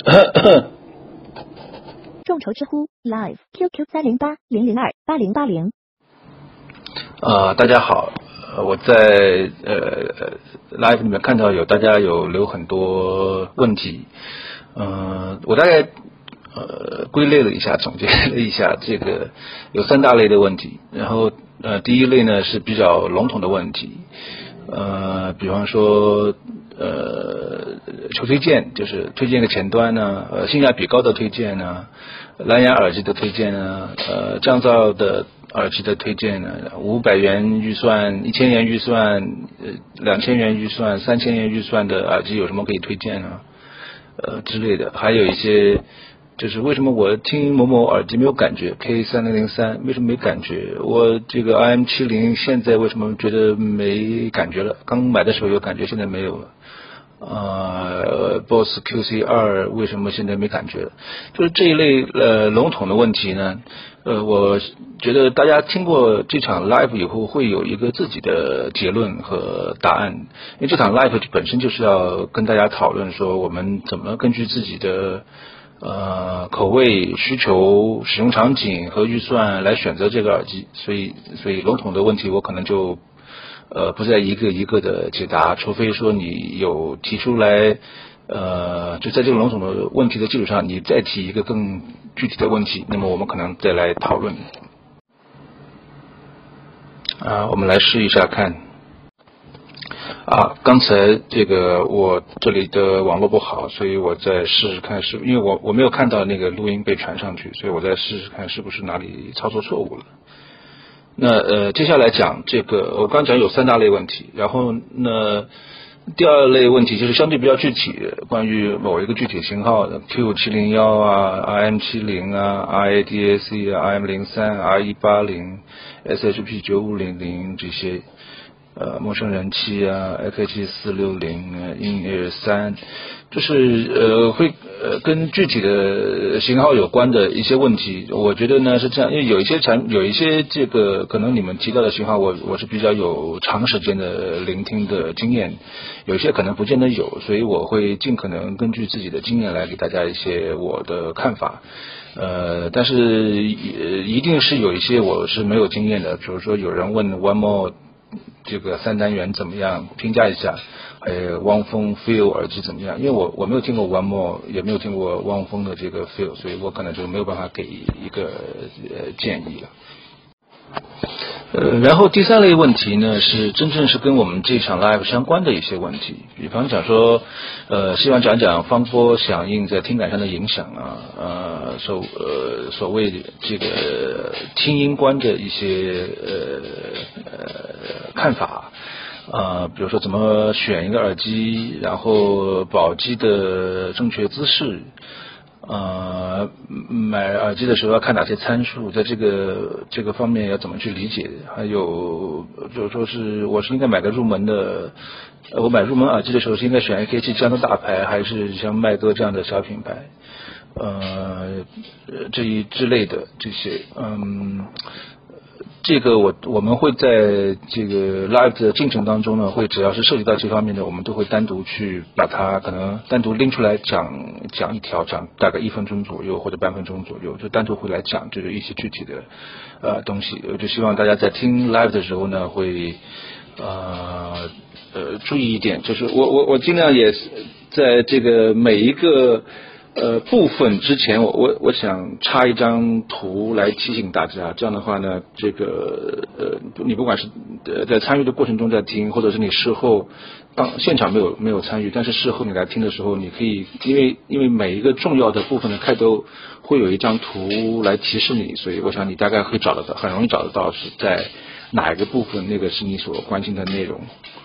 众筹知乎 Live QQ 308-002-8080。 大家好，我在Live 里面看到大家有留很多问题，我大概归类了一下，总结了一下，这个有3大类的问题。然后第一类呢是比较笼统的问题，比方说求推荐，就是推荐个前端呢，性价比高的推荐呢，蓝牙耳机的推荐呢，降噪的耳机的推荐呢，500元预算、1000元预算、2000元预算、3000元预算的耳机有什么可以推荐呢？之类的。还有一些就是为什么我听某某耳机没有感觉 K3003 为什么没感觉，我这个 IM70 现在为什么觉得没感觉了，刚买的时候有感觉现在没有了。Boss QC2 为什么现在没感觉了？就是这一类笼统的问题呢，我觉得大家听过这场 live 以后会有一个自己的结论和答案，因为这场 live 本身就是要跟大家讨论说我们怎么根据自己的口味、需求、使用场景和预算来选择这个耳机，所以笼统的问题我可能就不再一个一个的解答，除非说你有提出来，就在这个笼统的问题的基础上，你再提一个更具体的问题，那么我们可能再来讨论。我们来试一下看。刚才这个我这里的网络不好，所以我再试试看，因为我没有看到那个录音被传上去，所以我再试试看是不是哪里操作错误了。那接下来讲这个，我刚讲有3大类问题，然后呢，第2类问题就是相对比较具体，关于某一个具体型号的 Q701 RM70 RADAC RM03 R180 SHP9500 这些陌生人气AKG460 In-Ear3，就是会跟具体的型号有关的一些问题。我觉得呢是这样，因为有一些这个可能你们提到的型号我是比较有长时间的聆听的经验，有一些可能不见得有，所以我会尽可能根据自己的经验来给大家一些我的看法。但是一定是有一些我是没有经验的，比如说有人问 One More 这个3单元怎么样，评价一下，汪峰 Feel 耳机怎么样？因为我没有听过 One More， 也没有听过汪峰的这个 Feel， 所以我可能就没有办法给一个建议了。然后第3类问题呢是真正是跟我们这场 live 相关的一些问题，比方讲说希望讲讲方波响应在听感上的影响所谓这个听音观的一些看法，比如说怎么选一个耳机，然后保机的正确姿势，买耳机的时候要看哪些参数，在这个方面要怎么去理解，还有就是说是我是应该买个入门的，我买入门耳机的时候是应该选 AKG 这样的大牌，还是像麦哥这样的小品牌，这一之类的这些，这个我们会在这个 live 的进程当中呢，只要是涉及到这方面的，我们都会单独去把它可能单独拎出来讲一条，讲大概1分钟左右或者半分钟左右，就单独会来讲这个一些具体的东西。我就希望大家在听 live 的时候呢，会注意一点，就是我尽量也在这个每一个部分之前，我想插一张图来提醒大家，这样的话呢，这个你不管是在参与的过程中在听，或者是你事后现场没有参与，但是事后你来听的时候，你可以因为每一个重要的部分的开头会有一张图来提示你，所以我想你大概会很容易找得到是在哪一个部分，那个是你所关心的内容。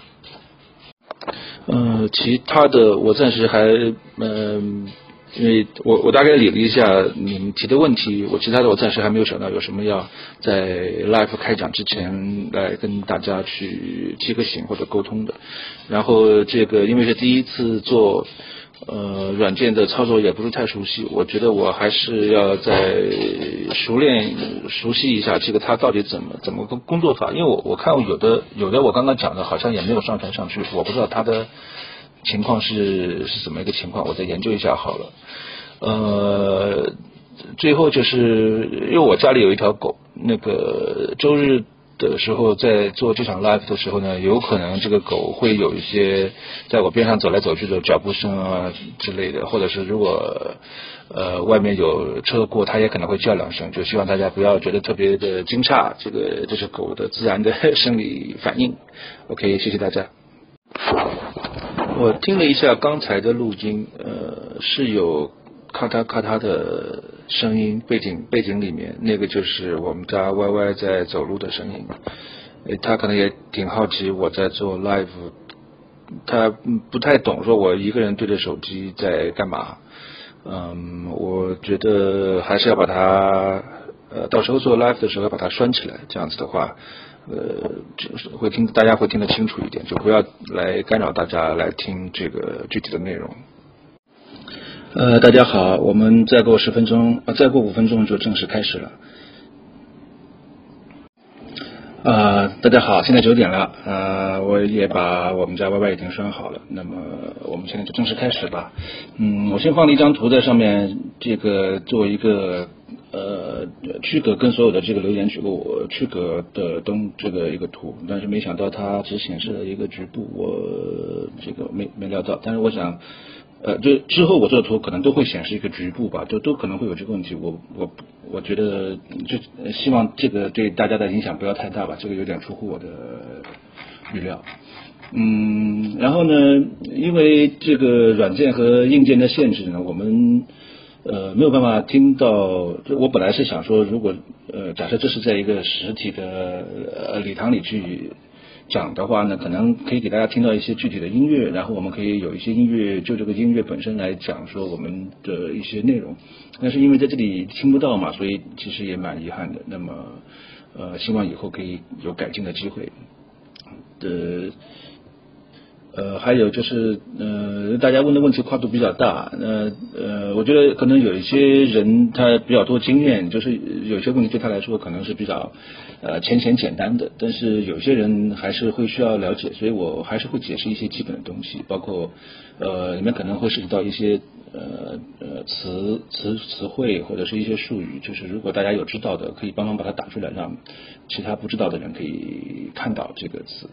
其他的我暂时还因为我大概理了一下你们提的问题，其他的我暂时还没有想到有什么要在 live 开讲之前来跟大家去提个醒或者沟通的。然后这个因为是第一次做软件的操作也不是太熟悉，我觉得我还是要再熟悉一下这个它到底怎么个工作法，因为我看有的我刚刚讲的好像也没有上传上去，我不知道它的情况是怎么一个情况，我再研究一下好了。最后就是因为我家里有一条狗，那个周日的时候在做这场 live 的时候呢，有可能这个狗会有一些在我边上走来走去的脚步声啊之类的，或者是如果外面有车过，它也可能会叫2声，就希望大家不要觉得特别的惊诧，这是狗的自然的生理反应。OK， 谢谢大家。我听了一下刚才的录音，是有咔嗒咔嗒的声音，背景里面那个就是我们家 YY 在走路的声音。他可能也挺好奇我在做 live， 他不太懂说我一个人对着手机在干嘛。我觉得还是要把它到时候做 live 的时候要把它拴起来，这样子的话就是大家会听得清楚一点，就不要来干扰大家来听这个具体的内容。大家好，我们再过10分钟，再过5分钟就正式开始了。大家好，现在9点了，我也把我们家 YY 已经拴好了，那么我们现在就正式开始吧。我先放了一张图在上面，这个作为一个区隔跟所有的这个留言我区隔的这个一个图，但是没想到它只显示了一个局部，我这个没料到，但是我想就之后我做的图可能都会显示一个局部吧，都可能会有这个问题。我觉得就希望这个对大家的影响不要太大吧，这个有点出乎我的预料。然后呢，因为这个软件和硬件的限制呢，我们没有办法听到。就我本来是想说，如果假设这是在一个实体的礼堂里去讲的话呢，可能可以给大家听到一些具体的音乐，然后我们可以有一些音乐就这个音乐本身来讲说我们的一些内容，但是因为在这里听不到嘛，所以其实也蛮遗憾的。那么希望以后可以有改进的机会。还有就是大家问的问题跨度比较大，我觉得可能有一些人他比较多经验，就是有些问题对他来说可能是比较浅简单的，但是有些人还是会需要了解，所以我还是会解释一些基本的东西，包括里面可能会涉及到一些词汇或者是一些术语，就是如果大家有知道的，可以帮忙把它打出来，让其他不知道的人可以看到这个词，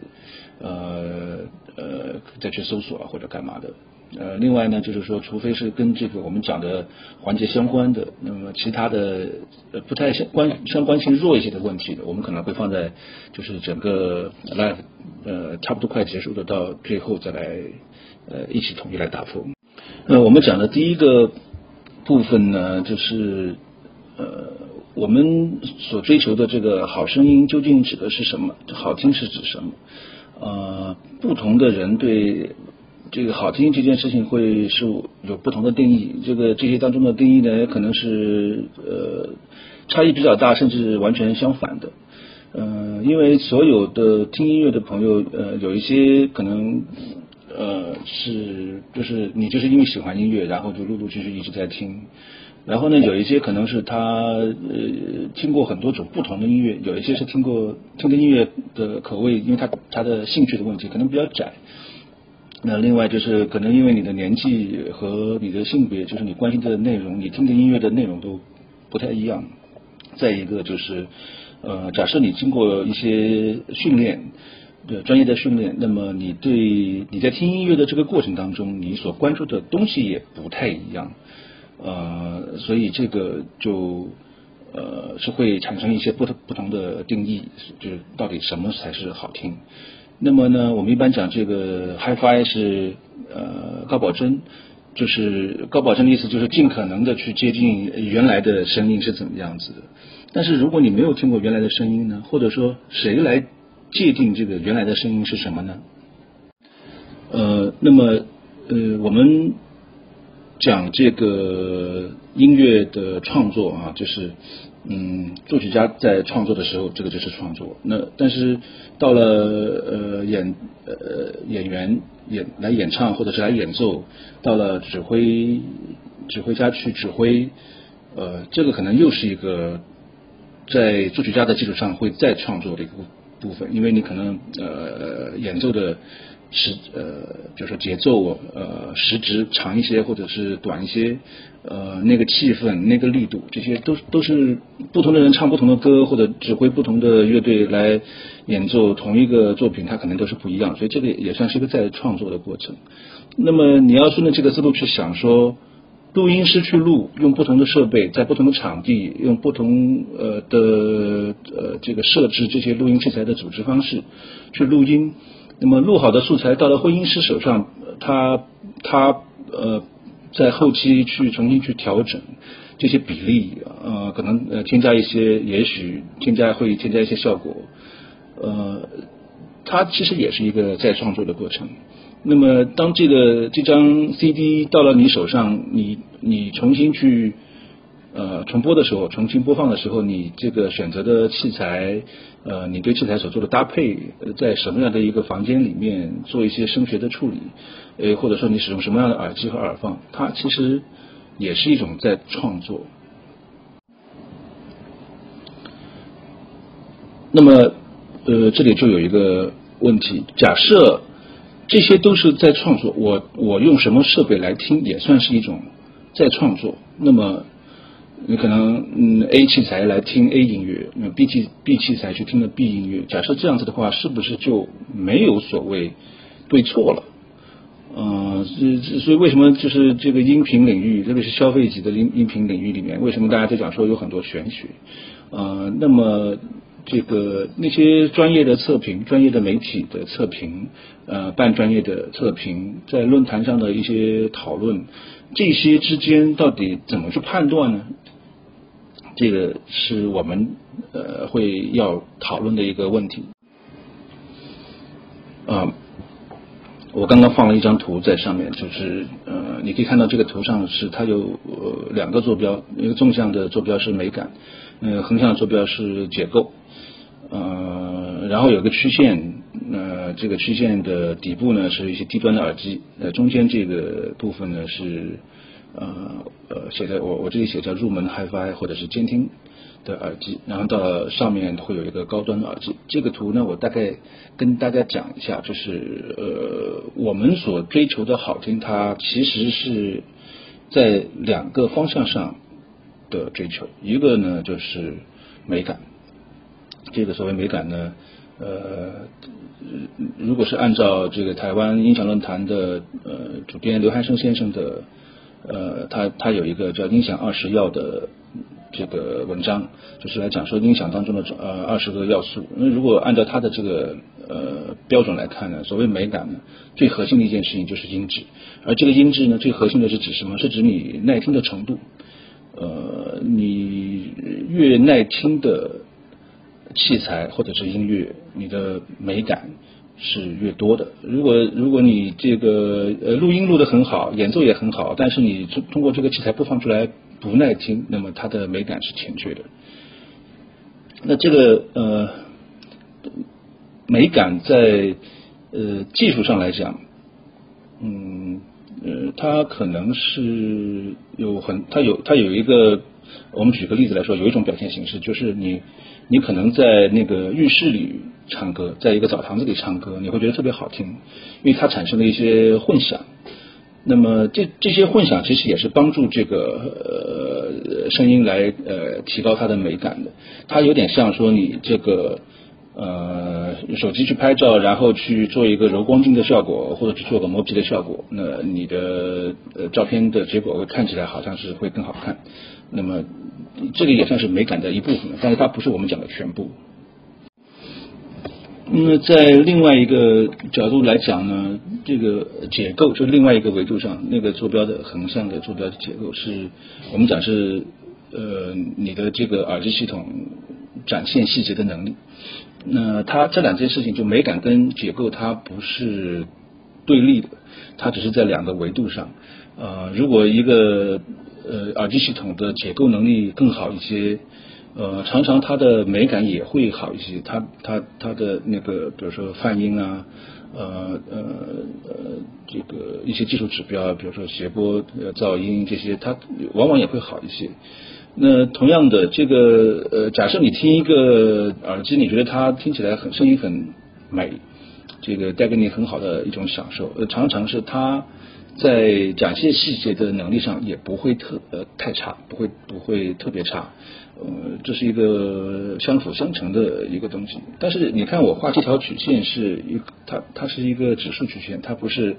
再去搜索或者干嘛的。另外呢，就是说，除非是跟这个我们讲的环节相关的，那么其他的不太相关性弱一些的问题的，我们可能会放在就是整个 live 差不多快结束的到最后再来一起统一来答复。我们讲的第一个部分呢，就是我们所追求的这个好声音究竟指的是什么？好听是指什么？不同的人对这个好听这件事情会是有不同的定义，这些当中的定义呢，可能是差异比较大，甚至完全相反的。因为所有的听音乐的朋友，有一些可能就是你就是因为喜欢音乐，然后就陆陆续续一直在听。然后呢，有一些可能是他听过很多种不同的音乐，有一些是听的音乐的口味，因为他的兴趣的问题可能比较窄。那另外就是可能因为你的年纪和你的性别，就是你关心的内容，你听的音乐的内容都不太一样。再一个就是假设你经过一些训练，专业的训练，那么你在听音乐的这个过程当中，你所关注的东西也不太一样。所以这个是会产生一些不同的定义，就是到底什么才是好听。那么呢，我们一般讲这个 Hi-Fi 是高保真，就是高保真的意思就是尽可能的去接近原来的声音是怎么样子的。但是如果你没有听过原来的声音呢，或者说谁来界定这个原来的声音是什么呢？那么我们讲这个音乐的创作啊，就是作曲家在创作的时候，这个就是创作。那但是到了演员来演唱或者是来演奏，到了指挥家去指挥，这个可能又是一个在作曲家的基础上会再创作的一个部分，因为你可能演奏的就是说节奏时值长一些或者是短一些，那个气氛那个力度，这些都是不同的人唱不同的歌或者指挥不同的乐队来演奏同一个作品，它可能都是不一样，所以这个也算是一个在创作的过程。那么你要顺着这个思路去想说，录音师去录，用不同的设备，在不同的场地，用不同的这个设置这些录音器材的组织方式去录音。那么录好的素材到了混音师手上，他在后期去重新去调整这些比例，可能添加一些，也许会添加一些效果，它其实也是一个再创作的过程。那么当这张 CD 到了你手上，你重新去重播的时候，重新播放的时候，你这个选择的器材，你对器材所做的搭配，在什么样的一个房间里面做一些声学的处理，或者说你使用什么样的耳机和耳放，它其实也是一种在创作。那么这里就有一个问题，假设这些都是在创作，我用什么设备来听也算是一种在创作。那么你可能A 器材来听 A 音乐，B 器材去听了 B 音乐，假设这样子的话，是不是就没有所谓对错了？所以为什么就是这个音频领域，特别是消费级的音频领域里面，为什么大家就讲说有很多玄学？那么这个那些专业的测评、专业的媒体的测评、半专业的测评，在论坛上的一些讨论，这些之间到底怎么去判断呢？这个是我们会要讨论的一个问题。我刚刚放了一张图在上面，就是你可以看到这个图上是它有两个坐标，一个纵向的坐标是美感，横向的坐标是结构，然后有个曲线，这个曲线的底部呢是一些低端的耳机，中间这个部分呢是写的我这里写叫入门 HiFi 或者是监听的耳机，然后到上面会有一个高端的耳机。这个图呢，我大概跟大家讲一下，就是我们所追求的好听，它其实是在两个方向上的追求，一个呢就是美感。这个所谓美感呢，如果是按照这个台湾音响论坛的主编刘汉生先生的他有一个叫音响20要的这个文章，就是来讲说音响当中的20个要素。那如果按照他的这个标准来看呢，所谓美感呢，最核心的一件事情就是音质，而这个音质呢，最核心的是指什么？是指你耐听的程度。你越耐听的器材或者是音乐，你的美感是越多的。如果你这个录音录得很好，演奏也很好，但是你通过这个器材播放出来不耐听，那么它的美感是欠缺的。那这个美感在技术上来讲，它可能是它有一个，我们举个例子来说，有一种表现形式，就是你可能在那个浴室里唱歌，在一个澡堂子里唱歌，你会觉得特别好听，因为它产生了一些混响。那么这些混响其实也是帮助这个声音来提高它的美感的。它有点像说你这个手机去拍照，然后去做一个柔光镜的效果，或者去做个磨皮的效果，那你的照片的结果会看起来好像是会更好看。那么这个也算是美感的一部分，但是它不是我们讲的全部。那么在另外一个角度来讲呢，这个结构就是另外一个维度上，那个坐标的横向的坐标的结构是我们讲是你的这个耳机系统展现细节的能力。那它这两件事情，就美感跟结构，它不是对立的，它只是在两个维度上。如果一个耳机系统的结构能力更好一些，常常它的美感也会好一些。它的那个，比如说泛音啊，这个一些技术指标，比如说谐波、噪音这些，它往往也会好一些。那同样的，这个假设你听一个耳机，你觉得它听起来声音很美， 这个带给你很好的一种享受。常常是它在展现细节的能力上也不会太差，不会特别差。这是一个相辅相成的一个东西。但是你看我画这条曲线它是一个指数曲线，它不是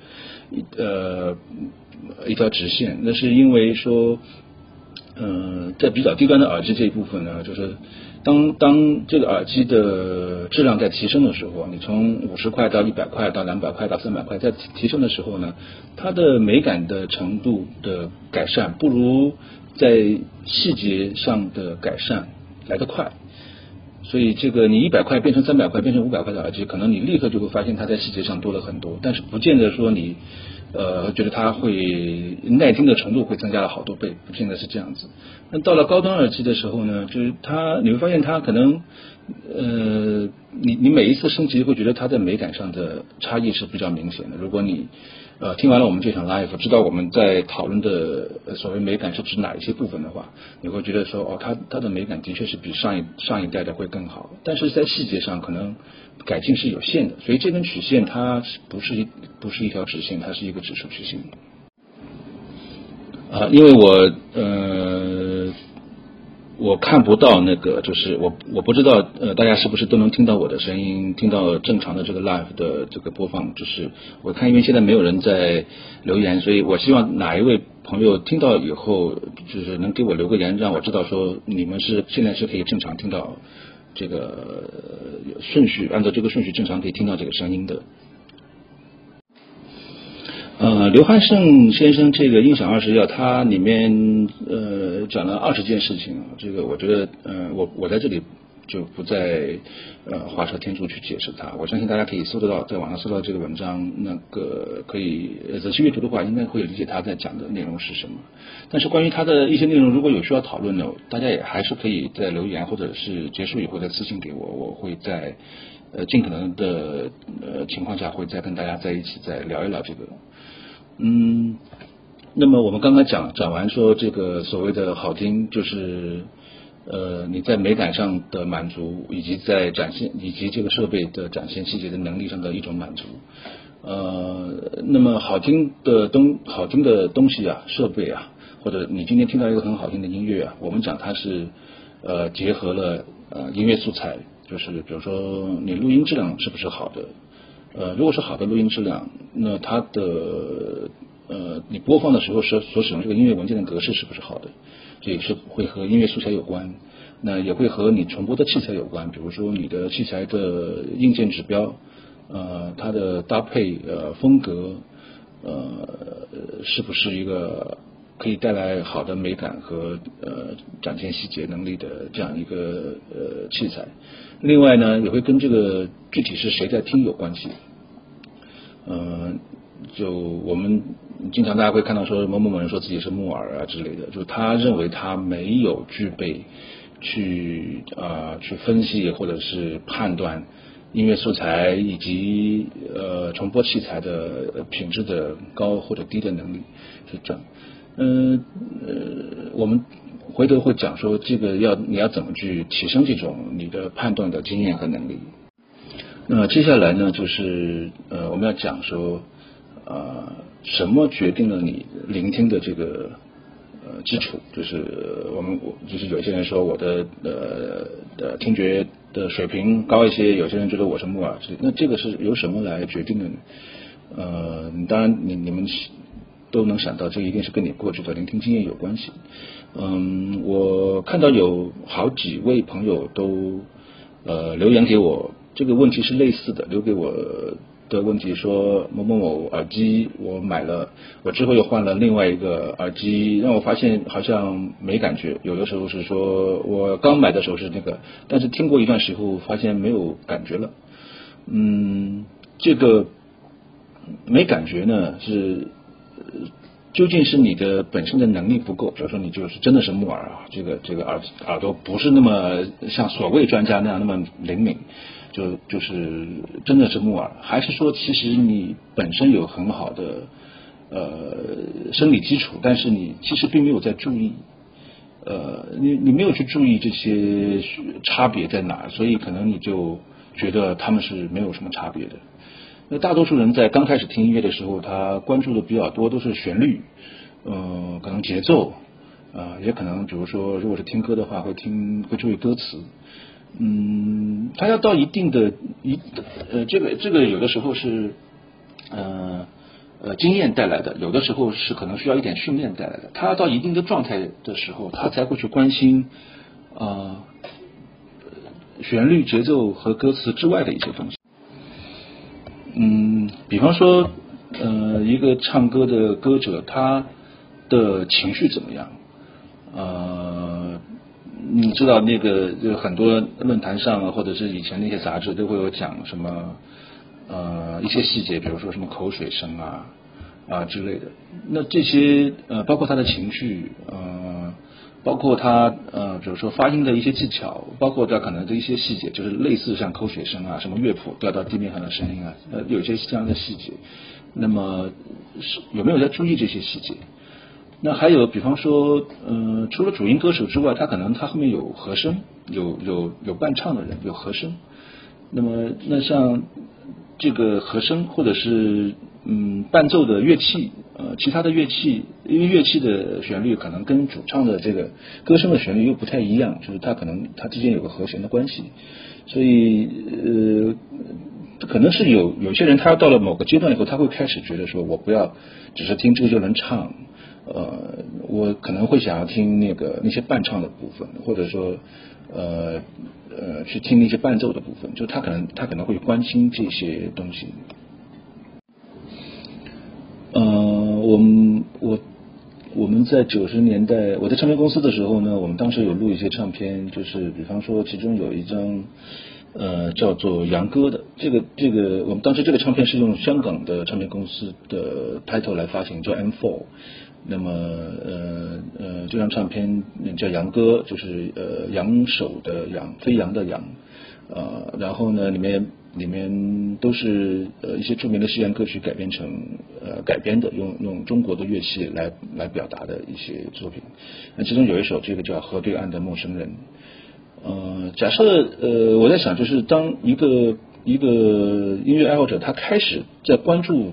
一条直线。那是因为说在比较低端的耳机这一部分呢，就是当这个耳机的质量在提升的时候，你从50块到100块到200块到300块在提升的时候呢，它的美感的程度的改善不如在细节上的改善来得快。所以这个你100块变成300块变成500块的耳机，可能你立刻就会发现它在细节上多了很多，但是不见得说你觉得它会耐听的程度会增加了好多倍，不见得是这样子。那到了高端耳机的时候呢，就是你会发现它可能你每一次升级会觉得它在美感上的差异是比较明显的。如果你听完了我们这场 live， 知道我们在讨论的所谓美感是指哪一些部分的话，你会觉得说它的美感的确是比上一代的会更好，但是在细节上可能改进是有限的。所以这根曲线它不是一条直线，它是一个指数曲线。因为我看不到那个，就是我不知道大家是不是都能听到我的声音，听到正常的这个 live 的这个播放。就是我看因为现在没有人在留言，所以我希望哪一位朋友听到以后，就是能给我留个言，让我知道说你们现在是可以正常听到这个顺序，按照这个顺序正常可以听到这个声音的。刘汉胜先生这个音响20要，他里面讲了20件事情，这个我觉得我在这里就不再画蛇添足去解释它。我相信大家可以搜得到，在网上搜到这个文章，那个可以仔细阅读的话，应该会理解他在讲的内容是什么。但是关于他的一些内容，如果有需要讨论的，大家也还是可以在留言或者是结束以后再私信给我，我会在尽可能的情况下会再跟大家在一起再聊一聊这个。那么我们刚才讲完说这个所谓的好听，就是你在美感上的满足，以及在展现以及这个设备的展现细节的能力上的一种满足。那么好听的东西啊，设备啊，或者你今天听到一个很好听的音乐啊，我们讲它是结合了音乐素材，就是比如说你录音质量是不是好的。如果是好的录音质量，那它的你播放的时候所使用这个音乐文件的格式是不是好的，这也是会和音乐素材有关。那也会和你传播的器材有关，比如说你的器材的硬件指标，它的搭配风格，是不是一个可以带来好的美感和展现细节能力的这样一个器材。另外呢，也会跟这个具体是谁在听有关系。就我们经常大家会看到说某某人说自己是木耳啊之类的，就他认为他没有具备去分析或者是判断音乐素材以及重播器材的品质的高或者低的能力，是这样。我们回头会讲说这个你要怎么去提升这种你的判断的经验和能力。那接下来呢，就是我们要讲说什么决定了你聆听的这个基础，就是就是有些人说我的听觉的水平高一些，有些人觉得我是木耳，那这个是由什么来决定的呢？当然你们都能想到，这一定是跟你过去的聆听经验有关系。我看到有好几位朋友都留言给我，这个问题是类似的，留给我的问题说某某某耳机我买了，我之后又换了另外一个耳机，让我发现好像没感觉。有的时候是说我刚买的时候是那个，但是听过一段时候发现没有感觉了。这个没感觉呢是究竟是你的本身的能力不够，比如说你就是真的是木耳啊，这个耳朵不是那么像所谓专家那样那么灵敏，就是真的是木耳，还是说其实你本身有很好的生理基础，但是你其实并没有在注意，你没有去注意这些差别在哪，所以可能你就觉得他们是没有什么差别的。 那大多数人在刚开始听音乐的时候，他关注的比较多都是旋律，可能节奏，也可能比如说如果是听歌的话，会注意歌词。他要到一定的这个有的时候是经验带来的，有的时候是可能需要一点训练带来的。他要到一定的状态的时候，他才会去关心旋律、节奏和歌词之外的一些东西。比方说一个唱歌的歌者，他的情绪怎么样？你知道那个就很多论坛上啊，或者是以前那些杂志都会有讲什么一些细节，比如说什么口水声之类的。那这些包括他的情绪，包括他比如说发音的一些技巧，包括他可能的一些细节，就是类似像口水声什么乐谱掉到地面上的声音有一些这样的细节。那么有没有在注意这些细节？那还有比方说除了主音歌手之外，他可能他后面有和声，有伴唱的人，有和声。那么那像这个和声或者是伴奏的乐器，其他的乐器，因为乐器的旋律可能跟主唱的这个歌声的旋律又不太一样，就是它可能它之间有个和弦的关系，所以可能是有些人他到了某个阶段以后，他会开始觉得说我不要只是听这个就能唱，我可能会想要听那些伴唱的部分，或者说去听那些伴奏的部分，就他可能会关心这些东西。我们在90年代，我在唱片公司的时候呢，我们当时有录一些唱片，就是比方说其中有一张叫做杨歌的，这个我们当时这个唱片是用香港的唱片公司的 title 来发行，叫 M4。那么这张唱片叫杨歌，就是扬手的扬，飞扬的扬，然后呢里面都是一些著名的西洋歌曲改编的，用中国的乐器来表达的一些作品。那其中有一首这个叫《河对岸的陌生人》。假设我在想，就是当一个音乐爱好者他开始在关注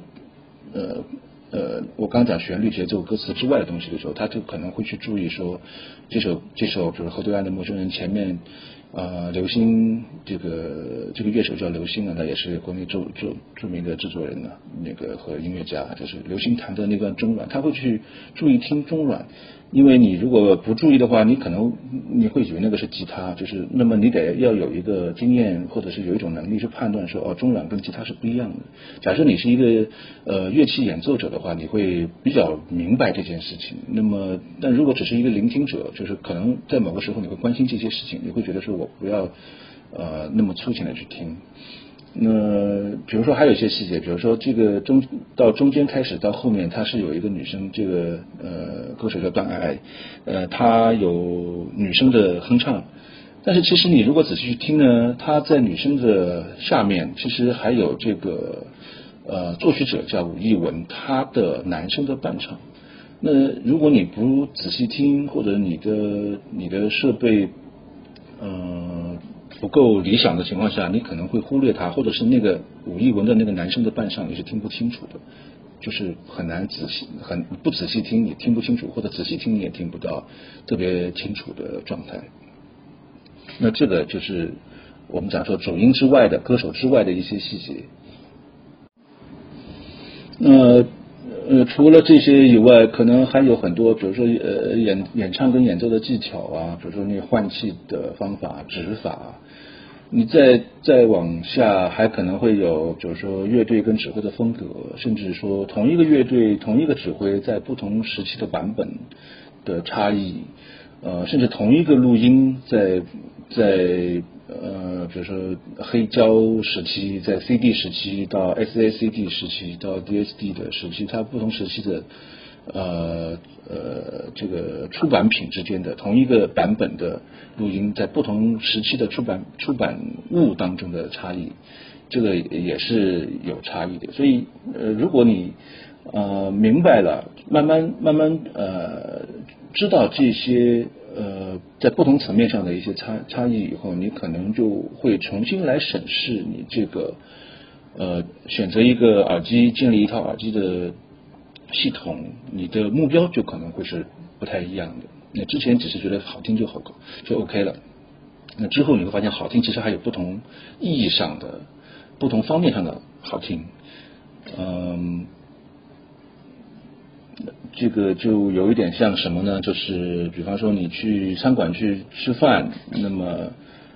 我刚讲旋律、节奏、歌词之外的东西的时候，他就可能会去注意说这首比如河对岸的陌生人前面刘星这个乐手叫刘星他也是国内著名的制作人和音乐家，就是刘星弹的那段中阮，他会去注意听中阮，因为你如果不注意的话，你会以为那个是吉他，就是那么你要有一个经验或者是有一种能力去判断说中阮跟吉他是不一样的。假设你是一个乐器演奏者的话，你会比较明白这件事情。那么但如果只是一个聆听者，就是可能在某个时候你会关心这些事情，你会觉得说我不要那么粗浅的去听。那比如说还有一些细节，比如说这个到中间开始到后面，她是有一个女生，这个歌手叫段爱爱，她有女生的哼唱，但是其实你如果仔细去听呢，她在女生的下面其实还有这个作曲者叫武艺文，他的男生的伴唱。那如果你不仔细听，或者你的设备不够理想的情况下，你可能会忽略它，或者是那个武艺文的那个男生的伴唱你是听不清楚的，就是很不仔细听你听不清楚，或者仔细听你也听不到特别清楚的状态。那这个就是我们讲说主音之外的歌手之外的一些细节。除了这些以外，可能还有很多，比如说演唱跟演奏的技巧比如说那换气的方法、指法。你再往下，还可能会有，比如说乐队跟指挥的风格，甚至说同一个乐队、同一个指挥在不同时期的版本的差异，甚至同一个录音在比如说黑胶时期，在 CD 时期到 SACD 时期到 DSD 的时期，它不同时期的这个出版品之间的同一个版本的录音，在不同时期的出版物当中的差异，这个也是有差异的。所以如果你明白了，慢慢知道这些在不同层面上的一些差异以后，你可能就会重新来审视你这个选择一个耳机，建立一套耳机的系统，你的目标就可能会是不太一样的。那之前只是觉得好听就 OK 了，那之后你会发现好听其实还有不同意义上的、不同方面上的好听。这个就有一点像什么呢？就是比方说你去餐馆去吃饭，那么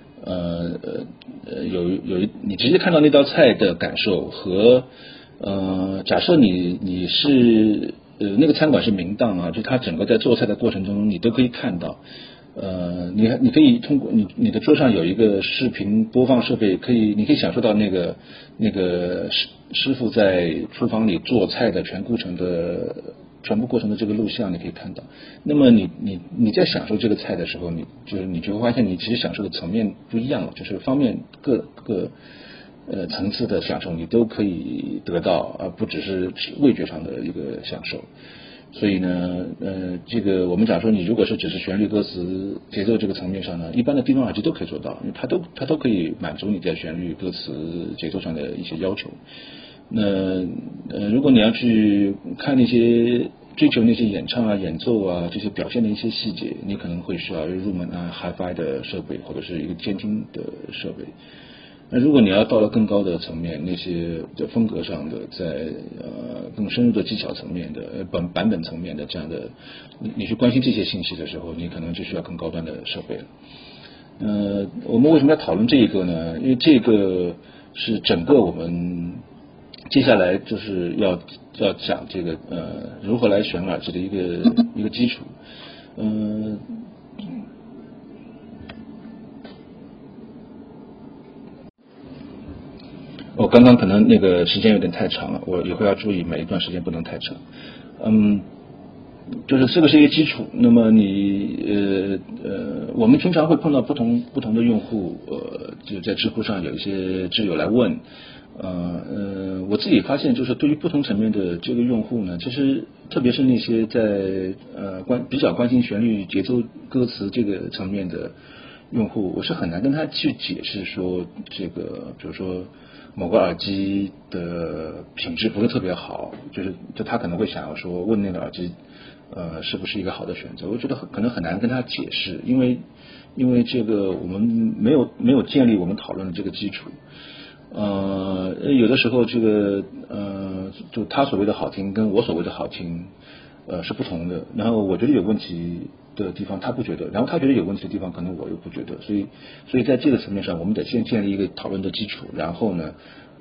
你直接看到那道菜的感受和假设你是那个餐馆是明档啊，就它整个在做菜的过程中你都可以看到。你可以通过你的桌上有一个视频播放设备，你可以享受到那个师傅在厨房里做菜的全部过程的这个录像，你可以看到。那么你在享受这个菜的时候，你就会发现你其实享受的层面不一样了，就是方面各层次的享受你都可以得到，而不只是味觉上的一个享受。所以呢，这个我们讲说，你如果是只是旋律、歌词、节奏这个层面上呢，一般的低端耳机都可以做到，因为它都可以满足你在旋律、歌词、节奏上的一些要求。那如果你要去看那些追求那些演唱啊、演奏啊这些表现的一些细节，你可能会需要入门啊 Hi-Fi 的设备或者是一个监听的设备。那如果你要到了更高的层面，那些的风格上的，在更深入的技巧层面的版本层面的这样的，你去关心这些信息的时候，你可能就需要更高端的设备了。我们为什么要讨论这一个呢？因为这个是整个我们接下来就是要讲这个如何来选耳机的一个基础。我刚刚可能那个时间有点太长了，我以后要注意每一段时间不能太长。就是这个是一个基础。那么我们经常会碰到不同的用户，就在知乎上有一些知友来问，我自己发现就是对于不同层面的这个用户呢，其实特别是那些在比较关心旋律、节奏、歌词这个层面的用户，我是很难跟他去解释说这个，比如说某个耳机的品质不是特别好，就他可能会想要说问那个耳机是不是一个好的选择。我觉得可能很难跟他解释，因为这个我们没有建立我们讨论的这个基础。有的时候这个就他所谓的好听跟我所谓的好听是不同的，然后我觉得有问题的地方他不觉得，然后他觉得有问题的地方可能我又不觉得，所以在这个层面上我们得先建立一个讨论的基础，然后呢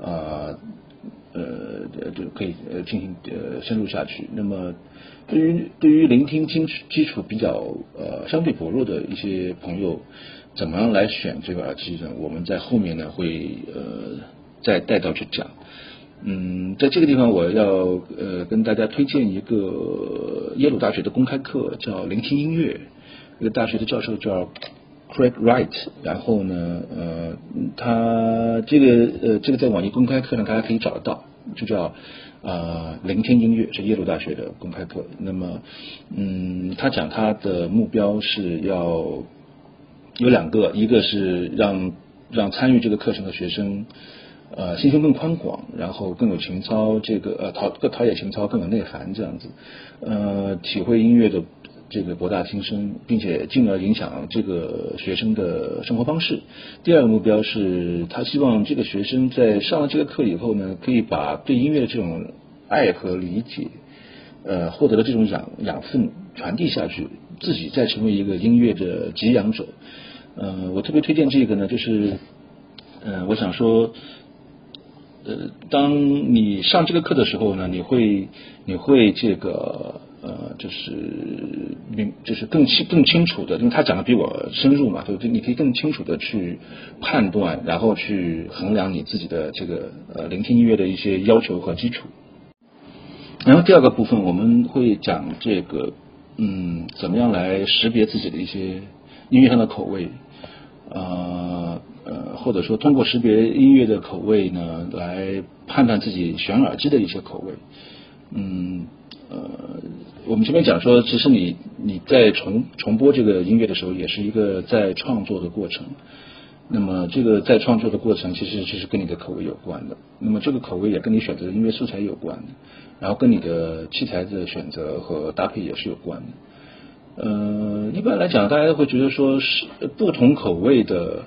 就可以进行深入下去。那么对于聆听基础比较相对薄弱的一些朋友，怎么样来选这个耳机呢？我们在后面呢会再带到去讲。在这个地方我要跟大家推荐一个耶鲁大学的公开课，叫聆听音乐。这个大学的教授叫 Craig Wright， 然后呢他这个在网易公开课上大家可以找得到，就叫聆听音乐，是耶鲁大学的公开课。那么他讲他的目标是要有两个，一个是让参与这个课程的学生心胸更宽广，然后更有情操，这个陶冶情操，更有内涵，这样子体会音乐的这个博大精深，并且进而影响这个学生的生活方式。第二个目标是他希望这个学生在上了这个课以后呢，可以把对音乐的这种爱和理解获得的这种养分传递下去，自己再成为一个音乐的给养者。我特别推荐这个呢，就是我想说当你上这个课的时候呢，你会这个就是更清楚的，因为他讲的比我深入嘛，对不对？你可以更清楚的去判断，然后去衡量你自己的这个聆听音乐的一些要求和基础。然后第二个部分我们会讲这个怎么样来识别自己的一些音乐上的口味，或者说通过识别音乐的口味呢，来判断自己选耳机的一些口味。我们前面讲说，其实你在重播这个音乐的时候，也是一个在创作的过程。 那么这个在创作的过程其实是跟你的口味有关的，那么这个口味也跟你选择的音乐素材有关的，然后跟你的器材的选择和搭配也是有关的。一般来讲，大家会觉得说是不同口味的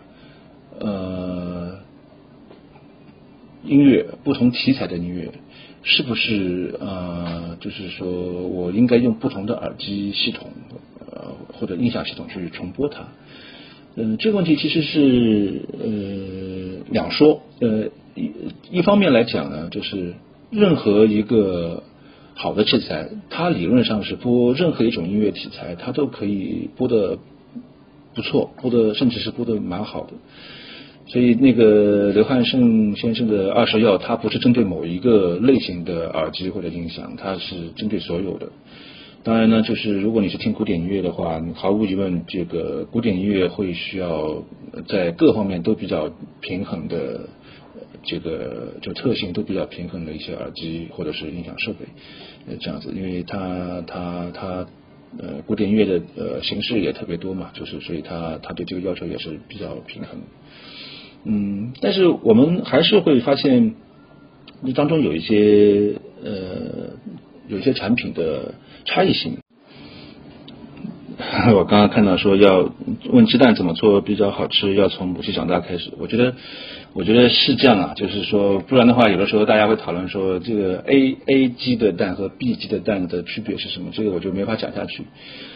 音乐，不同题材的音乐，是不是就是说我应该用不同的耳机系统或者音响系统去重播它？这个问题其实是两说。一方面来讲呢，就是任何一个好的器材，它理论上是播任何一种音乐题材，它都可以播得不错，甚至是播得蛮好的。所以那个刘汉胜先生的20药，它不是针对某一个类型的耳机或者音响，它是针对所有的。当然呢，就是如果你是听古典音乐的话，毫无疑问，这个古典音乐会需要在各方面都比较平衡的，这个就特性都比较平衡的一些耳机或者是音响设备，这样子，因为它古典音乐的形式也特别多嘛，就是所以它对这个要求也是比较平衡。但是我们还是会发现，这当中有一些产品的差异性。我刚刚看到说要问鸡蛋怎么做比较好吃，要从母鸡长大开始。我觉得是这样啊，就是说，不然的话，有的时候大家会讨论说，这个 A 鸡的蛋和 B 鸡的蛋的区别是什么？这个我就没法讲下去。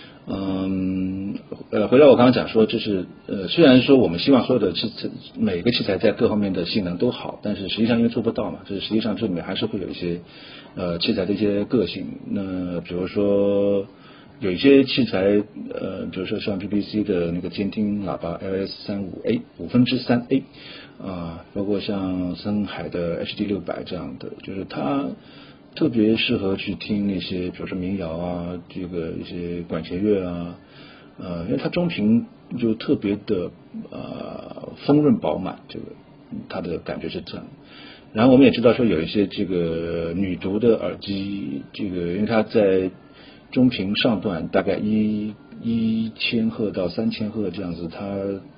回到我刚刚讲说，就是虽然说我们希望所有的每个器材在各方面的性能都好，但是实际上因为做不到嘛，就是实际上这里面还是会有一些器材的一些个性。那比如说有一些器材，比如说像 BBC 的那个监听喇叭 LS35A 3A 包括像森海的 HD600 这样的，就是它特别适合去听那些，比如说民谣啊，这个一些管弦乐啊，因为它中频就特别的丰润饱满，这个它的感觉是这样。然后我们也知道说有一些这个女读的耳机，这个因为它在中频上段大概1000赫到3000赫这样子，它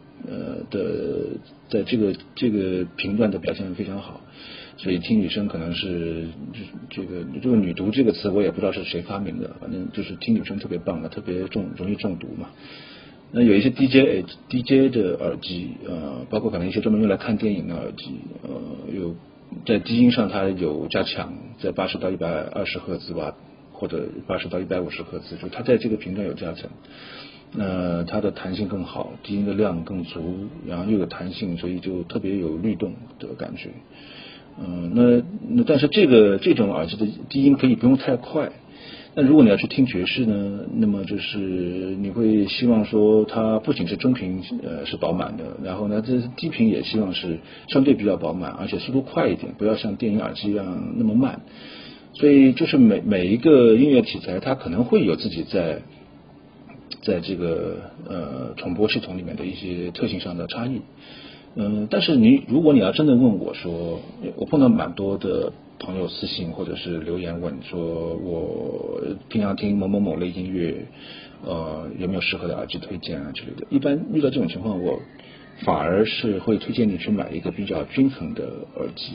在这个频段的表现非常好。所以听女生可能是这个女读这个词我也不知道是谁发明的，反正就是听女生特别棒的，特别容易中毒嘛。那有一些 DJ 的耳机，包括可能一些专门用来看电影的耳机，有在低音上它有加强，在80到120赫兹吧，或者80到150赫兹，就它在这个频段有加强。它的弹性更好，低音的量更足，然后又有弹性，所以就特别有律动的感觉。那但是这种耳机的低音可以不用太快。那如果你要去听爵士呢，那么就是你会希望说它不仅是中频是饱满的，然后呢这低频也希望是相对比较饱满，而且速度快一点，不要像电影耳机一样那么慢。所以就是每一个音乐题材它可能会有自己在这个重播系统里面的一些特性上的差异。但是如果你要真的问我说，我碰到蛮多的朋友私信或者是留言问说，我平常听某某某类音乐，有没有适合的耳机推荐啊之类的。一般遇到这种情况，我反而是会推荐你去买一个比较均衡的耳机。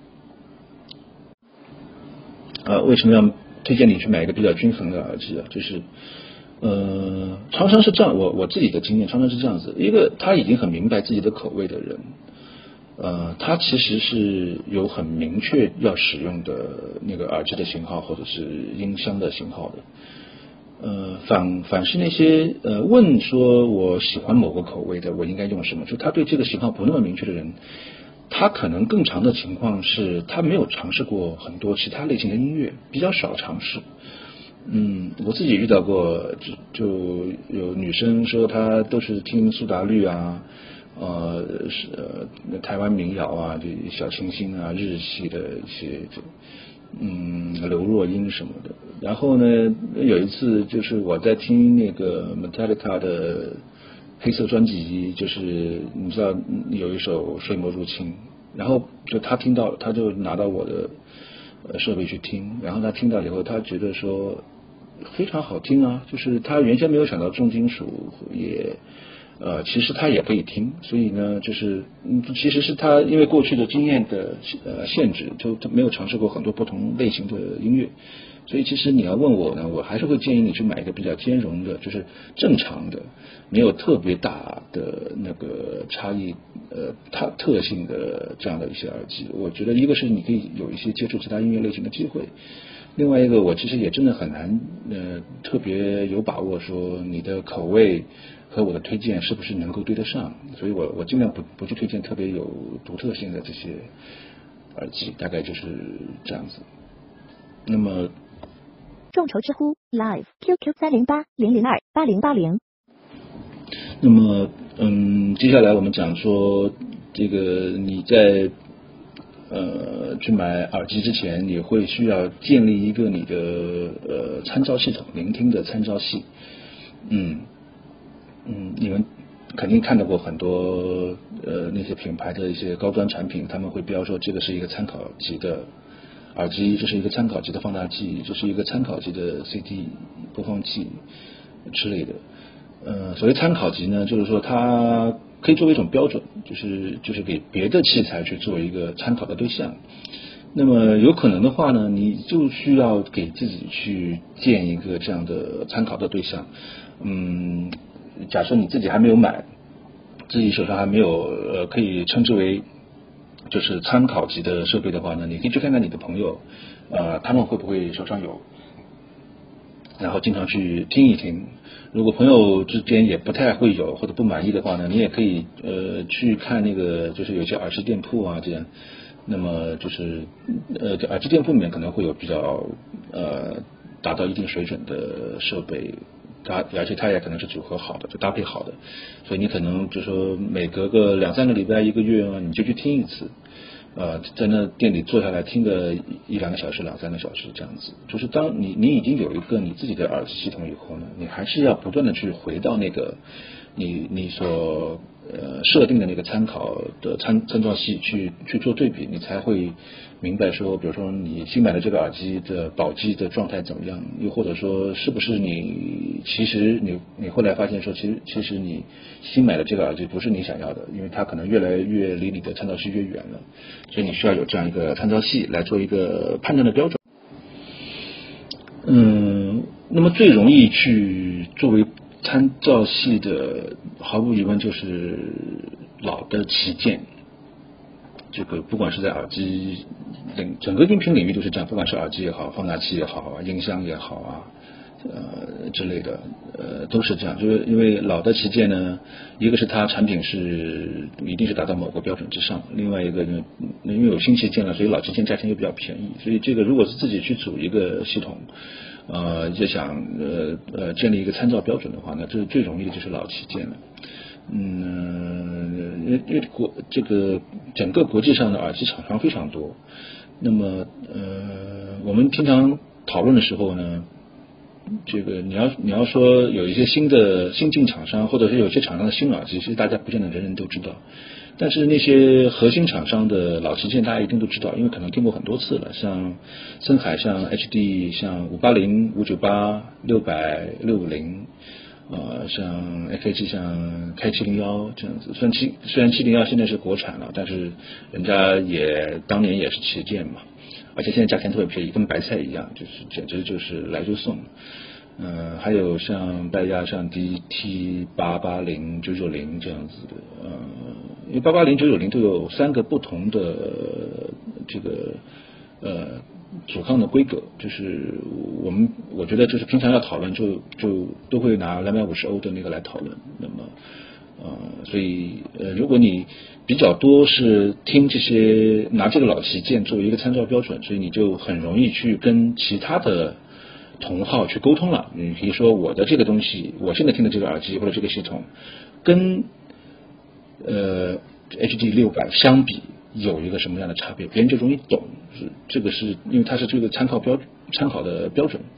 为什么要推荐你去买一个比较均衡的耳机啊？就是常常是这样，我自己的经验常常是这样子，一个他已经很明白自己的口味的人，他其实是有很明确要使用的那个耳机的型号或者是音箱的型号的。反是那些问说我喜欢某个口味的，我应该用什么，就他对这个型号不那么明确的人，他可能更长的情况是他没有尝试过很多其他类型的音乐，比较少尝试。我自己遇到过，就有女生说她都是听苏打绿啊，台湾民谣啊，这小清新啊，日系的一些刘若英什么的。然后呢，有一次就是我在听那个 Metallica 的黑色专辑，就是你知道有一首《睡魔入侵》，然后就他听到，他就拿到我的设备去听，然后他听到以后，他觉得说非常好听啊，就是他原先没有想到重金属也其实他也可以听，所以呢，就是其实是他因为过去的经验的限制，就他没有尝试过很多不同类型的音乐，所以其实你要问我呢，我还是会建议你去买一个比较兼容的，就是正常的，没有特别大的那个差异它特性的这样的一些耳机。我觉得一个是你可以有一些接触其他音乐类型的机会。另外一个，我其实也真的很难特别有把握说你的口味和我的推荐是不是能够对得上，所以我尽量不去推荐特别有独特性的这些耳机，大概就是这样子。那么众筹知乎 Live QQ 308-002-8080。 那么接下来我们讲说这个你在去买耳机之前，你会需要建立一个你的参照系统，聆听的参照系。你们肯定看到过很多那些品牌的一些高端产品，他们会标说这个是一个参考级的耳机，这是一个参考级的放大器，这是一个参考级的 CD 播放器之类的。所谓参考级呢，就是说它可以作为一种标准，就是给别的器材去做一个参考的对象。那么有可能的话呢，你就需要给自己去建一个这样的参考的对象。假设你自己还没有买，自己手上还没有可以称之为就是参考级的设备的话呢，你可以去看看你的朋友，他们会不会手上有，然后经常去听一听。如果朋友之间也不太会有或者不满意的话呢，你也可以去看那个就是有些耳机店铺啊这样。那么就是耳机店铺里面可能会有比较达到一定水准的设备，而且它也可能是组合好的，就搭配好的，所以你可能就说每隔个2-3个礼拜1个月你就去听一次，在那店里坐下来听个1-2个小时2-3个小时这样子。就是当你已经有一个你自己的耳机系统以后呢，你还是要不断的去回到那个你所设定的那个参考的参照系去做对比，你才会明白说，比如说你新买的这个耳机的保机的状态怎么样，又或者说是不是其实你后来发现说，其实你新买的这个耳机不是你想要的，因为它可能越来越离你的参照系越远了，所以你需要有这样一个参照系来做一个判断的标准。那么最容易去作为参照系的，毫无疑问就是老的旗舰。这个不管是在耳机整个音频领域都是这样，不管是耳机也好，放大器也好啊，音箱也好啊，之类的，都是这样。就是因为老的旗舰呢，一个是它产品一定是达到某个标准之上，另外一个因为有新旗舰了，所以老旗舰价钱又比较便宜，所以这个如果是自己去组一个系统，也想建立一个参照标准的话呢，这最容易的就是老旗舰了。因为这个整个国际上的耳机厂商非常多，那么我们经常讨论的时候呢，这个你要说有一些新进厂商，或者是有些厂商的新耳机，其实大家不见得人人都知道，但是那些核心厂商的老旗舰大家一定都知道，因为可能听过很多次了，像森海、像 HD、像580、598、600、650。像 AKG 像开701这样子，虽然701现在是国产了，但是人家当年也是旗舰嘛，而且现在价钱特别便宜，跟白菜一样，就是简直就是来就送。还有像拜亚像 DT880、990这样子的，因为880、990都有3个不同的这个阻抗的规格，就是我觉得就是平常要讨论就都会拿250欧的那个来讨论。那么所以如果你比较多是听这些拿这个老旗舰作为一个参照标准，所以你就很容易去跟其他的同号去沟通了。你可以说我的这个东西，我现在听的这个耳机或者这个系统跟HD 600相比有一个什么样的差别，别人就容易懂。这个是因为它是这个参考的标准。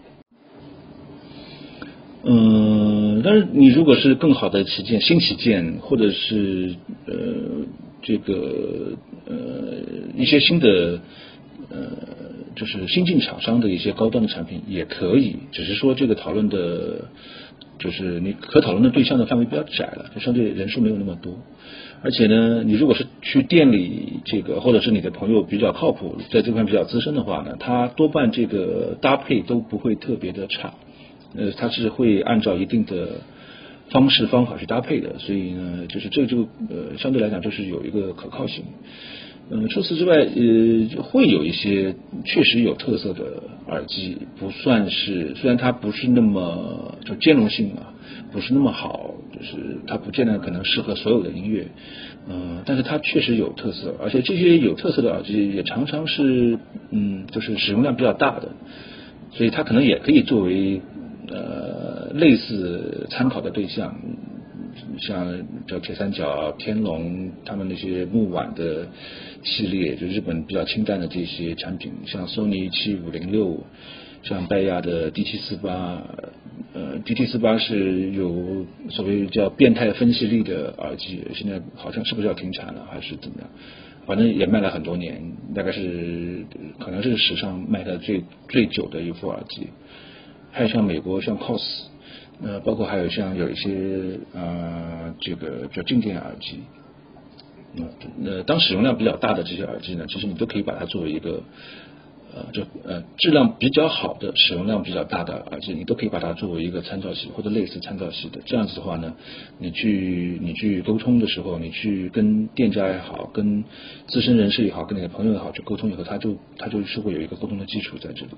但是你如果是更好的旗舰、新旗舰，或者是这个一些新的就是新进厂商的一些高端的产品也可以，只是说这个讨论的，就是你可讨论的对象的范围比较窄了，就相对人数没有那么多。而且呢，你如果是去店里这个，或者是你的朋友比较靠谱，在这块比较资深的话呢，他多半这个搭配都不会特别的差，他是会按照一定的方式方法去搭配的，所以呢，就是这就相对来讲就是有一个可靠性。除此之外，会有一些确实有特色的耳机，不算是，虽然它不是那么就兼容性嘛，不是那么好，就是它不见得可能适合所有的音乐，但是它确实有特色，而且这些有特色的耳机也常常是，就是使用量比较大的，所以它可能也可以作为类似参考的对象。像叫铁三角、天龙，他们那些木碗的系列，就日本比较清淡的这些产品，像索尼7506，像拜亚的 DT48，DT48是有所谓叫变态分析力的耳机，现在好像是不是要停产了，还是怎么样？反正也卖了很多年，大概是可能是史上卖的最久的一副耳机。还有像美国像 COS。包括还有像有一些这个叫静电耳机，当使用量比较大的这些耳机呢，其实你都可以把它作为一个质量比较好的、使用量比较大的耳机，你都可以把它作为一个参照系或者类似参照系的。这样子的话呢，你去沟通的时候，你去跟店家也好，跟资深人士也好，跟你的朋友也好去沟通以后，它就是会有一个沟通的基础在这里。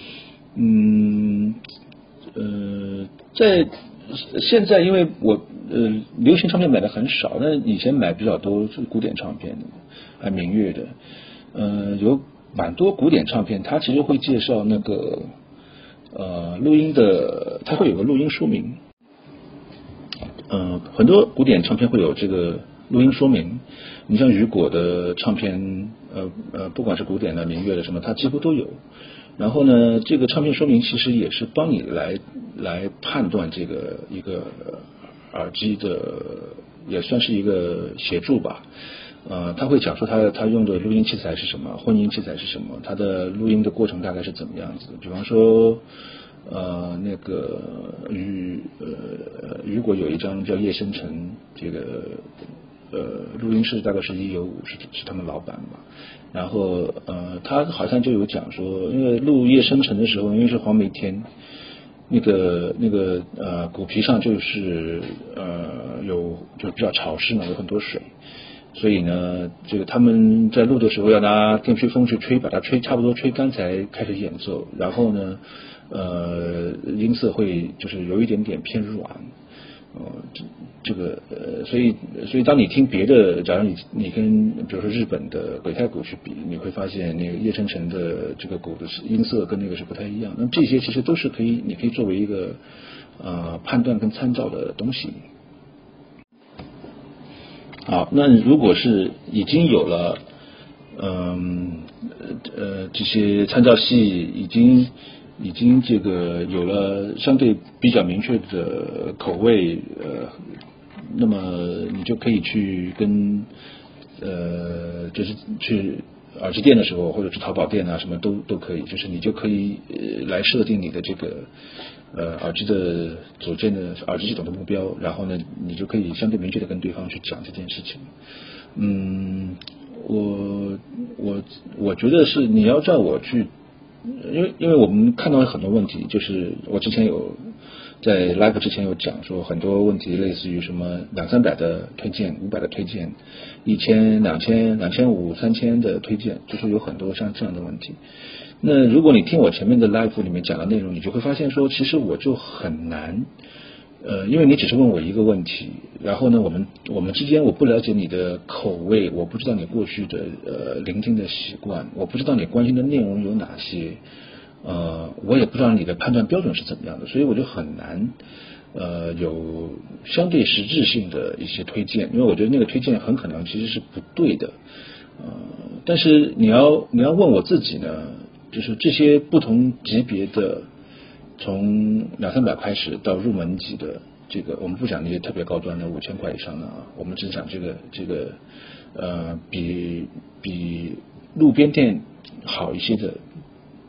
在现在，因为我流行唱片买的很少，但以前买比较多是古典唱片的，还民乐的，有蛮多古典唱片，它其实会介绍那个录音的，它会有个录音说明，很多古典唱片会有这个录音说明，你像雨果的唱片，不管是古典的、民乐的什么，它几乎都有。然后呢，这个唱片说明其实也是帮你来判断这个一个耳机的，也算是一个协助吧。他会讲说他用的录音器材是什么，混音器材是什么，他的录音的过程大概是怎么样子的。比方说，那个雨果有一张叫夜深沉，这个录音室大概是195，是他们老板吧。然后他好像就有讲说，因为录夜深沉的时候，因为是黄梅天，那个鼓皮上就是就比较潮湿嘛，有很多水，所以呢，这个他们在录的时候要拿电吹风去吹，把它吹差不多吹干才开始演奏。然后呢，音色会就是有一点点偏软。所以当你听别的，假如你跟比如说日本的鬼太鼓去比，你会发现那个叶晨晨的这个鼓的音色跟那个是不太一样。那这些其实都是你可以作为一个判断跟参照的东西。好，那如果是已经有了这些参照系已经这个有了相对比较明确的口味，那么你就可以去跟就是去耳机店的时候，或者是淘宝店啊，什么都可以，就是你就可以来设定你的这个耳机的组件的耳机系统的目标，然后呢，你就可以相对明确的跟对方去讲这件事情。我觉得是你要叫我去。因为我们看到很多问题，就是我之前有在 live 之前有讲说很多问题，类似于什么200-300的推荐，500的推荐，1000、2000、2500、3000的推荐，就是有很多像这样的问题。那如果你听我前面的 live 里面讲的内容，你就会发现说，其实我就很难。因为你只是问我一个问题，然后呢，我们之间我不了解你的口味，我不知道你过去的聆听的习惯，我不知道你关心的内容有哪些，我也不知道你的判断标准是怎么样的，所以我就很难有相对实质性的一些推荐，因为我觉得那个推荐很可能其实是不对的，但是你要问我自己呢，就是这些不同级别的。从200-300开始到入门级的这个，我们不讲那些特别高端的5000块以上的啊，我们只讲这个比路边店好一些的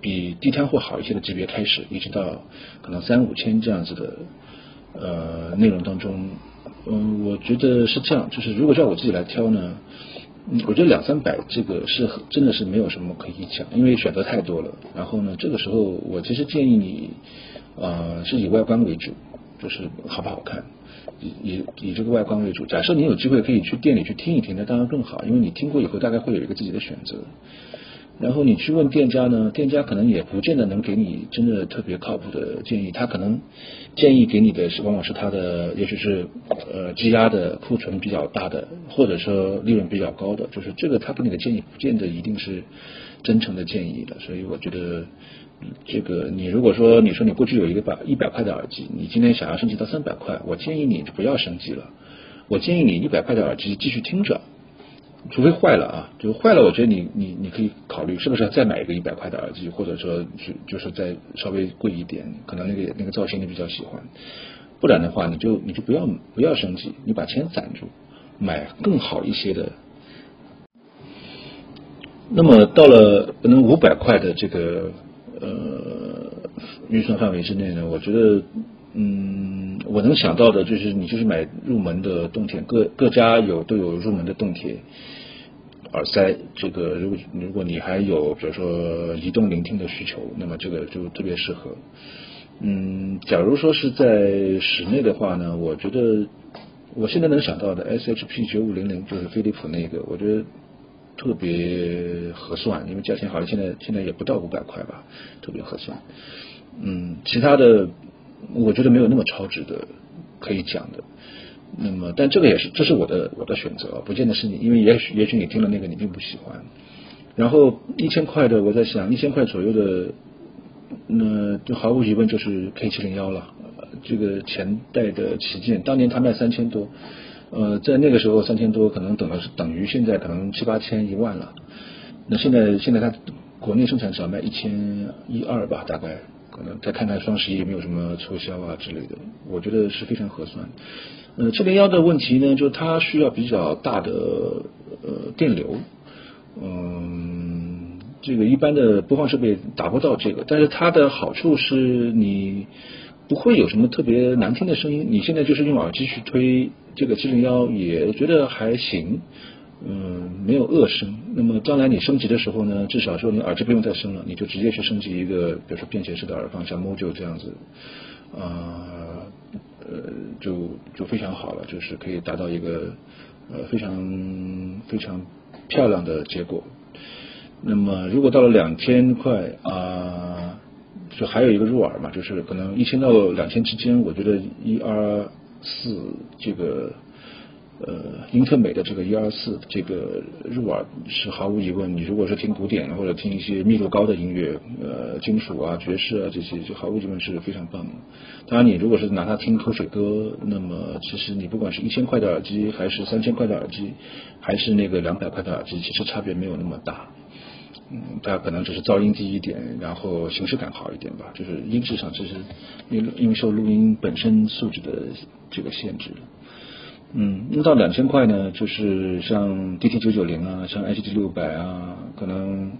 比地摊货好一些的级别开始，一直到可能3-5千这样子的内容当中，我觉得是这样，就是如果叫我自己来挑呢，我觉得200-300这个是真的是没有什么可以讲，因为选择太多了。然后呢，这个时候我其实建议你是以外观为主，就是好不好看，以这个外观为主。假设你有机会可以去店里去听一听，那当然更好，因为你听过以后大概会有一个自己的选择。然后你去问店家呢，店家可能也不见得能给你真的特别靠谱的建议，他可能建议给你的往往是他的也许是积压的库存比较大的，或者说利润比较高的，就是这个他给你的建议不见得一定是真诚的建议的。所以我觉得这个你如果说你过去有一个100块的耳机，你今天想要升级到300块，我建议你不要升级了，我建议你100块的耳机继续听着，除非坏了啊，就坏了，我觉得你可以考虑是不是要再买一个100块的耳机，或者说就是再稍微贵一点，可能那个造型你比较喜欢，不然的话你就不要升级，你把钱攒住，买更好一些的。那么到了可能500块的这个预算范围之内呢，我觉得我能想到的就是你就是买入门的动铁，各家都有入门的动铁耳塞，这个如果你还有比如说移动聆听的需求，那么这个就特别适合。假如说是在室内的话呢，我觉得我现在能想到的 SHP9500就是飞利浦那个，我觉得特别合算，因为价钱好像现在也不到500块吧，特别合算。其他的我觉得没有那么超值的可以讲的。那么但这是我的选择，不见得是你，因为也许你听了那个你并不喜欢。然后1000块的，我在想1000块左右的，那就毫无疑问就是 K701了。这个前代的旗舰，当年它卖3000多，在那个时候3000多可能等于现在可能7-8千1万了。那现在它国内生产只要卖1100-1200吧，大概可能再看看双11有没有什么促销啊之类的，我觉得是非常合算。701的问题呢，就是它需要比较大的电流，这个一般的播放设备达不到这个，但是它的好处是你不会有什么特别难听的声音。你现在就是用耳机去推这个701，也觉得还行，没有恶声。那么将来你升级的时候呢，至少说你耳机不用再升了，你就直接去升级一个比如说便携式的耳放，像 Mojo 这样子，就非常好了，就是可以达到一个非常非常漂亮的结果。那么如果到了2000块就还有一个入耳嘛，就是可能1000到2000之间，我觉得124这个英特美的这个124这个入耳是毫无疑问。你如果是听古典或者听一些密度高的音乐，金属啊、爵士啊这些，就毫无疑问是非常棒的。当然，你如果是拿它听口水歌，那么其实你不管是1000块的耳机，还是3000块的耳机，还是那个200块的耳机，其实差别没有那么大。它可能只是噪音低一点，然后形式感好一点吧，就是音质上其实因为受录音本身素质的这个限制。那到2000块呢，就是像 DT990啊，像 HD600啊，可能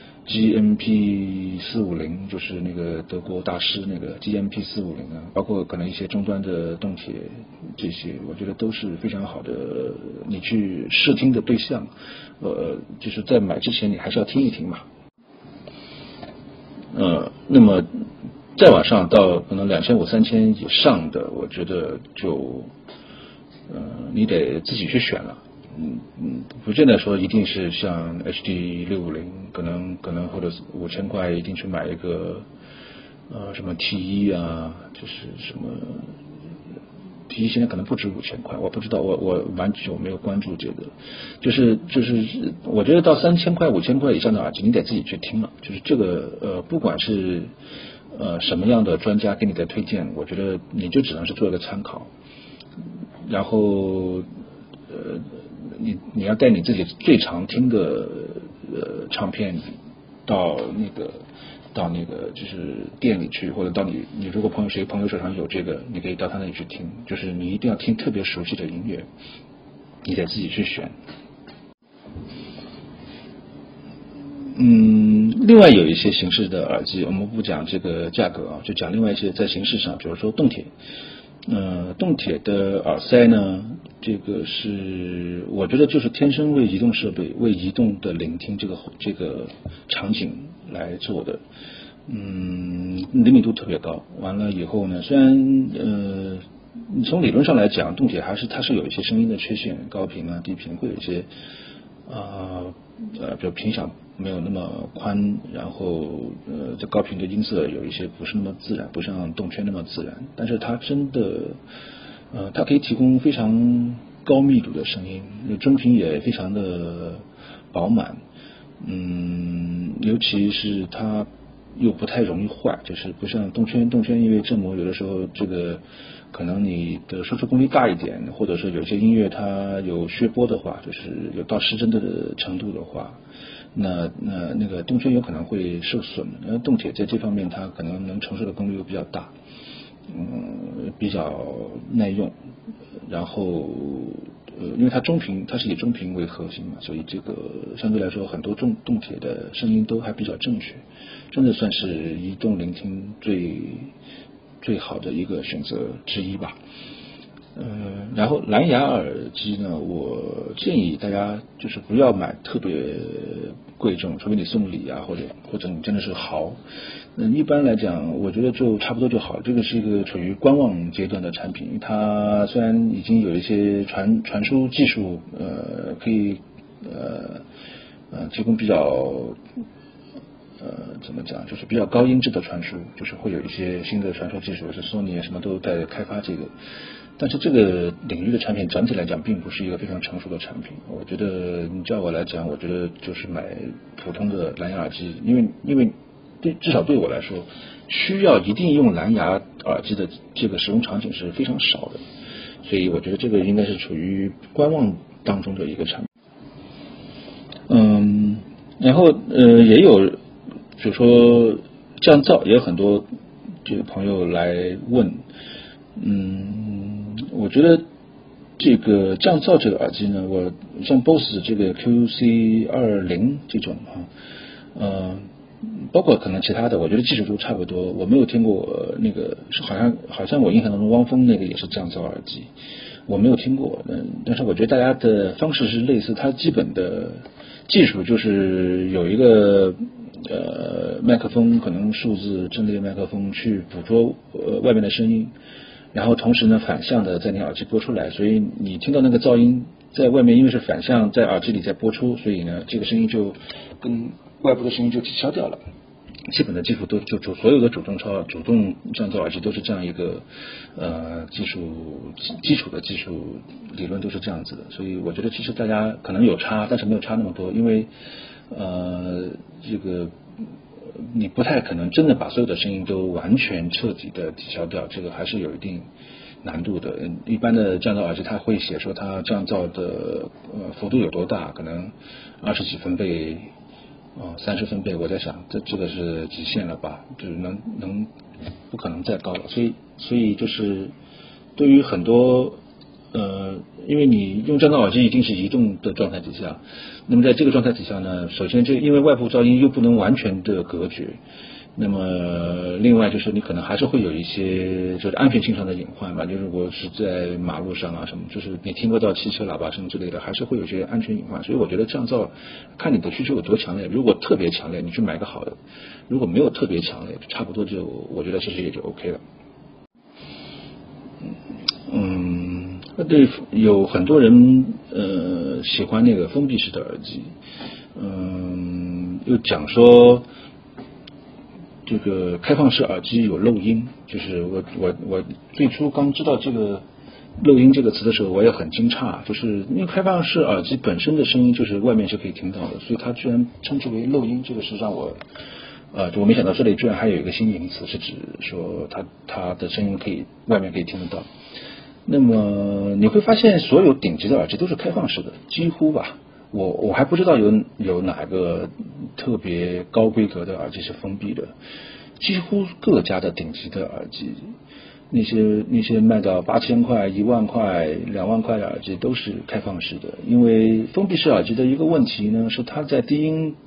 GMP450 就是那个德国大师那个 GMP450啊，包括可能一些终端的动铁，这些我觉得都是非常好的你去试听的对象。就是在买之前你还是要听一听嘛。那么再往上到可能2500-3000以上的，我觉得就你得自己去选了。不见得说一定是像 HD650，可能或者5000块一定去买一个什么 T1啊，就是什么 T1现在可能不止5000块，我不知道，我蛮久没有关注这个。就是我觉得到3000块、5000块以上的耳机，你得自己去听了。就是这个不管是什么样的专家给你的推荐，我觉得你就只能是做一个参考。然后你要带你自己最常听的唱片到那个就是店里去，或者到你如果朋友手上有这个，你可以到他那里去听。就是你一定要听特别熟悉的音乐，你得自己去选。 另外有一些形式的耳机，我们不讲这个价格啊，就讲另外一些在形式上，比如说动铁。动铁的耳塞呢，这个是我觉得就是天生为移动设备、为移动的聆听这个场景来做的。灵敏度特别高。完了以后呢，虽然从理论上来讲，动铁它是有一些声音的缺陷，高频啊、低频会有一些比如频响没有那么宽，然后这高频的音色有一些不是那么自然，不像动圈那么自然。但是它真的它可以提供非常高密度的声音，中频也非常的饱满。尤其是它又不太容易坏，就是不像动圈，因为振膜有的时候这个可能你的输出功率大一点，或者说有些音乐它有削波的话，就是有到失真的程度的话，那个动圈有可能会受损。动铁在这方面它可能能承受的功率又比较大，比较耐用，然后因为它中频，它是以中频为核心嘛，所以这个相对来说很多动铁的声音都还比较正确，真的算是移动聆听最好的一个选择之一吧。然后蓝牙耳机呢，我建议大家就是不要买特别贵重，除非你送礼啊，或者你真的是豪。一般来讲，我觉得就差不多就好。这个是一个处于观望阶段的产品，它虽然已经有一些传输技术，可以提供比较怎么讲，就是比较高音质的传输，就是会有一些新的传输技术，是索尼什么都在开发这个。但是这个领域的产品整体来讲并不是一个非常成熟的产品。我觉得你叫我来讲，我觉得就是买普通的蓝牙耳机，因为至少对我来说，需要一定用蓝牙耳机的这个使用场景是非常少的，所以我觉得这个应该是处于观望当中的一个产品。然后也有比如说降噪，也有很多这个朋友来问。我觉得这个降噪这个耳机呢，我像 BOSS 这个 QC20 这种包括可能其他的，我觉得技术都差不多。我没有听过那个好像我印象当中汪峰那个也是降噪耳机，我没有听过。但是我觉得大家的方式是类似，它基本的技术就是有一个麦克风，可能数字阵列麦克风去捕捉外面的声音，然后同时呢反向的在你耳机播出来，所以你听到那个噪音在外面，因为是反向在耳机里在播出，所以呢这个声音就跟外部的声音就抵消掉了。基本的技术都就所有的主动降噪耳机都是这样一个基础的技术理论都是这样子的，所以我觉得其实大家可能有差，但是没有差那么多，因为这个你不太可能真的把所有的声音都完全彻底的抵消掉，这个还是有一定难度的。一般的降噪耳机它会写说它降噪的幅度有多大，可能20几分贝30分贝，我在想这个是极限了吧，就是能不可能再高了。所以就是对于很多因为你用降噪耳机一定是移动的状态底下，那么在这个状态底下呢，首先因为外部噪音又不能完全的隔绝，那么另外就是你可能还是会有一些就是安全性上的隐患吧，就是如果是在马路上啊什么，就是你听不到汽车喇叭声之类的，还是会有一些安全隐患。所以我觉得降噪看你的需求有多强烈，如果特别强烈你去买个好的，如果没有特别强烈差不多我觉得其实也就 OK 了。对，有很多人喜欢那个封闭式的耳机，又讲说这个开放式耳机有漏音，就是我最初刚知道这个漏音这个词的时候，我也很惊诧，就是因为开放式耳机本身的声音就是外面是可以听到的，所以它居然称之为漏音，这个是让我我没想到这里居然还有一个新名词，是指说它的声音外面可以听得到。那么你会发现所有顶级的耳机都是开放式的，几乎吧，我还不知道有哪个特别高规格的耳机是封闭的，几乎各家的顶级的耳机，那些卖到8000块、1万块、2万块的耳机都是开放式的。因为封闭式耳机的一个问题呢，是它在低音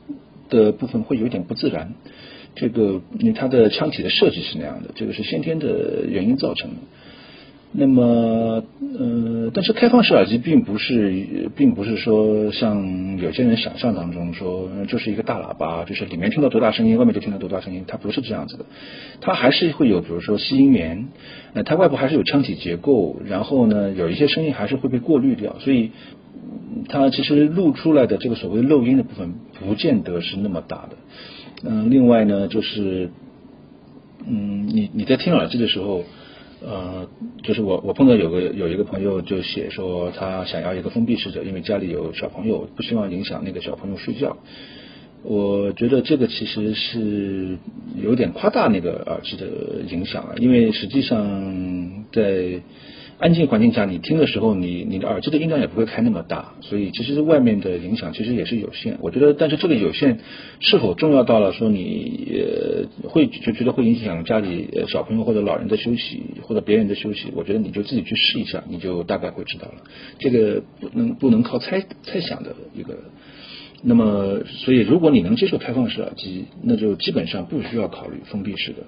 的部分会有点不自然，这个因为它的腔体的设计是那样的，这个是先天的原因造成的。那么，但是开放式耳机并不是说像有些人想象当中说就是一个大喇叭，就是里面听到多大声音，外面就听到多大声音，它不是这样子的。它还是会有，比如说吸音源，它外部还是有腔体结构，然后呢，有一些声音还是会被过滤掉，所以它其实录出来的这个所谓漏音的部分，不见得是那么大的。另外呢，就是你在听耳机的时候。就是我碰到有一个朋友就写说他想要一个封闭式的，因为家里有小朋友，不希望影响那个小朋友睡觉。我觉得这个其实是有点夸大那个耳机的影响了，因为实际上在安静环境下，你听的时候，你的耳机的音量也不会开那么大，所以其实外面的影响其实也是有限。我觉得，但是这个有限是否重要到了说你会就觉得会影响家里小朋友或者老人的休息或者别人的休息，我觉得你就自己去试一下，你就大概会知道了。这个不能靠猜想的一个。那么，所以如果你能接受开放式耳机，那就基本上不需要考虑封闭式的。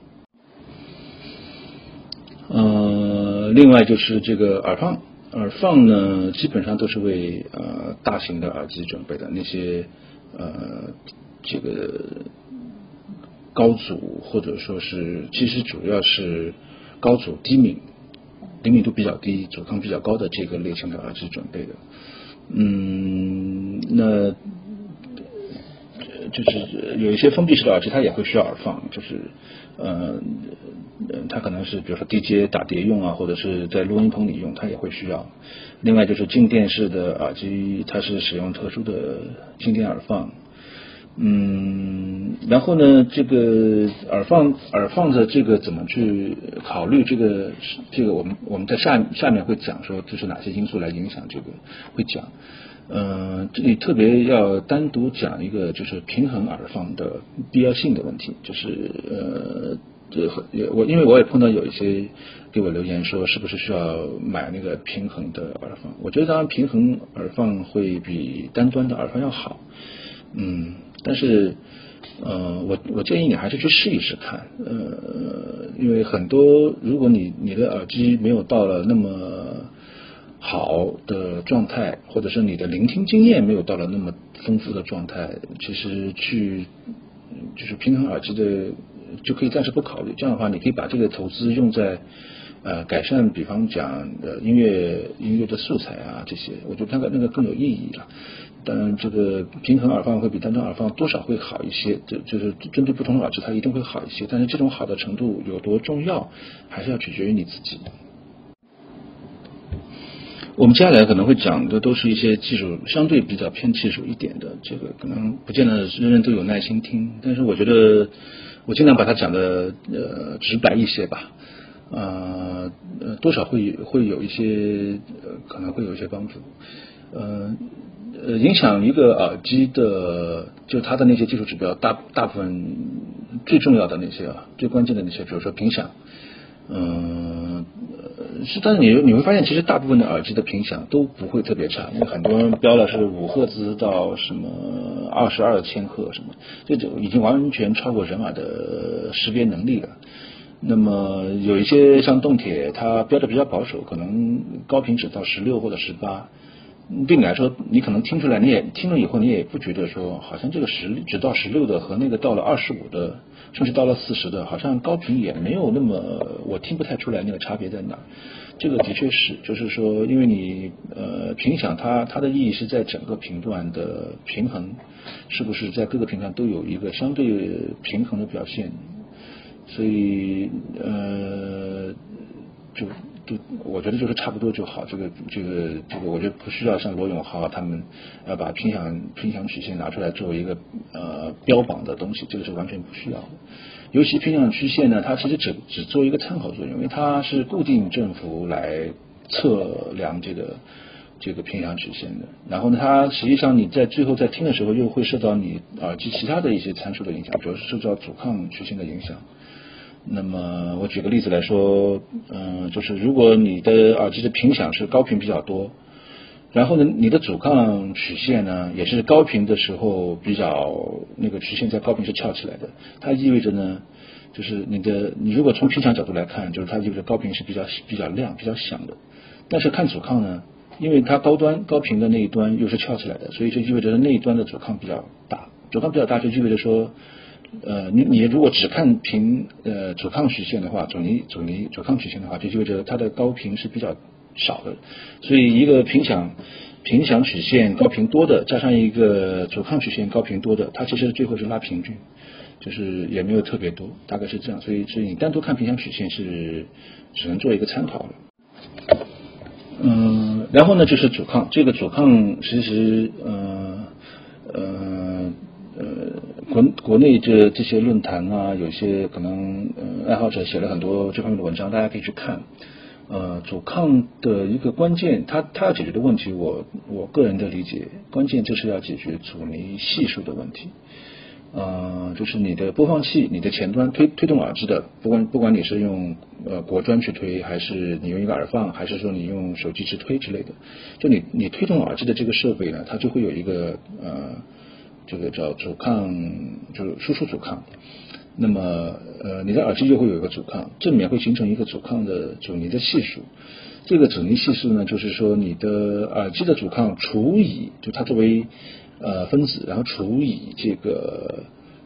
另外就是这个耳放呢，基本上都是为大型的耳机准备的，那些这个高阻或者说是其实主要是高阻低敏，灵敏度比较低、阻抗比较高的这个类型的耳机准备的。那就是有一些封闭式的耳机，它也会需要耳放，就是它可能是比如说 DJ 打碟用啊，或者是在录音棚里用，它也会需要。另外就是静电式的耳机，它是使用特殊的静电耳放。然后呢，这个耳放的这个怎么去考虑这个我们在下面会讲说，就是哪些因素来影响这个会讲。这里特别要单独讲一个，就是平衡耳放的必要性的问题，就是因为我也碰到有一些给我留言说，是不是需要买那个平衡的耳放？我觉得当然平衡耳放会比单端的耳放要好，但是我建议你还是去试一试看，因为很多如果你的耳机没有到了那么好的状态，或者是你的聆听经验没有到了那么丰富的状态，其实就是平衡耳机的就可以暂时不考虑。这样的话，你可以把这个投资用在改善，比方讲音乐的素材啊这些，我觉得那个更有意义了。当然，这个平衡耳放会比单端耳放多少会好一些，就是针对不同的耳机它一定会好一些，但是这种好的程度有多重要，还是要取决于你自己。我们接下来可能会讲的都是一些技术相对比较偏技术一点的，这个可能不见得人人都有耐心听，但是我觉得我尽量把它讲的直白一些吧，多少会有一些可能会有一些帮助。影响一个耳机的，就它的那些技术指标，大部分最重要的那些最关键的那些，比如说频响，但是你会发现，其实大部分的耳机的频响都不会特别差，因为很多人标的是5赫兹到什么22千赫什么，这就已经完全超过人耳的识别能力了。那么有一些像动铁，它标的比较保守，可能高频只到16或者18。对你来说，你可能听出来，你也听了以后，你也不觉得说，好像这个只到16的和那个到了25的，甚至到了40的，好像高频也没有那么，我听不太出来那个差别在哪。这个的确是，就是说，因为你频响它的意义是在整个频段的平衡，是不是在各个频段都有一个相对平衡的表现，所以就我觉得就是差不多就好，这个我觉得不需要像罗永浩他们要把频响曲线拿出来作为一个标榜的东西，这个是完全不需要的。尤其频响曲线呢，它其实只做一个参考作用，因为它是固定振幅来测量这个频响曲线的。然后呢，它实际上你在最后在听的时候又会受到你耳机其他的一些参数的影响，主要是受到阻抗曲线的影响。那么我举个例子来说，就是如果你的耳机的频响是高频比较多， 然后呢，你的阻抗曲线呢，也是高频的时候比较那个曲线在高频是翘起来的，它意味着呢，就是你如果从频响角度来看，就是它意味着高频是比较亮、比较响的。但是看阻抗呢，因为它高频的那一端又是翘起来的，所以就意味着那一端的阻抗比较大。阻抗比较大就意味着说，你如果只看阻抗曲线的话，阻抗曲线的话，就意味着它的高频是比较少的，所以一个频响曲线高频多的，加上一个阻抗曲线高频多的，它其实最后是拉平均，就是也没有特别多，大概是这样。所以你单独看频响曲线是只能做一个参考的。然后呢就是阻抗，这个阻抗其实国内这些论坛啊，有些可能爱好者写了很多这方面的文章，大家可以去看。阻抗的一个关键，它要解决的问题，我个人的理解，关键就是要解决阻尼系数的问题。就是你的播放器，你的前端推动耳机的，不管你是用国专去推，还是你用一个耳放，还是说你用手机直推之类的，就你推动耳机的这个设备呢，它就会有一个这个叫阻抗，就是输出阻抗。那么你的耳机就会有一个阻抗，正面会形成一个阻抗的阻尼的系数。这个阻尼系数呢，就是说你的耳机的阻抗除以，就它作为分子，然后除以这个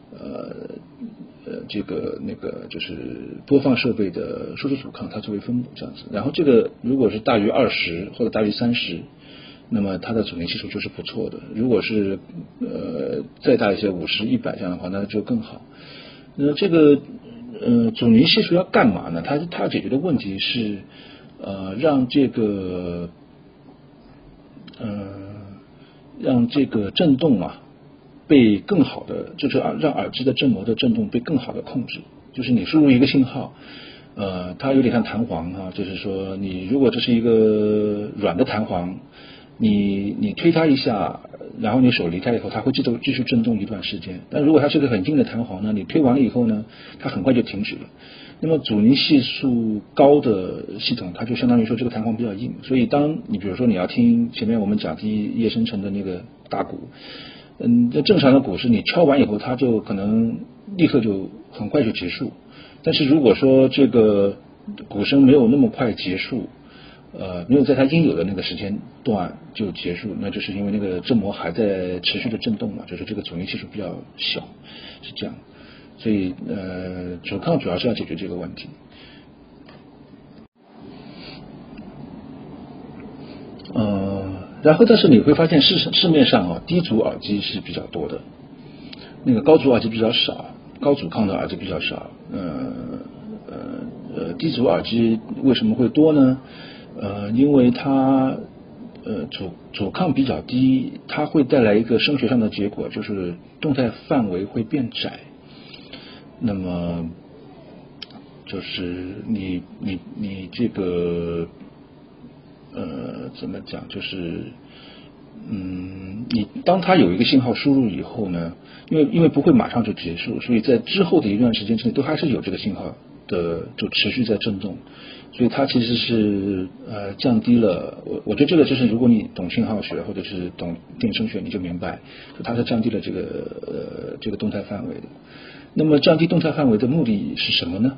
那个就是播放设备的输出阻抗，它作为分母这样子。然后这个如果是大于20或者大于30，那么它的阻尼系数就是不错的。如果是再大一些50、100这样的话，那就更好。那这个阻尼系数要干嘛呢？它要解决的问题是让这个振动啊被更好的，就是让耳机的振膜的振动被更好的控制。就是你输入一个信号，它有点像弹簧啊，就是说你如果这是一个软的弹簧，你推它一下，然后你手离开以后，它会继续振动一段时间。但如果它是个很硬的弹簧呢，你推完了以后呢，它很快就停止了。那么阻尼系数高的系统，它就相当于说这个弹簧比较硬，所以当你比如说你要听前面我们讲叶生成的那个大鼓，这正常的鼓是你敲完以后，它就可能立刻就很快就结束。但是如果说这个鼓声没有那么快结束，没有在它应有的那个时间段就结束，那就是因为那个振膜还在持续的振动嘛，就是这个阻尼系数比较小，是这样。所以阻抗主要是要解决这个问题。然后但是你会发现市面上低阻耳机是比较多的，那个高阻耳机比较少，高阻抗的耳机比较少。低阻耳机为什么会多呢？因为它阻抗比较低，它会带来一个声学上的结果，就是动态范围会变窄。那么就是你这个怎么讲，就是你当它有一个信号输入以后呢，因为不会马上就结束，所以在之后的一段时间之内都还是有这个信号的，就持续在振动，所以它其实是降低了，我觉得这个就是如果你懂信号学或者是懂电声学，你就明白，它是降低了这个动态范围的。那么降低动态范围的目的是什么呢？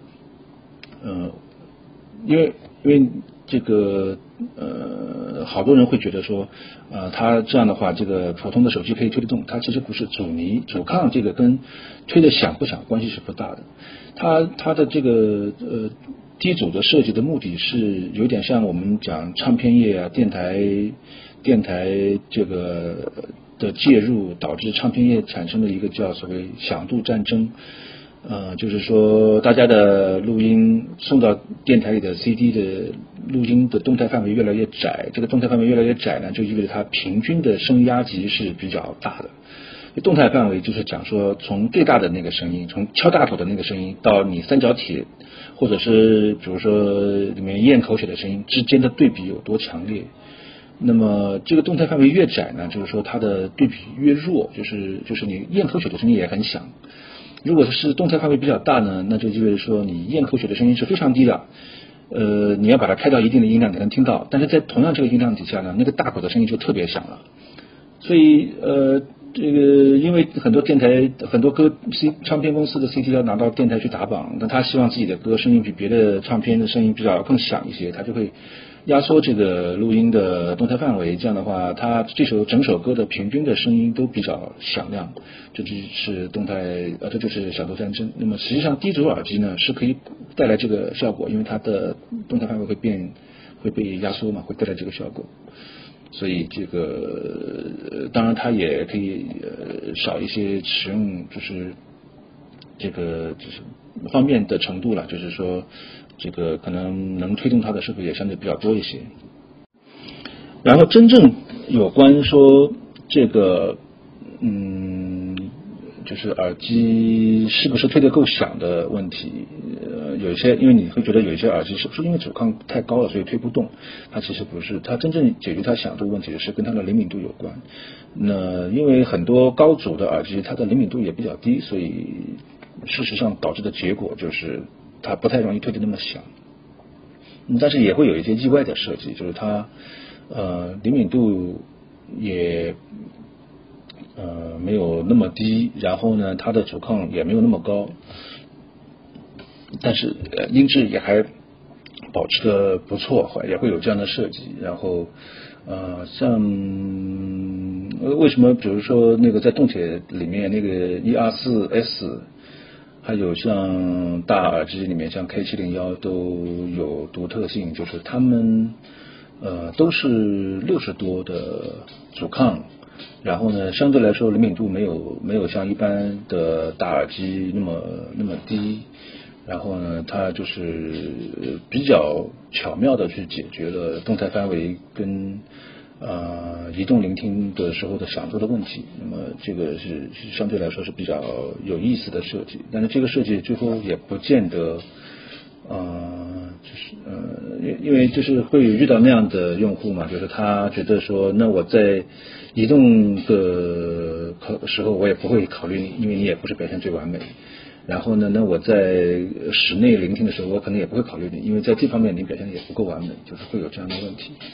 因为这个好多人会觉得说它这样的话，这个普通的手机可以推得动，它其实不是。阻抗这个跟推的响不响关系是不大的。它的这个低阻的设计的目的是有点像我们讲唱片业啊、电台这个的介入，导致唱片业产生的一个叫所谓响度战争。就是说大家的录音送到电台里的 CD 的录音的动态范围越来越窄，这个动态范围越来越窄呢，就意味着它平均的声压级是比较大的。动态范围就是讲说从最大的那个声音，从敲大鼓的那个声音到你三角铁或者是比如说里面咽口水的声音之间的对比有多强烈。那么这个动态范围越窄呢，就是说它的对比越弱，就是你咽口水的声音也很响。如果是动态范围比较大呢，那就意味着说你咽口水的声音是非常低的， 你要把它开到一定的音量，你能听到，但是在同样这个音量底下呢，那个大口的声音就特别响了。所以这个因为很多电台很多歌唱片公司的 CD 要拿到电台去打榜，那他希望自己的歌声音比别的唱片的声音比较更响一些，他就会压缩这个录音的动态范围，这样的话他整首歌的平均的声音都比较响亮，这就是这就是小度战争。那么实际上低轴耳机呢是可以带来这个效果，因为它的动态范围会被压缩嘛，会带来这个效果。所以这个当然它也可以少一些使用，就是这个就是方面的程度了，就是说这个可能能推动它的设备也相对比较多一些。然后真正有关说这个就是耳机是不是推得够响的问题，有一些因为你会觉得有一些耳机是不是因为阻抗太高了所以推不动，它其实不是，它真正解决它响度问题是跟它的灵敏度有关。那因为很多高阻的耳机它的灵敏度也比较低，所以事实上导致的结果就是它不太容易推得那么响。但是也会有一些意外的设计，就是它灵敏度也没有那么低，然后呢它的阻抗也没有那么高，但是音质也还保持的不错，也会有这样的设计。然后像为什么比如说那个在动铁里面那个 ER4S， 还有像大耳机里面像 K701 都有独特性，就是他们都是60多的阻抗，然后呢相对来说灵敏度没有像一般的大耳机那么低，然后呢它就是比较巧妙的去解决了动态范围跟移动聆听的时候的响度的问题。那么这个是相对来说是比较有意思的设计，但是这个设计最后也不见得因为就是会遇到那样的用户嘛，就是他觉得说那我在移动的时候我也不会考虑你，因为你也不是表现最完美。然后呢，那我在室内聆听的时候我可能也不会考虑你，因为在这方面你表现的也不够完美，就是会有这样的问题。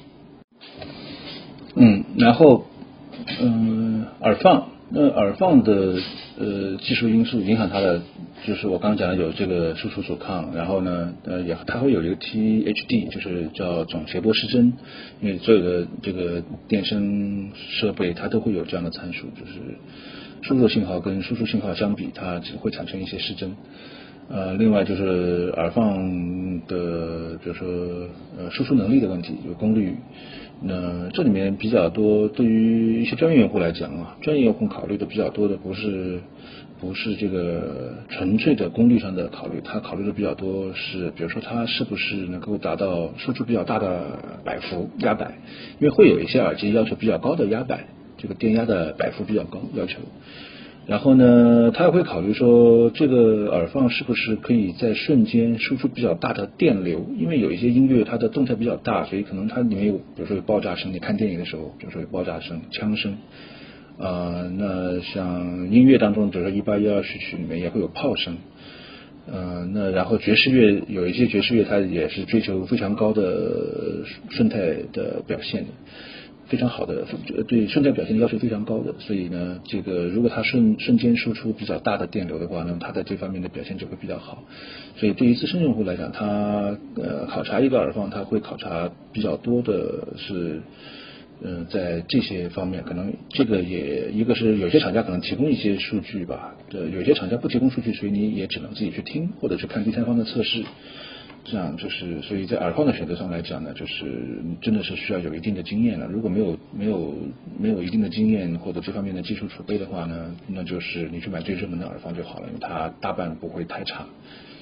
然后耳放的技术因素影响它的，就是我刚刚讲的有这个输出阻抗，然后呢它会有一个 THD， 就是叫总谐波失真，因为所有的这个电声设备它都会有这样的参数，就是输入信号跟输出信号相比它会产生一些失真。另外就是耳放的比如说输出能力的问题，有功率。那这里面比较多，对于一些专业用户来讲专业用户考虑的比较多的不是这个纯粹的功率上的考虑，他考虑的比较多是比如说它是不是能够达到输出比较大的摆幅压摆，因为会有一些耳机要求比较高的压摆，这个电压的摆幅比较高要求。然后呢他也会考虑说这个耳放是不是可以在瞬间输出比较大的电流，因为有一些音乐它的动态比较大，所以可能它里面有比如说有爆炸声，你看电影的时候比如说有爆炸声枪声那像音乐当中比如说181序曲里面也会有炮声那然后爵士乐有一些爵士乐它也是追求非常高的顺态的表现的，非常好的，对顺态表现的要求非常高的，所以呢这个如果它瞬间输出比较大的电流的话，那么它在这方面的表现就会比较好。所以对于资深用户来讲，他考察一个耳放，他会考察比较多的是在这些方面，可能这个也一个是有些厂家可能提供一些数据吧，有些厂家不提供数据，所以你也只能自己去听或者去看第三方的测试。这样就是所以在耳放的选择上来讲呢，就是真的是需要有一定的经验了。如果没有一定的经验或者这方面的技术储备的话呢，那就是你去买最热门的耳放就好了，因为它大半不会太差。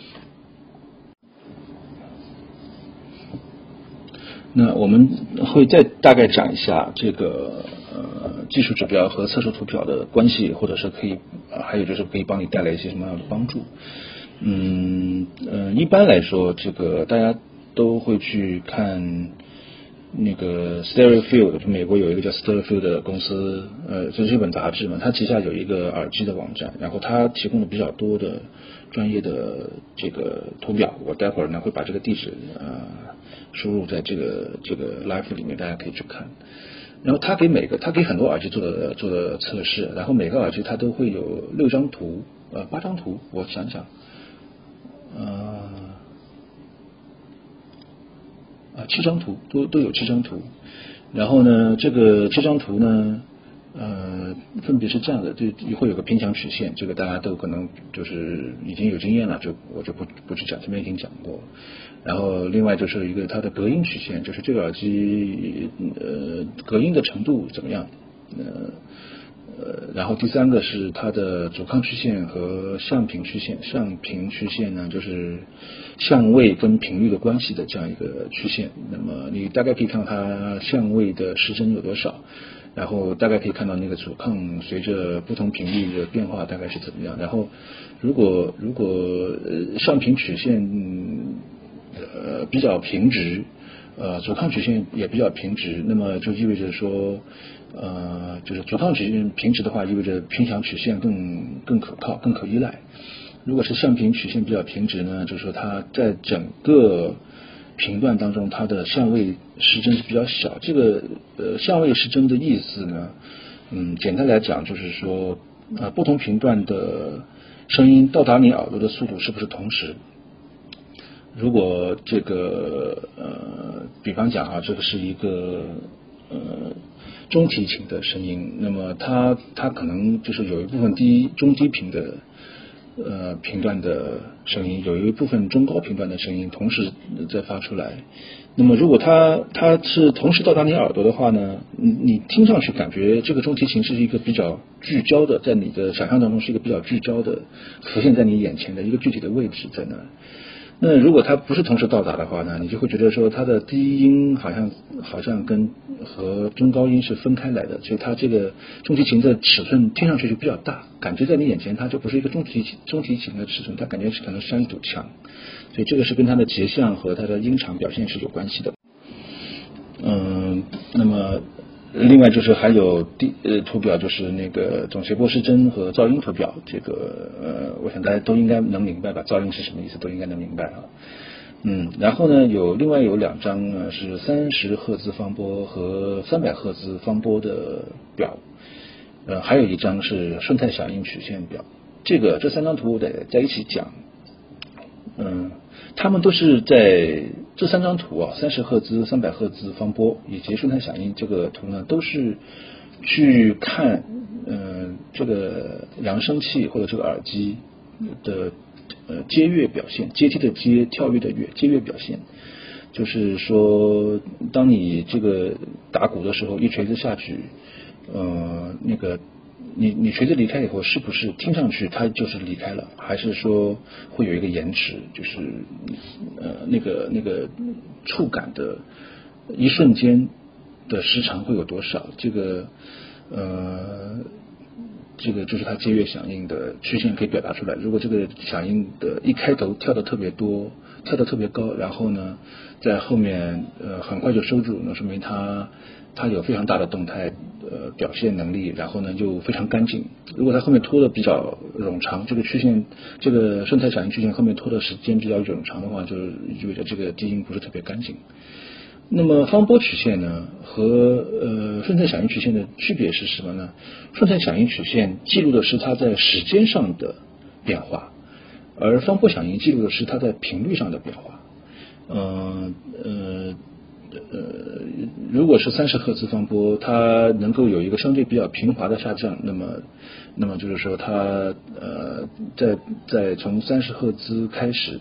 那我们会再大概讲一下这个技术指标和测试图表的关系，或者是可以还有就是可以帮你带来一些什么样的帮助。一般来说这个大家都会去看那个 Stereofield， 美国有一个叫 Stereofield 的公司，这是一本杂志嘛，它旗下有一个耳机的网站，然后它提供了比较多的专业的这个图表，我待会儿呢会把这个地址输入在这个 live 里面，大家可以去看。然后他给很多耳机做的测试，然后每个耳机它都会有6张图，8张图，我想想，7张图都有7张图，然后呢，这个7张图呢，分别是这样的，就会有个偏强曲线，这个大家都可能就是已经有经验了，我就不去讲，这边已经讲过。然后另外就是一个它的隔音曲线，就是这个耳机隔音的程度怎么样，然后第3个是它的阻抗曲线和相频曲线。相频曲线呢，就是相位跟频率的关系的这样一个曲线。那么你大概可以看到它相位的时针有多少，然后大概可以看到那个阻抗随着不同频率的变化大概是怎么样。然后如果相频曲线比较平直，阻抗曲线也比较平直，那么就意味着说，就是阻抗曲线平直的话，意味着偏强曲线更可靠、更可依赖。如果是相频曲线比较平直呢，就是说它在整个频段当中，它的相位时针是比较小。这个相位时针的意思呢，简单来讲就是说，不同频段的声音到达你耳朵的速度是不是同时？如果这个比方讲这个是一个中提琴的声音，那么它可能就是有一部分中低频的频段的声音，有一部分中高频段的声音同时在发出来。那么如果它是同时到达你耳朵的话呢，你听上去感觉这个中提琴是一个比较聚焦的，在你的想象当中是一个比较聚焦的，浮现在你眼前的一个具体的位置在那。那如果它不是同时到达的话呢，你就会觉得说它的低音好像和中高音是分开来的，所以它这个中提琴的尺寸听上去就比较大，感觉在你眼前它就不是一个中提琴的尺寸，它感觉可能是像一堵墙，所以这个是跟它的结像和它的音场表现是有关系的。那么另外就是还有图表，就是那个总谐波失真和噪音图表，这个我想大家都应该能明白吧，噪音是什么意思都应该能明白啊。然后呢另外有2张呢是30赫兹方波和300赫兹方波的表，还有一张是顺态响应曲线表。这3张图我得在一起讲。他们都是在这3张图30赫兹、300赫兹方波以及顺态响应这个图呢，都是去看这个扬声器或者这个耳机的接乐表现，阶梯的接，跳跃的跃，接乐表现。就是说，当你这个打鼓的时候，一锤子下去，那个你锤子离开以后，是不是听上去它就是离开了，还是说会有一个延迟，就是那个触感的一瞬间的时长会有多少？这个就是它接乐响应的曲线可以表达出来。如果这个响应的一开头跳得特别多，跳得特别高，然后呢在后面很快就收住，那说明它有非常大的动态表现能力，然后呢又非常干净。如果它后面拖的比较冗长，这个曲线，这个顺态响应曲线后面拖的时间比较冗长的话，就意味着这个低音不是特别干净。那么方波曲线呢和顺态响应曲线的区别是什么呢？顺态响应曲线记录的是它在时间上的变化，而方波响应记录的是它在频率上的变化。如果是30赫兹方波，它能够有一个相对比较平滑的下降，那么就是说它在从30赫兹开始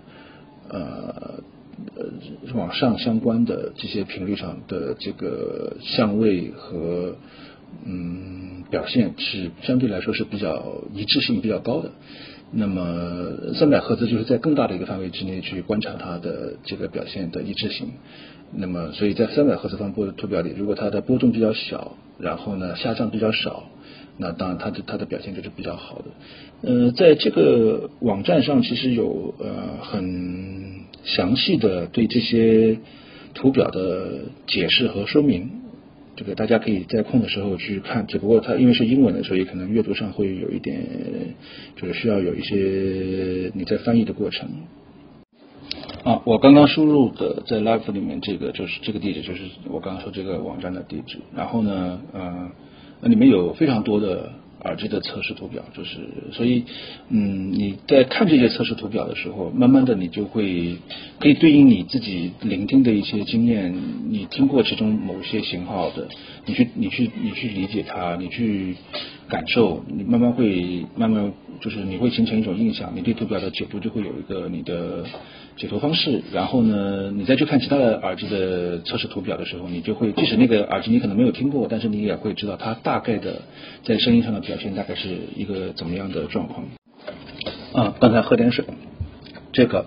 往上相关的这些频率上的这个相位和表现是相对来说是比较一致性比较高的。那么300赫兹就是在更大的一个范围之内去观察它的这个表现的一致性。那么所以在300赫兹方波的图表里，如果它的波动比较小，然后呢下降比较少，那当然它的表现就是比较好的。在这个网站上其实有很详细的对这些图表的解释和说明，这个大家可以在空的时候去看，只不过它因为是英文的，所以可能阅读上会有一点，就是需要有一些你在翻译的过程。我刚刚输入的在 Live 里面这个就是这个地址，就是我刚刚说这个网站的地址。然后呢，里面有非常多的耳机的测试图表，就是所以你在看这些测试图表的时候，慢慢的你就会可以对应你自己聆听的一些经验，你听过其中某些型号的，你去理解它，你去感受，你慢慢就是你会形成一种印象，你对图表的解读就会有一个你的解读方式。然后呢，你再去看其他的耳机的测试图表的时候，你就会即使那个耳机你可能没有听过，但是你也会知道它大概的在声音上的表现大概是一个怎么样的状况。刚才喝点水。这个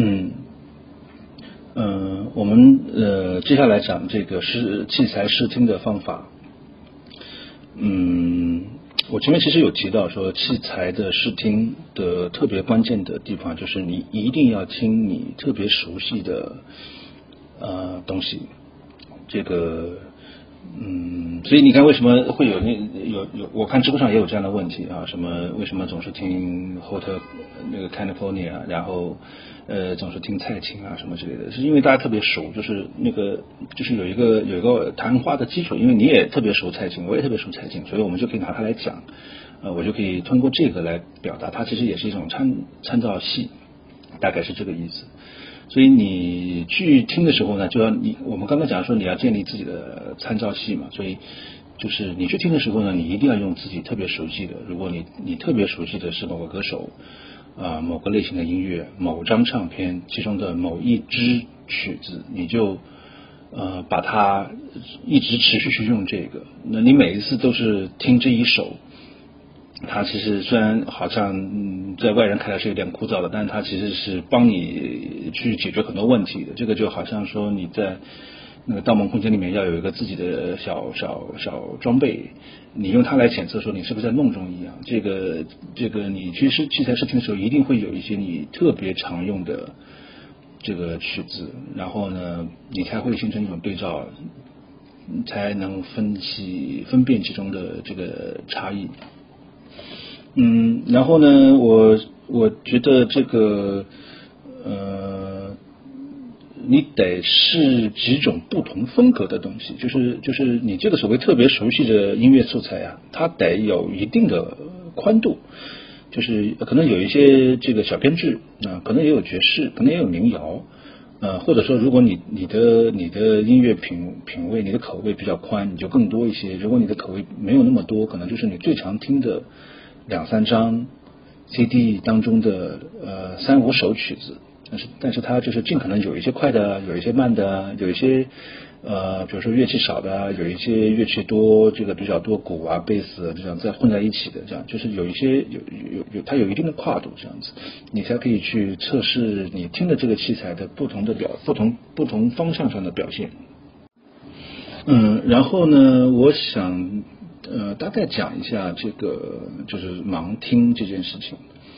我们接下来讲这个器材试听的方法。我前面其实有提到说，器材的试听的特别关键的地方就是你一定要听你特别熟悉的东西。这个所以你看为什么会有我看知乎上也有这样的问题啊，为什么总是听 Hotel 那个 California， 然后总是听蔡琴啊什么之类的，是因为大家特别熟，就是有一个谈话的基础，因为你也特别熟蔡琴，我也特别熟蔡琴，所以我们就可以拿它来讲，我就可以通过这个来表达，它其实也是一种参照系，大概是这个意思。所以你去听的时候呢，我们刚刚讲说你要建立自己的参照系嘛，所以就是你去听的时候呢，你一定要用自己特别熟悉的。如果你特别熟悉的是某个歌手某个类型的音乐，某张唱片其中的某一支曲子，你就把它一直持续去用这个。那你每一次都是听这一首，它其实虽然好像在外人看来是有点枯燥的，但是它其实是帮你去解决很多问题的。这个就好像说你在那个盗梦空间里面要有一个自己的小装备，你用它来检测说你是不是在梦中一样。这个你去器材试听的时候，一定会有一些你特别常用的这个曲子，然后呢，你才会形成一种对照，才能分辨其中的这个差异。然后呢，我觉得这个你得是几种不同风格的东西，就是你这个所谓特别熟悉的音乐素材啊，它得有一定的宽度，就是可能有一些这个小编制可能也有爵士，可能也有民谣，或者说如果你的音乐品味，你的口味比较宽，你就更多一些。如果你的口味没有那么多，可能就是你最常听的2-3张 CD 当中的3-5首曲子，但是它就是尽可能有一些快的，有一些慢的，有一些比如说乐器少的，有一些乐器多，这个比较多鼓啊、贝斯这样再混在一起的，这样就是有一些它有一定的跨度，这样子你才可以去测试你听的这个器材的不同方向上的表现。然后呢，我想大概讲一下这个就是盲听这件事情。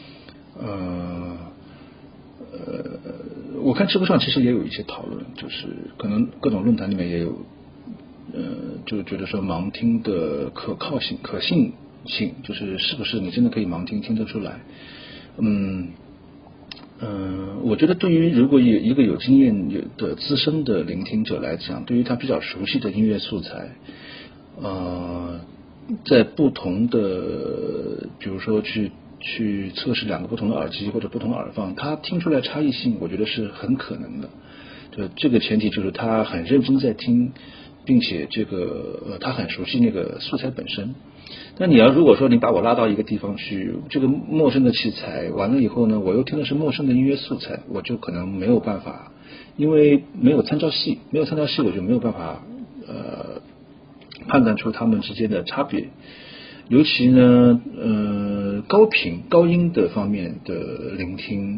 我看知乎上其实也有一些讨论，就是可能各种论坛里面也有就觉得说盲听的可靠性、可信性，就是是不是你真的可以盲听得出来。我觉得对于如果一个有经验的资深的聆听者来讲，对于他比较熟悉的音乐素材，在不同的比如说去测试2个不同的耳机或者不同的耳放，他听出来差异性，我觉得是很可能的。这个前提就是他很认真在听，并且他很熟悉那个素材本身。但如果说你把我拉到一个地方去，这个陌生的器材完了以后呢，我又听的是陌生的音乐素材，我就可能没有办法，因为没有参照系，我就没有办法判断出它们之间的差别。尤其呢高音的方面的聆听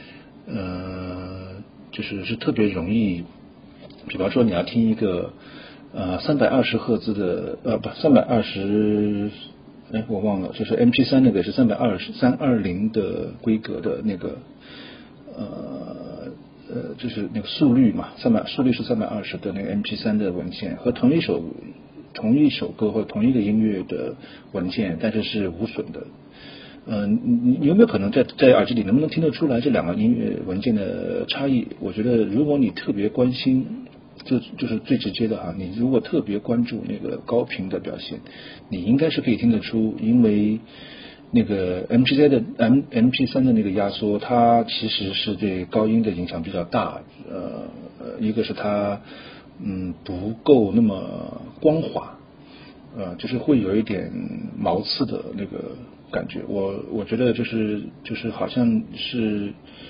是特别容易，比方说你要听一个320赫兹的320我忘了，就是 MP3 那个是320的规格的那个就是那个速率嘛，速率是320的那个 MP3 的文件，和同一首歌或者同一个音乐的文件，但是是无损的。你有没有可能在耳机里能不能听得出来这两个音乐文件的差异？我觉得如果你特别关心，就是最直接的啊，你如果特别关注那个高频的表现，你应该是可以听得出，因为那个 MP3 的那个压缩，它其实是对高音的影响比较大。一个是它不够那么光滑，就是会有一点毛刺的那个感觉。我觉得就是好像是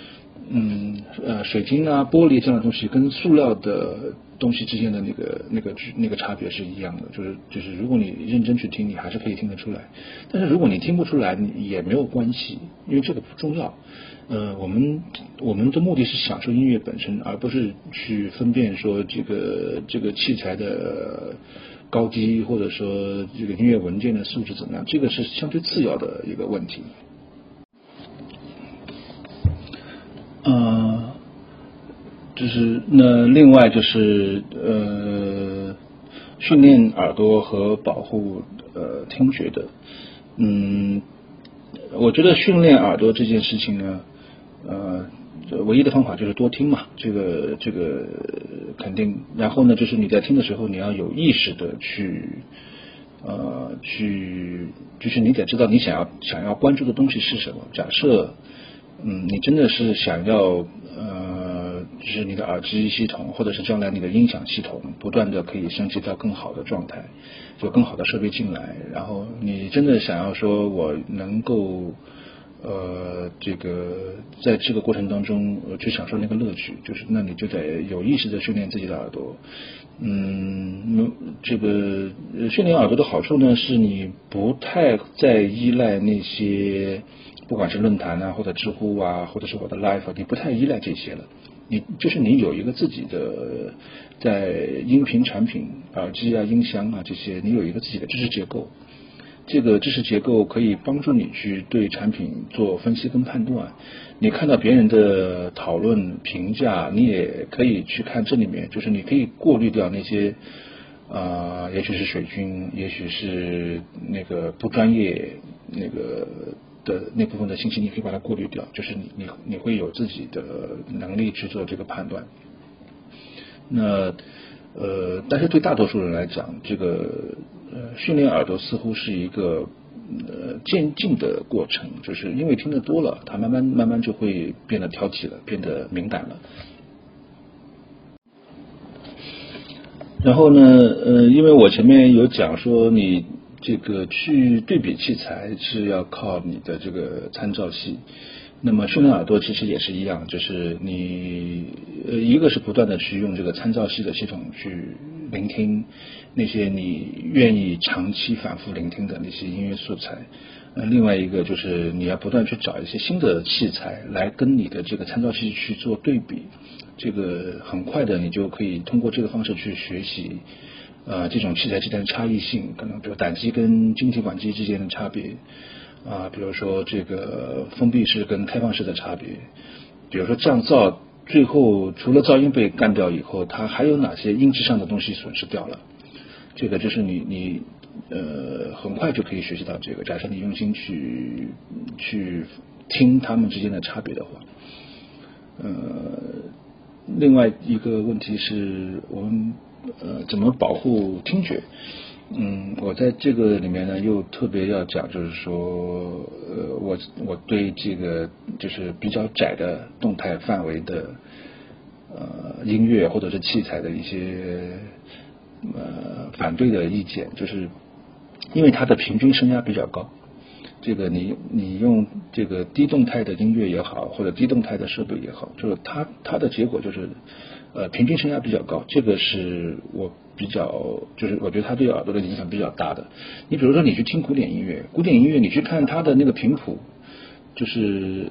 水晶啊、玻璃这样的东西跟塑料的东西之间的那个差别是一样的，就是如果你认真去听，你还是可以听得出来。但是如果你听不出来，也没有关系，因为这个不重要。我们的目的是享受音乐本身，而不是去分辨说这个器材的高低，或者说这个音乐文件的素质怎么样，这个是相对次要的一个问题。就是那另外就是训练耳朵和保护听觉的。我觉得训练耳朵这件事情呢，唯一的方法就是多听嘛，这个肯定。然后呢，就是你在听的时候，你要有意识的就是你得知道你想要关注的东西是什么。假设你真的是想要就是你的耳机系统或者是将来你的音响系统不断的可以升级到更好的状态，就更好的设备进来，然后你真的想要说我能够这个在这个过程当中去享受那个乐趣，就是那你就得有意识的训练自己的耳朵。这个训练耳朵的好处呢，是你不太再依赖那些不管是论坛啊，或者知乎啊，或者是我的 Live 啊，你不太依赖这些了。你有一个自己的在音频产品、耳机啊、音箱啊这些，你有一个自己的知识结构。这个知识结构可以帮助你去对产品做分析跟判断。你看到别人的讨论评价，你也可以去看这里面，就是你可以过滤掉那些也许是水军，也许是那个不专业那个的那部分的信息，你可以把它过滤掉，就是你会有自己的能力去做这个判断。那但是对大多数人来讲，这个训练耳朵似乎是一个渐进的过程，就是因为听得多了，它慢慢就会变得挑剔了，变得敏感了。然后呢，因为我前面有讲说，你这个去对比器材是要靠你的这个参照系。那么训练耳朵其实也是一样，就是你一个是不断的去用这个参照系的系统去聆听那些你愿意长期反复聆听的那些音乐素材，另外一个就是你要不断去找一些新的器材来跟你的这个参照系去做对比。这个很快的你就可以通过这个方式去学习这种器材之间的差异性，可能比如胆机跟晶体管机之间的差别比如说这个封闭式跟开放式的差别，比如说降噪最后除了噪音被干掉以后，它还有哪些音质上的东西损失掉了，这个就是你很快就可以学习到这个。假设你用心去听他们之间的差别的话，另外一个问题是我们怎么保护听觉。我在这个里面呢，又特别要讲，就是说，我对这个就是比较窄的动态范围的音乐或者是器材的一些反对的意见，就是因为它的平均声压比较高。这个你用这个低动态的音乐也好，或者低动态的设备也好，就是它的结果就是平均声压比较高，这个是我比较就是我觉得它对耳朵的影响比较大的。你比如说你去听古典音乐你去看它的那个频谱，就是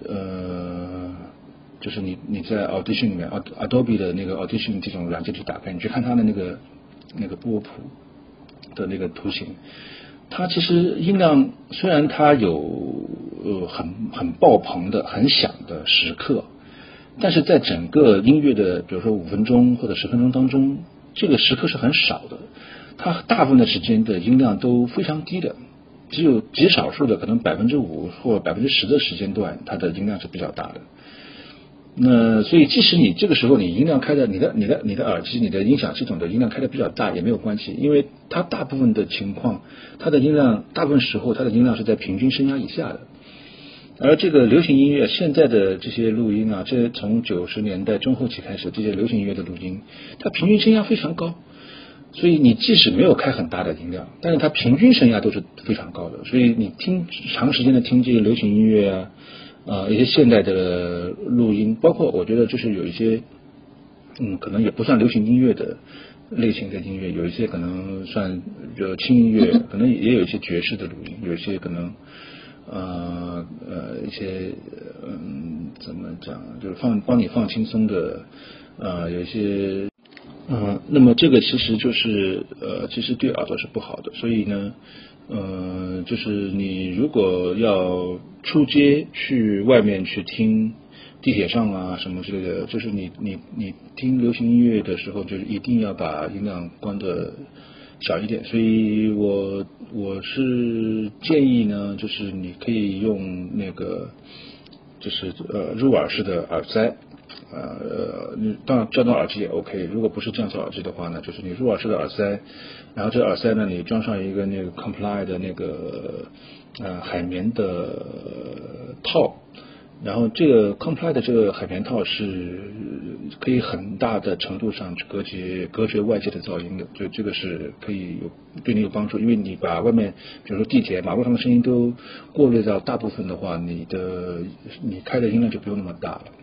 你在 Audition 里面 Adobe 的那个 Audition 这种软件去打开，你去看它的那个波谱的那个图形，它其实音量虽然它有很爆棚的很响的时刻， 但是在整个音乐的比如说5分钟或者10分钟当中，这个时刻是很少的，它大部分的时间的音量都非常低的，只有极少数的可能5%或10%的时间段，它的音量是比较大的。那所以即使你这个时候你音量开的，你的耳机、你的音响系统的音量开的比较大也没有关系，因为它大部分的情况，它的音量大部分时候它的音量是在平均声压以下的。而这个流行音乐现在的这些录音啊，这从90年代中后期开始，这些流行音乐的录音，它平均声压非常高，所以你即使没有开很大的音量，但是它平均声压都是非常高的，所以你长时间的听这些流行音乐啊，一些现代的录音，包括我觉得就是有一些可能也不算流行音乐的类型的音乐，有一些可能算轻音乐，可能也有一些爵士的录音，有一些可能一些怎么讲，就是帮你放轻松的有一些那么这个其实就是其实对耳朵是不好的，所以呢就是你如果要出街去外面去听地铁上啊什么之类的，就是你听流行音乐的时候，就是一定要把音量关得小一点。所以我是建议呢，就是你可以用那个就是入耳式的耳塞。你当然降噪耳机也 OK， 如果不是降噪耳机的话呢，就是你入耳式的耳塞，然后这个耳塞呢，你装上一个那个 Comply 的那个海绵的套，然后这个 Comply 的这个海绵套是可以很大的程度上去隔绝外界的噪音的，就这个是可以对你有帮助，因为你把外面比如说地铁马路上的声音都过滤掉大部分的话，你开的音量就不用那么大了。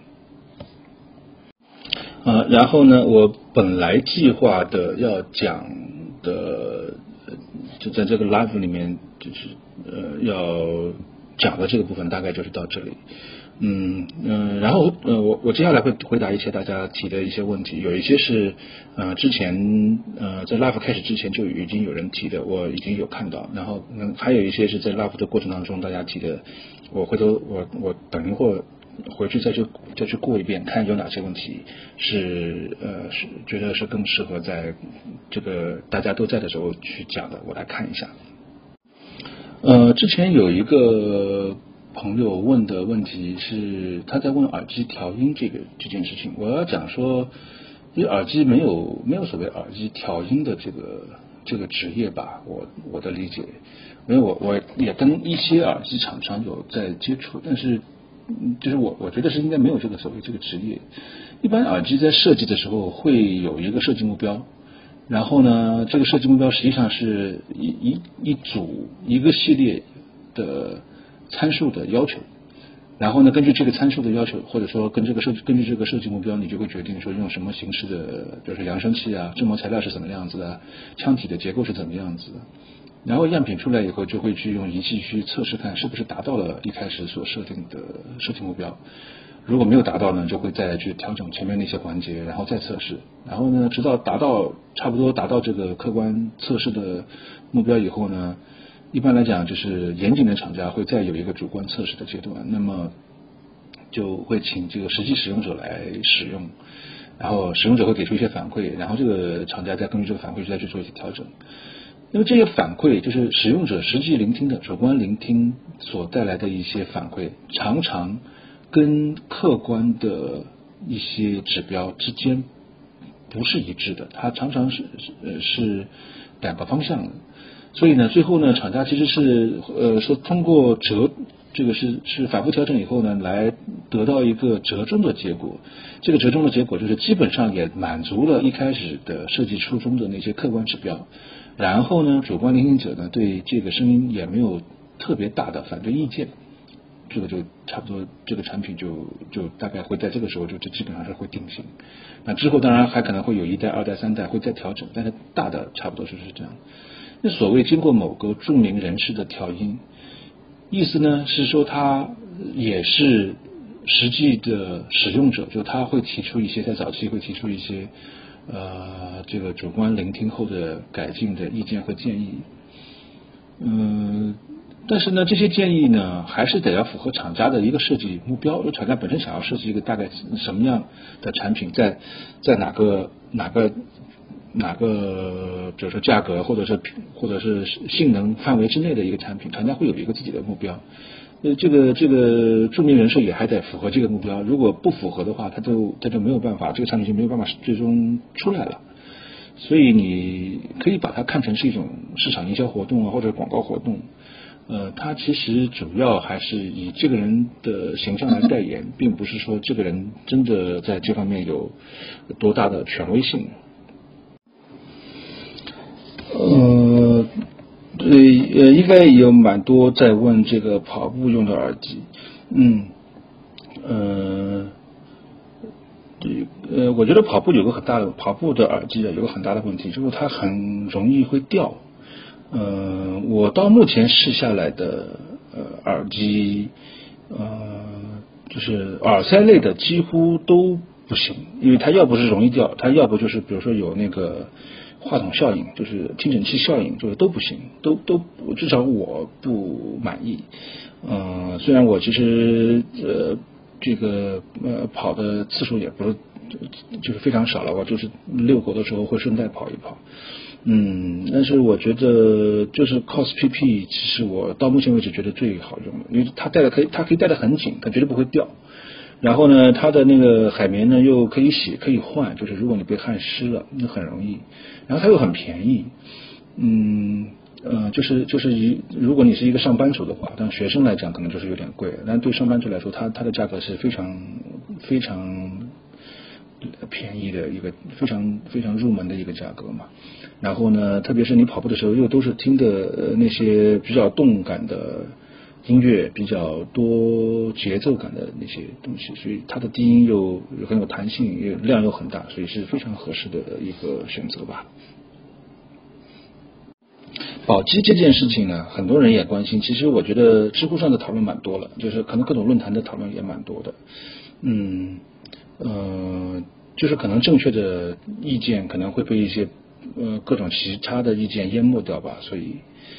然后呢，我本来计划的要讲的，就在这个 live 里面，就是要讲的这个部分大概就是到这里。然后我接下来会回答一些大家提的一些问题，有一些是之前在 live 开始之前就已经有人提的，我已经有看到，然后还有一些是在 live 的过程当中大家提的，我回头我等一会儿回去再去过一遍，看有哪些问题是觉得是更适合在这个大家都在的时候去讲的，我来看一下。之前有一个朋友问的问题是他在问耳机调音这件事情，我要讲说，因为耳机没有所谓耳机调音的这个职业吧，我的理解，因为我也跟一些耳机厂商有在接触，但是就是我觉得是应该没有这个所谓这个职业。一般耳机在设计的时候会有一个设计目标，然后呢，这个设计目标实际上是一个系列的参数的要求，然后呢，根据这个参数的要求，或者说根据这个设计目标，你就会决定说用什么形式的，比如说扬声器啊，振膜材料是怎么样子的，腔体的结构是怎么样子的。然后样品出来以后，就会去用仪器去测试看是不是达到了一开始所设定的设计目标。如果没有达到呢，就会再去调整前面那些环节，然后再测试。然后呢，直到差不多达到这个客观测试的目标以后呢，一般来讲就是严谨的厂家会再有一个主观测试的阶段，那么就会请这个实际使用者来使用，然后使用者会给出一些反馈，然后这个厂家再根据这个反馈再去做一些调整。那么这些反馈就是使用者实际聆听的主观聆听所带来的一些反馈，常常跟客观的一些指标之间不是一致的，它常常是两个方向的。所以呢，最后呢，厂家其实是说通过这个是反复调整以后呢，来得到一个折中的结果。这个折中的结果就是基本上也满足了一开始的设计初衷的那些客观指标。然后呢，主观聆听者呢对这个声音也没有特别大的反对意见，这个就差不多，这个产品就大概会在这个时候就基本上是会定型。那之后当然还可能会有1代、2代、3代会再调整，但是大的差不多就是这样。那所谓经过某个著名人士的调音，意思呢是说他也是实际的使用者，就他会提出一些在早期会提出一些这个主观聆听后的改进的意见和建议。 但是呢，这些建议呢，还是得要符合厂家的一个设计目标。就厂家本身想要设计一个大概什么样的产品，在哪个，比如说价格或者是性能范围之内的一个产品，厂家会有一个自己的目标。这个著名人士也还得符合这个目标。如果不符合的话，他就没有办法，这个产品就没有办法最终出来了。所以你可以把它看成是一种市场营销活动啊，或者广告活动。它其实主要还是以这个人的形象来代言，并不是说这个人真的在这方面有多大的权威性。应该有蛮多在问这个跑步用的耳机。我觉得跑步的耳机有个很大的问题，就是它很容易会掉。我到目前试下来的耳机，就是耳塞类的几乎都不行，因为它要不是容易掉，它要不就是比如说有那个话筒效应，就是听诊器效应，就是都不行，都至少我不满意。虽然我其实跑的次数也不是就是非常少了，我就是遛狗的时候会顺带跑一跑。但是我觉得就是 COS PP 其实我到目前为止觉得最好用的，因为它可以戴得很紧，它绝对不会掉。然后呢，它的那个海绵呢又可以洗可以换，就是如果你被汗湿了那很容易。然后它又很便宜。如果你是一个上班族的话，但学生来讲可能就是有点贵，但对上班族来说，它的价格是非常非常便宜的一个非常非常入门的一个价格嘛。然后呢，特别是你跑步的时候又都是听的那些比较动感的音乐，比较多节奏感的那些东西，所以它的低音又很有弹性，量又很大，所以是非常合适的一个选择吧。保机这件事情呢，很多人也关心。其实我觉得知乎上的讨论蛮多了，就是可能各种论坛的讨论也蛮多的。就是可能正确的意见可能会被一些各种其他的意见淹没掉吧。所以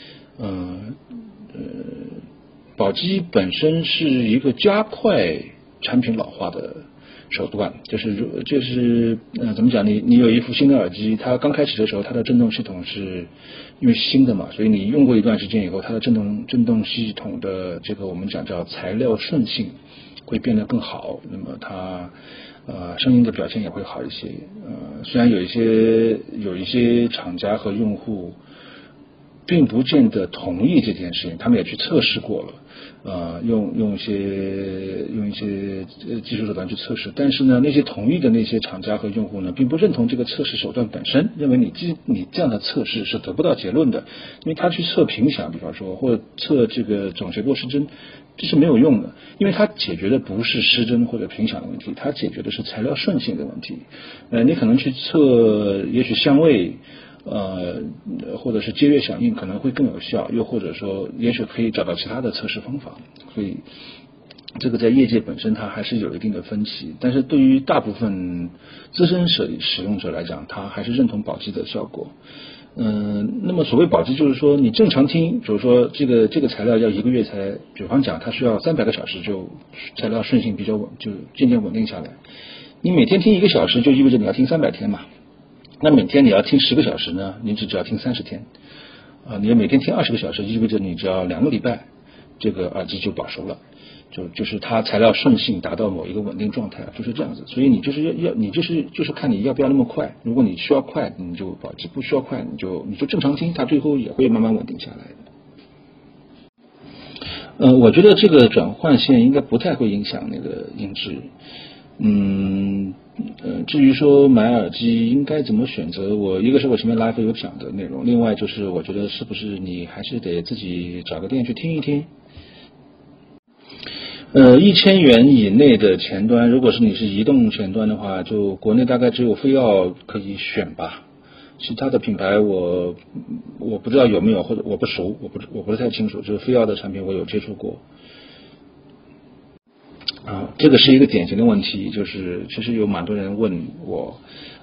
保机本身是一个加快产品老化的手段，就是怎么讲？你有一副新的耳机，它刚开始的时候，它的振动系统是因为新的嘛，所以你用过一段时间以后，它的振动系统的这个我们讲叫材料顺性会变得更好，那么它声音的表现也会好一些。虽然有一些厂家和用户并不见得同意这件事情，他们也去测试过了，用一些技术手段去测试，但是呢，那些同意的那些厂家和用户呢，并不认同这个测试手段本身，认为你这样的测试是得不到结论的，因为他去测频响，比方说或者测这个总结构失真，这是没有用的，因为它解决的不是失真或者频响的问题，它解决的是材料顺性的问题。你可能去测也许相位或者是节约响应可能会更有效，又或者说也许可以找到其他的测试方法，所以这个在业界本身它还是有一定的分歧，但是对于大部分资深使用者来讲，他还是认同保机的效果。那么所谓保机就是说你正常听，比如说这个材料要1个月才，比方讲它需要300个小时就材料顺性比较稳，就渐渐稳定下来。你每天听1个小时就意味着你要听300天嘛，那每天你要听10个小时呢，你只要听30天。你要每天听20个小时，意味着你只要2个礼拜，这个耳机就保熟了，就是它材料顺性达到某一个稳定状态，就是这样子。所以你就是就是看你要不要那么快。如果你需要快，你就保机；不需要快，你就正常听，它最后也会慢慢稳定下来的。我觉得这个转换线应该不太会影响那个音质。至于说买耳机应该怎么选择，一个是我前面 live 有讲的内容，另外就是我觉得是不是你还是得自己找个店去听一听。1000元以内的前端，如果是你是移动前端的话，就国内大概只有飞奥可以选吧，其他的品牌我不知道有没有，或者我不熟，我不是太清楚。就是飞奥的产品我有接触过。这个是一个典型的问题，就是其实有蛮多人问我，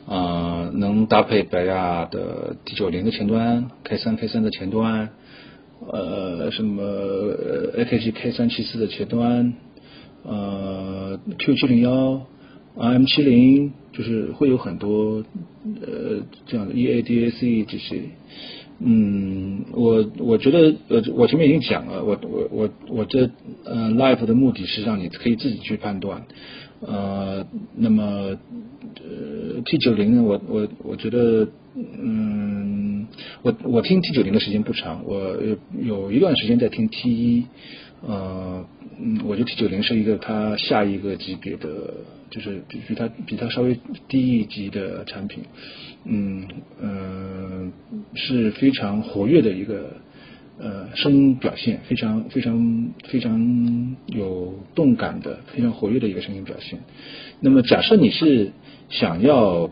能搭配白亚的 D90 的前端 K3 的前端， 什么AKG K374的前端，Q701、RM70，就是会有很多这样的 EADAC 这些。我觉得我前面已经讲了，我这Live 的目的是让你可以自己去判断。那么T90呢，我觉得我听 T90的时间不长，我有一段时间在听 T1，我觉得 T90是一个它下一个级别的，就是比它稍微低一级的产品，是非常活跃的一个声音表现，非常有动感的，非常活跃的一个声音表现。那么假设你是想要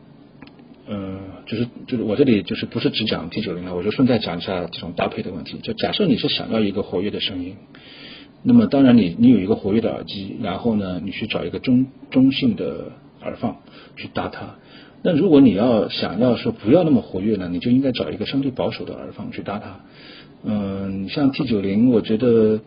就是我这里就是不是只讲 T90了，我就顺带讲一下这种搭配的问题。就假设你是想要一个活跃的声音，那么当然你有一个活跃的耳机，然后呢你去找一个中性的耳放去搭它。那如果你想要说不要那么活跃呢，你就应该找一个相对保守的耳放去搭它。像 T90 我觉得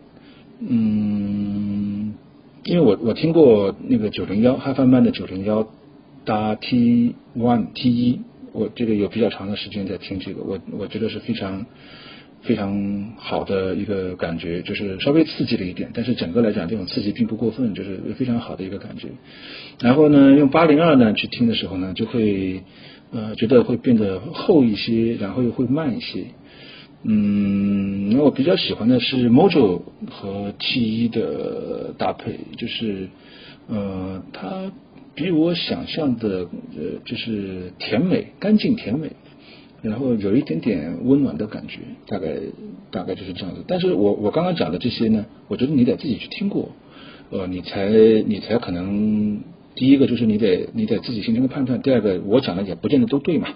因为我听过那个901 HiFiMan 的901搭 T1 我这个有比较长的时间在听这个，我觉得是非常好的一个感觉，就是稍微刺激了一点，但是整个来讲这种刺激并不过分，就是非常好的一个感觉。然后呢用802呢去听的时候呢，就会觉得会变得厚一些，然后又会慢一些。那我比较喜欢的是 Mojo 和 T1 的搭配，就是它比我想象的就是甜美，干净甜美，然后有一点点温暖的感觉，大概就是这样子。但是我刚刚讲的这些呢，我觉得你得自己去听过，你才可能，第一个就是你得自己形成个判断，第二个我讲的也不见得都对嘛。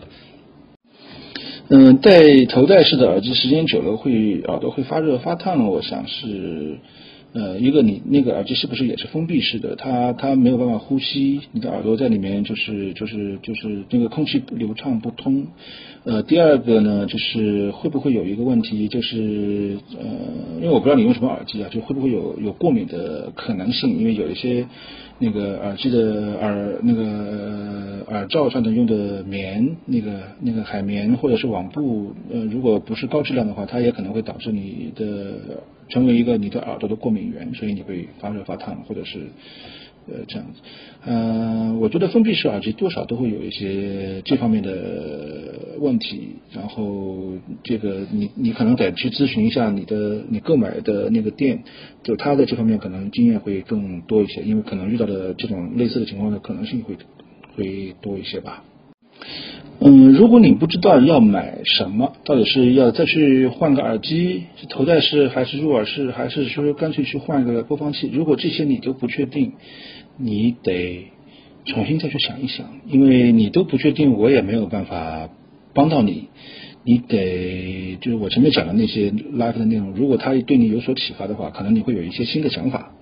戴头戴式的耳机时间久了耳朵会发热发烫，我想是一个你那个耳机是不是也是封闭式的，它没有办法呼吸，你的耳朵在里面就是那个空气流畅不通。第二个呢，就是会不会有一个问题，就是因为我不知道你用什么耳机啊，就会不会有过敏的可能性，因为有一些那个耳机的耳罩上的用的棉，那个海绵或者是网布，如果不是高质量的话，它也可能会导致你的成为一个你的耳朵的过敏源，所以你会发热发烫或者是这样子。我觉得封闭式耳机多少都会有一些这方面的问题，然后这个你可能得去咨询一下你购买的那个店，就他的这方面可能经验会更多一些，因为可能遇到的这种类似的情况的可能性会多一些吧。如果你不知道要买什么，到底是要再去换个耳机，是头戴式还是入耳式，还是说干脆去换个播放器，如果这些你都不确定，你得重新再去想一想，因为你都不确定，我也没有办法帮到你。你得就是我前面讲的那些 live 的内容，如果它对你有所启发的话，可能你会有一些新的想法。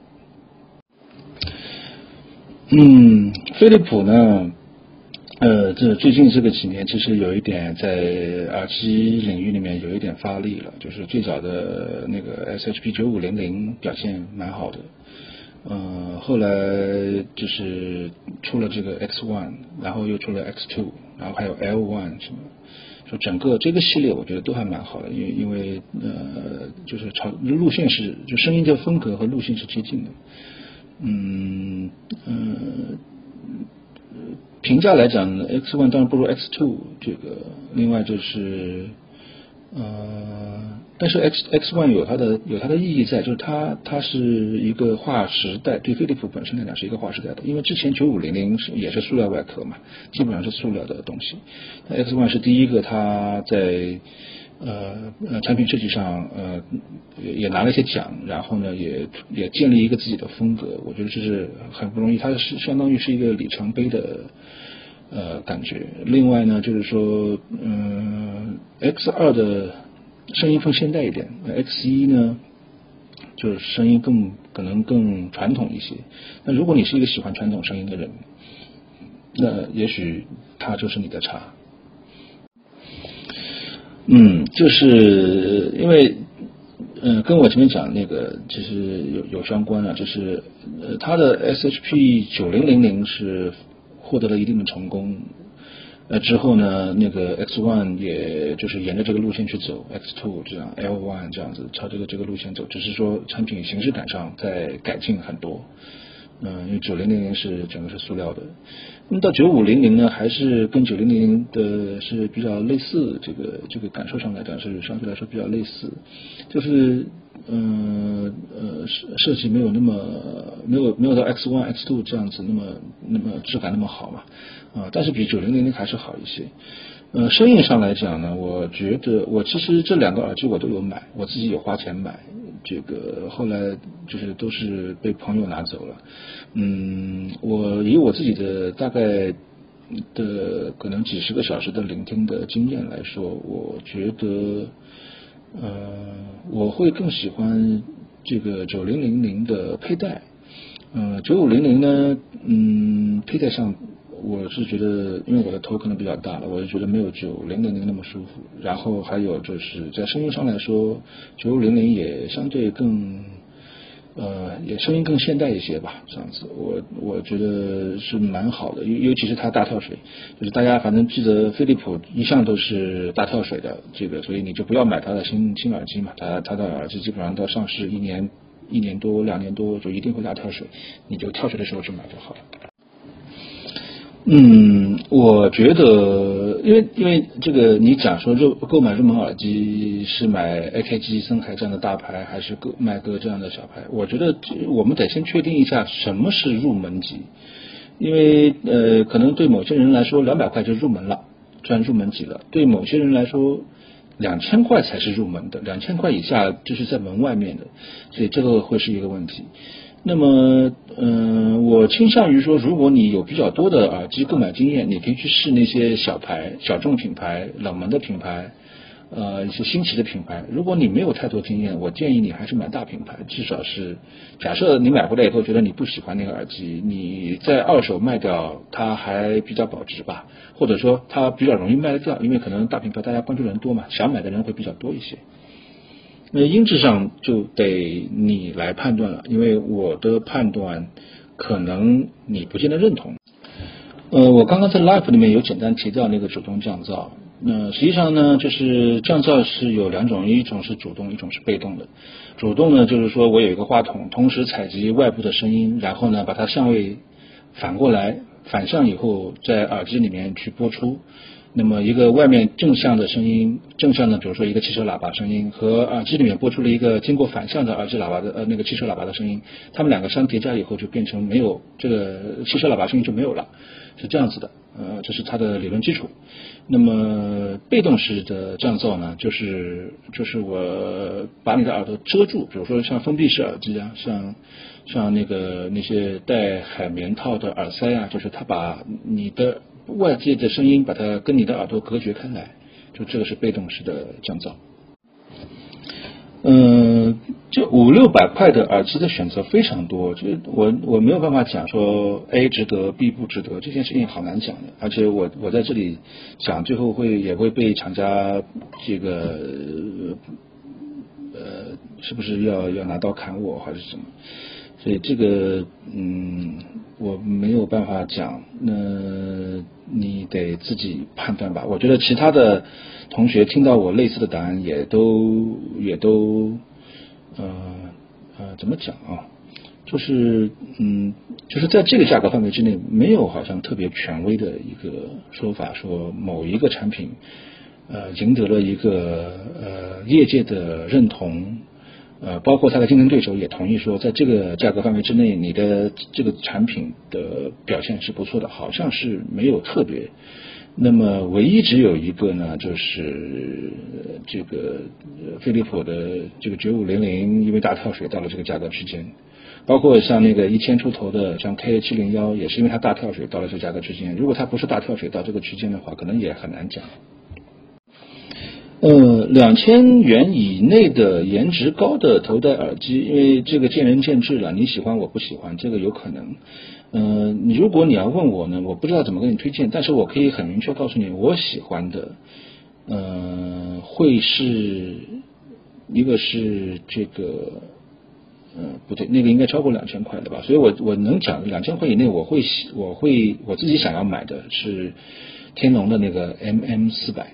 飞利浦呢这最近这个几年其实有一点在耳机领域里面有一点发力了，就是最早的那个 SHP 9500表现蛮好的，后来就是出了这个 X1， 然后又出了 X2， 然后还有 L1 什么，说整个这个系列我觉得都还蛮好的，因为就是路线是就声音的风格和路线是接近的。评价来讲 X1 当然不如 X2 这个，另外就是但是 X1 有它的意义在，就是它是一个划时代，对飞利浦本身来讲是一个划时代的，因为之前9500也是塑料外壳嘛，基本上是塑料的东西。X1 是第一个，它在产品设计上也拿了一些奖，然后呢也建立一个自己的风格，我觉得这是很不容易，它是相当于是一个里程碑的感觉。另外呢就是说X2 的声音更现代一点，X1 呢就是声音可能更传统一些。那如果你是一个喜欢传统声音的人，那也许它就是你的茶。 就是因为跟我前面讲那个其实有相关啊，就是它的 SHP 9000是获得了一定的成功。之后呢，那个 X1 也就是沿着这个路线去走 ，X2 这样 ，L1 这样子朝这个路线走，只是说产品形式感上在改进很多。因为9000是整个是塑料的，那么到9500呢，还是跟9000的是比较类似，这个感受上来讲是相对来说比较类似，就是设计没有那么没有到 X1、X2 这样子那么质感那么好嘛，但是比9000还是好一些。声音上来讲呢，我觉得我其实这两个耳机我都有买，我自己有花钱买，这个后来就是都是被朋友拿走了。我以我自己的大概的可能几十个小时的聆听的经验来说，我觉得我会更喜欢这个9000的佩戴。9500呢，佩戴上我是觉得，因为我的头可能比较大了，我就觉得没有9000那么舒服。然后还有就是在声音上来说，9500也相对更也声音更现代一些吧，这样子，我觉得是蛮好的，尤其是它大跳水，就是大家反正记得飞利浦一向都是大跳水的这个，所以你就不要买它的新耳机嘛，它的耳机基本上到上市1年多2年多就一定会大跳水，你就跳水的时候去买就好了。我觉得，因为这个你讲说购买入门耳机是买 AKG、森海这样的大牌，还是买个这样的小牌？我觉得我们得先确定一下什么是入门级，因为可能对某些人来说200块就入门了，算入门级了；对某些人来说2000块才是入门的，2000块以下就是在门外面的，所以这个会是一个问题。那么，我倾向于说，如果你有比较多的耳机购买经验，你可以去试那些小牌、小众品牌、冷门的品牌，一些新奇的品牌。如果你没有太多经验，我建议你还是买大品牌，至少是，假设你买回来以后觉得你不喜欢那个耳机，你在二手卖掉，它还比较保值吧，或者说它比较容易卖得掉，因为可能大品牌大家关注人多嘛，想买的人会比较多一些。那音质上就得你来判断了，因为我的判断可能你不见得认同。我刚刚在 Live 里面有简单提到那个主动降噪，那实际上呢，就是降噪是有2种，一种是主动，一种是被动的。主动呢，就是说我有一个话筒，同时采集外部的声音，然后呢把它相位反过来，反向以后在耳机里面去播出。那么一个外面正向的声音，正向的比如说一个汽车喇叭声音和耳机里面播出了一个经过反向的耳机喇叭的那个汽车喇叭的声音，它们2个相叠加以后就变成没有这个汽车喇叭声音就没有了，是这样子的。这是它的理论基础。那么被动式的降噪呢，就是我把你的耳朵遮住，比如说像封闭式耳机啊，像那些带海绵套的耳塞啊，就是它把你的外界的声音把它跟你的耳朵隔绝开来，就这个是被动式的降噪。就500-600块的耳机的选择非常多，就是我没有办法讲说 A 值得 B 不值得，这件事情好难讲的，而且我在这里讲最后也会被厂家这个是不是要拿刀砍我还是什么，所以这个我没有办法讲，那你得自己判断吧。我觉得其他的同学听到我类似的答案也都怎么讲啊？就是在这个价格范围之内，没有好像特别权威的一个说法，说某一个产品赢得了一个业界的认同。包括它的竞争对手也同意说，在这个价格范围之内，你的这个产品的表现是不错的，好像是没有特别。那么唯一只有一个呢，就是这个飞利浦的这个9500，因为大跳水到了这个价格区间，包括像那个1000出头的像 K701，也是因为它大跳水到了这个价格区间。如果它不是大跳水到这个区间的话，可能也很难讲。2000元以内的颜值高的头戴耳机，因为这个见仁见智了，你喜欢我不喜欢，这个有可能。如果你要问我呢，我不知道怎么跟你推荐，但是我可以很明确告诉你，我喜欢的， 会是一个是这个不对，那个应该超过2000块的吧，所以我能讲2000块以内我自己想要买的是天龙的那个 MM400。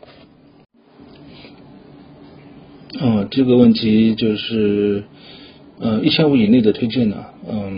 这个问题就是1500以内的推荐呢，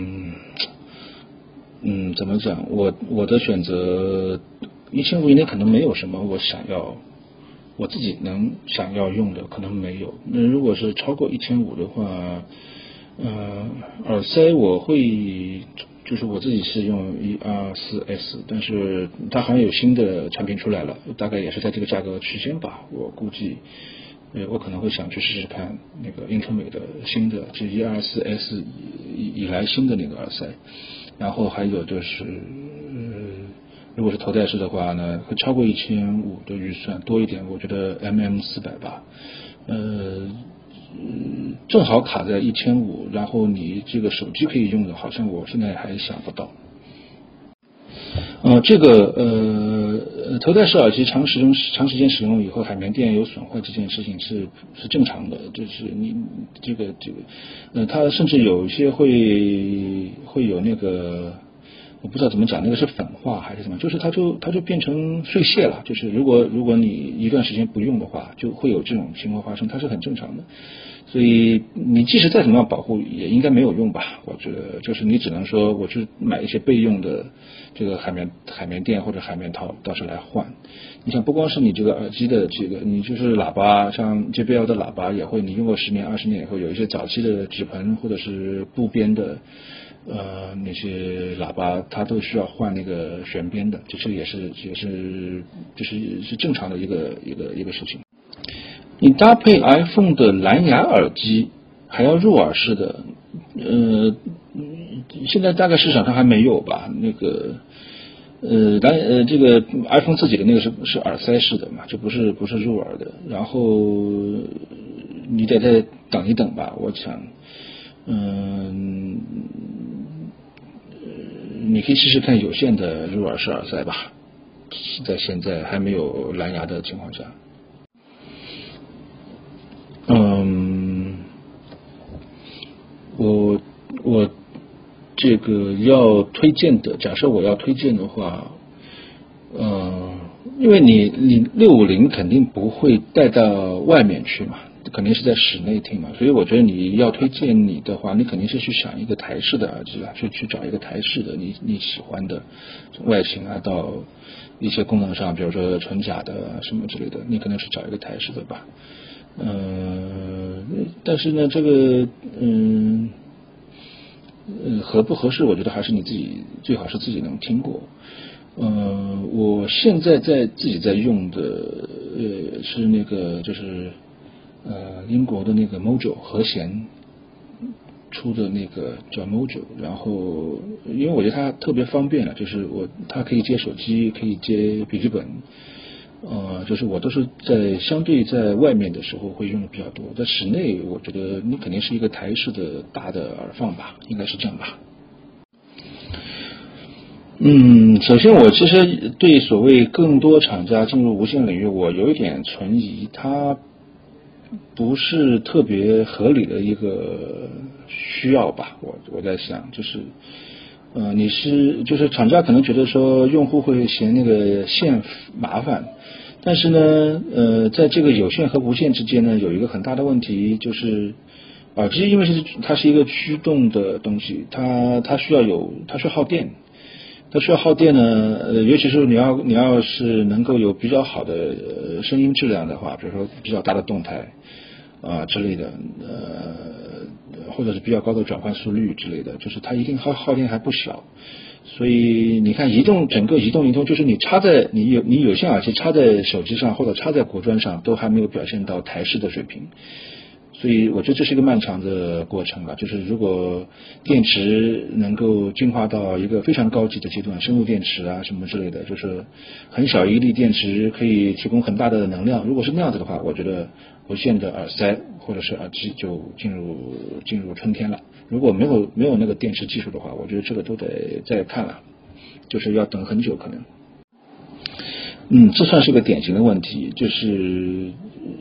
怎么讲？我的选择1500以内可能没有什么我自己想要用的，可能没有。那如果是超过1500的话，耳塞就是我自己是用 124S， 但是它好像有新的产品出来了，大概也是在这个价格区间吧，我估计。我可能会想去试试看那个英特美的新的，就 124S 以来新的那个耳塞。然后还有就是，如果是头戴式的话呢，会超过1500的预算多一点，我觉得 MM400吧，正好卡在1500，然后你这个手机可以用的，好像我现在还想不到。这个头戴式耳机长时间使用以后，海绵垫有损坏这件事情是正常的，就是你这个它甚至有一些会有那个，我不知道怎么讲，那个是粉化还是什么，就是它就变成碎屑了，就是如果你一段时间不用的话，就会有这种情况发生，它是很正常的。所以你即使再怎么样保护，也应该没有用吧？我觉得就是你只能说我去买一些备用的这个海绵垫或者海绵套，到时候来换。你想，不光是你这个耳机的这个，你就是喇叭，像 JBL 的喇叭也会，你用过10年20年以后，有一些早期的纸盆或者是布边的那些喇叭，它都需要换那个旋边的，这也是正常的一个事情。你搭配 iPhone 的蓝牙耳机还要入耳式的，现在大概市场上还没有吧？那个这个 iPhone 自己的那个是耳塞式的嘛，就不是入耳的。然后你得再等一等吧，我想，你可以试试看有线的入耳式耳塞吧，在现在还没有蓝牙的情况下。我这个要推荐的，假设我要推荐的话，因为你650肯定不会带到外面去嘛，肯定是在室内听嘛，所以我觉得你要推荐你的话，你肯定是去想一个台式的耳机啦，去找一个台式的你喜欢的外形啊，到一些功能上，比如说纯假的什么之类的，你可能是找一个台式的吧。但是呢，这个合不合适，我觉得还是你自己最好是自己能听过。我现在自己在用的是那个就是英国的那个 Mojo 和弦出的那个叫 Mojo， 然后因为我觉得它特别方便了，就是它可以接手机，可以接笔记本。就是我都是相对在外面的时候会用的比较多，在室内我觉得你肯定是一个台式的大的耳放吧，应该是这样吧。首先我其实对所谓更多厂家进入无线领域，我有一点存疑，它不是特别合理的一个需要吧，我在想就是就是厂家可能觉得说用户会嫌那个线麻烦，但是呢在这个有线和无线之间呢有一个很大的问题，就是耳机因为它是一个驱动的东西，它需要耗电。它需要耗电呢，尤其是你要是能够有比较好的声音质量的话，比如说比较大的动态之类的，或者是比较高的转换速率之类的，就是它一定耗电还不小。所以你看整个移动就是你有线耳机插在手机上或者插在国专上，都还没有表现到台式的水平。所以我觉得这是一个漫长的过程吧，就是如果电池能够进化到一个非常高级的阶段，生物电池啊什么之类的，就是很小一粒电池可以提供很大的能量，如果是那样子的话，我觉得无线的耳塞或者是耳机就进入春天了。如果没有那个电池技术的话，我觉得这个都得再看了，就是要等很久可能。这算是个典型的问题，就是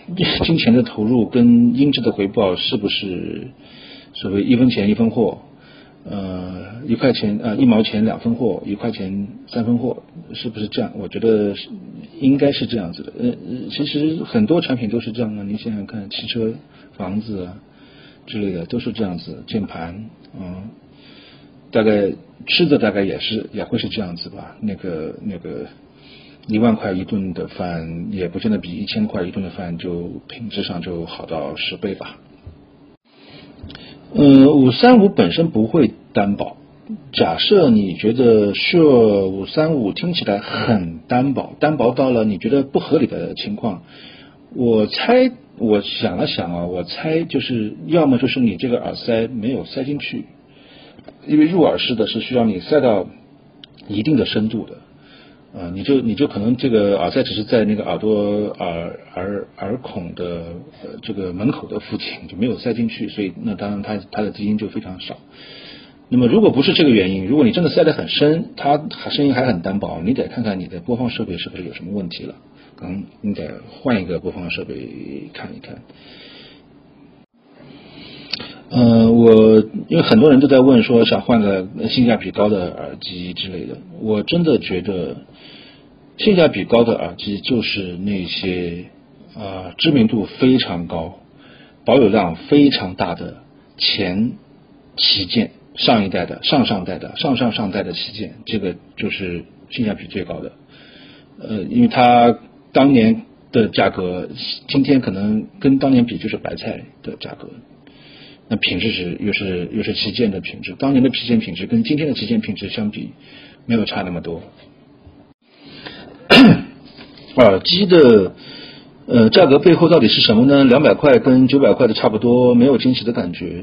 金钱的投入跟音质的回报是不是所谓1分钱1分货，1块钱1毛钱2分货，1块钱3分货，是不是这样？我觉得应该是这样子的。其实很多产品都是这样的，你想想看，汽车、房子啊之类的都是这样子，键盘，大概吃的大概也会是这样子吧。那个1万块一顿的饭，也不见得比1000块一顿的饭就品质上就好到10倍吧。535本身不会担保。假设你觉得 Shure 535听起来很单薄到了你觉得不合理的情况，我想了想啊，我猜就是要么就是你这个耳塞没有塞进去，因为入耳式的是需要你塞到一定的深度的。你就可能这个耳塞只是在那个耳朵耳孔的这个门口的附近就没有塞进去，所以那当然它的低音就非常少。那么如果不是这个原因，如果你真的塞得很深，它声音还很单薄，你得看看你的播放设备是不是有什么问题了，可能你得换一个播放设备看一看。因为很多人都在问说想换个性价比高的耳机之类的，我真的觉得性价比高的耳机就是那些知名度非常高、保有量非常大的前旗舰，上一代的、上上代的、上上上代的旗舰，这个就是性价比最高的。因为它当年的价格，今天可能跟当年比就是白菜的价格。那品质又是旗舰的品质，当年的旗舰品质跟今天的旗舰品质相比，没有差那么多。耳机的价格背后到底是什么呢？200块跟900块的差不多，没有惊喜的感觉。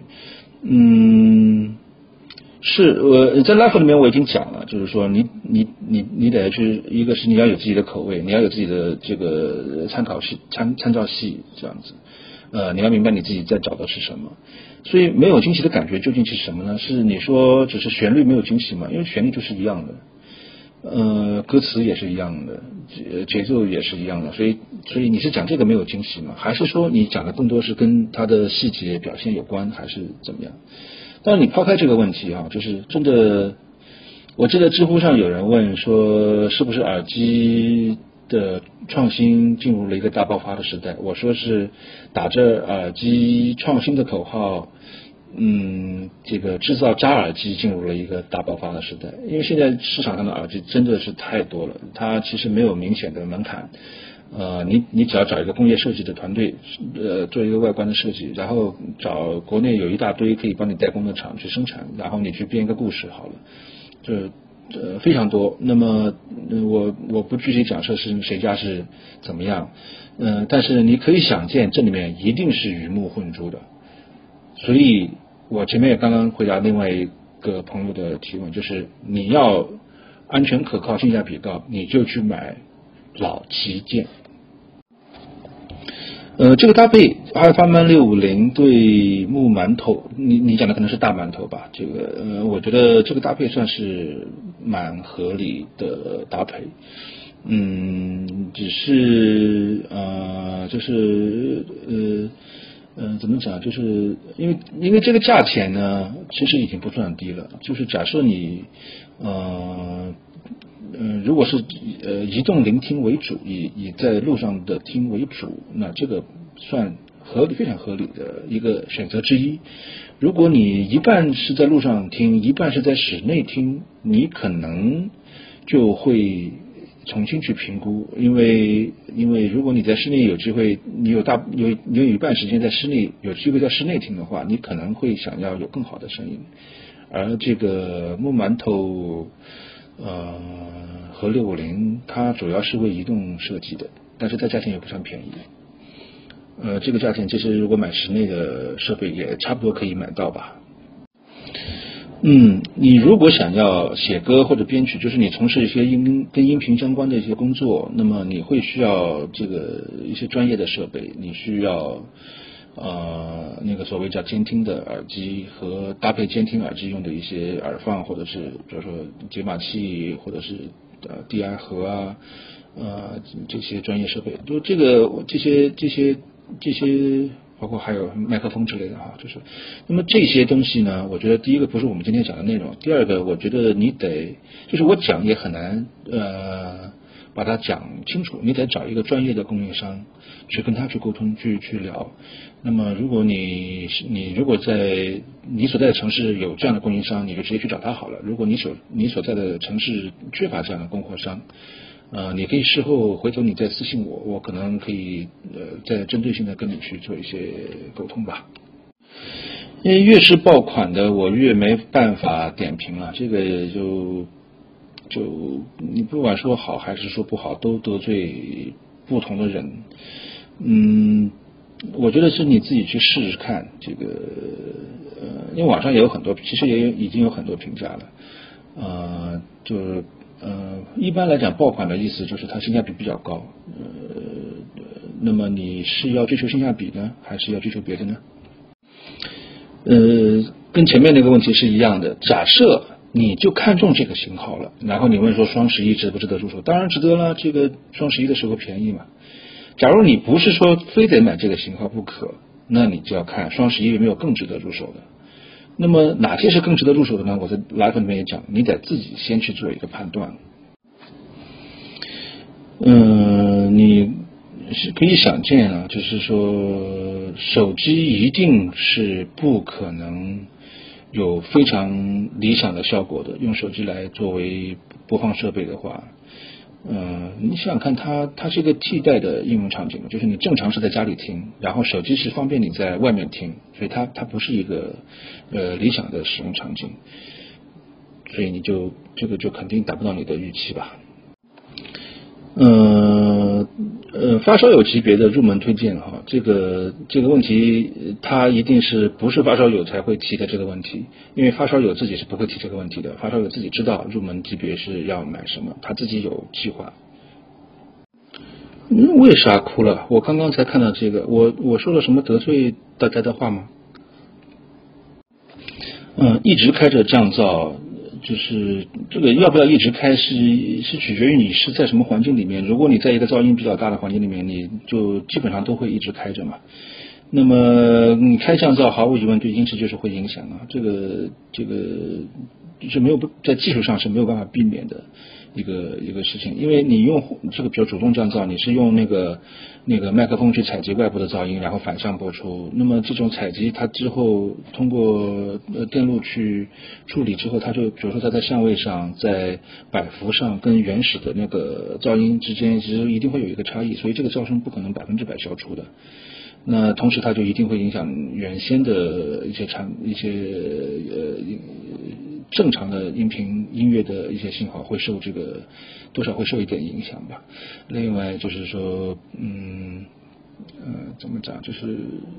是我在 Life 里面我已经讲了，就是说你得去，一个是你要有自己的口味，你要有自己的这个参照系这样子。你要明白你自己在找的是什么，所以没有惊喜的感觉究竟是什么呢？是你说只是旋律没有惊喜吗？因为旋律就是一样的，歌词也是一样的，节奏也是一样的，所以你是讲这个没有惊喜吗？还是说你讲的更多是跟它的细节表现有关，还是怎么样？但是你抛开这个问题啊，就是真的，我记得知乎上有人问说，是不是耳机的创新进入了一个大爆发的时代？我说是打着耳机创新的口号，这个制造渣耳机进入了一个大爆发的时代。因为现在市场上的耳机真的是太多了，它其实没有明显的门槛。你只要找一个工业设计的团队，做一个外观的设计，然后找国内有一大堆可以帮你代工的厂去生产，然后你去编一个故事好了，非常多。那么我不具体讲设是谁家是怎么样，但是你可以想见这里面一定是鱼目混珠的。所以我前面也刚刚回答另外一个朋友的提问，就是你要安全可靠、性价比高，你就去买老旗舰。这个搭配阿尔法曼650对木馒头，你讲的可能是大馒头吧？这个我觉得这个搭配算是蛮合理的搭配。只是就是怎么讲？就是因为这个价钱呢，其实已经不算低了。就是假设你如果是移动聆听为主，以在路上的听为主，那这个算非常合理的一个选择之一。如果你一半是在路上听，一半是在室内听，你可能就会重新去评估，因为如果你在室内有机会，你有一半时间在室内有机会在室内听的话，你可能会想要有更好的声音。而这个木馒头和650它主要是为移动设计的，但是它价钱也不算便宜。这个价钱其实如果买室内的设备也差不多可以买到吧。你如果想要写歌或者编曲，就是你从事一些跟音频相关的一些工作，那么你会需要这个一些专业的设备，你需要那个所谓叫监听的耳机和搭配监听耳机用的一些耳放，或者是比如说解码器，或者是DI 盒啊，这些专业设备，就这些这些包括还有麦克风之类的哈，就是那么这些东西呢，我觉得第一个不是我们今天讲的内容，第二个我觉得你得就是我讲也很难把它讲清楚，你得找一个专业的供应商去跟他去沟通去聊。那么如果你如果在你所在的城市有这样的供应商，你就直接去找他好了。如果你所在的城市缺乏这样的供货商，你可以事后回头你再私信我，我可能可以再针对性的跟你去做一些沟通吧。因为越是爆款的，我越没办法点评了，这个就你不管说好还是说不好，都得罪不同的人。我觉得是你自己去试试看这个，因为网上也有很多，其实已经有很多评价了，一般来讲爆款的意思就是它性价比比较高，那么你是要追求性价比呢，还是要追求别的呢？跟前面那个问题是一样的，假设你就看中这个型号了，然后你问说双11值不值得入手？当然值得了，这个双11的时候便宜嘛。假如你不是说非得买这个型号不可，那你就要看双11有没有更值得入手的。那么哪些是更值得入手的呢？我在 live 里面也讲，你得自己先去做一个判断。你是可以想见啊，就是说手机一定是不可能有非常理想的效果的，用手机来作为播放设备的话，你想想看，它是一个替代的应用场景，就是你正常是在家里听，然后手机是方便你在外面听，所以它不是一个理想的使用场景，所以你这个就肯定达不到你的预期吧。发烧友级别的入门推荐哈，这个问题它一定是不是发烧友才会提的这个问题，因为发烧友自己是不会提这个问题的，发烧友自己知道入门级别是要买什么，他自己有计划。为啥哭了？我刚刚才看到这个，我说了什么得罪大家的话吗？一直开着降噪，就是这个要不要一直开是取决于你是在什么环境里面。如果你在一个噪音比较大的环境里面，你就基本上都会一直开着嘛。那么你开降噪毫无疑问对音质就是会影响啊，这个是在技术上是没有办法避免的一个事情，因为你用这个比如主动降噪，你是用那个麦克风去采集外部的噪音，然后反向播出。那么这种采集它之后通过电路去处理之后，它就比如说它在相位上、在摆幅上跟原始的那个噪音之间，其实一定会有一个差异，所以这个噪声不可能100%消除的。那同时它就一定会影响原先的一些正常的音乐的一些信号会受多少会受一点影响吧。另外就是说怎么讲，就是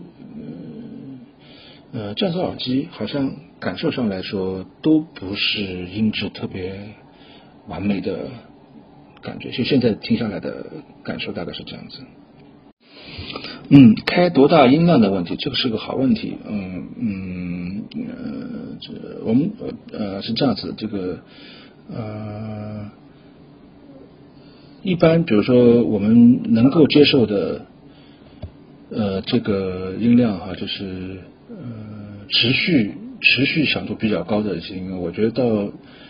降噪耳机好像感受上来说都不是音质特别完美的感觉，就现在听下来的感受大概是这样子。开多大音量的问题，这个是个好问题。我们是这样子，这个一般比如说我们能够接受的这个音量哈，就是持续响度比较高的一些音乐，我觉得到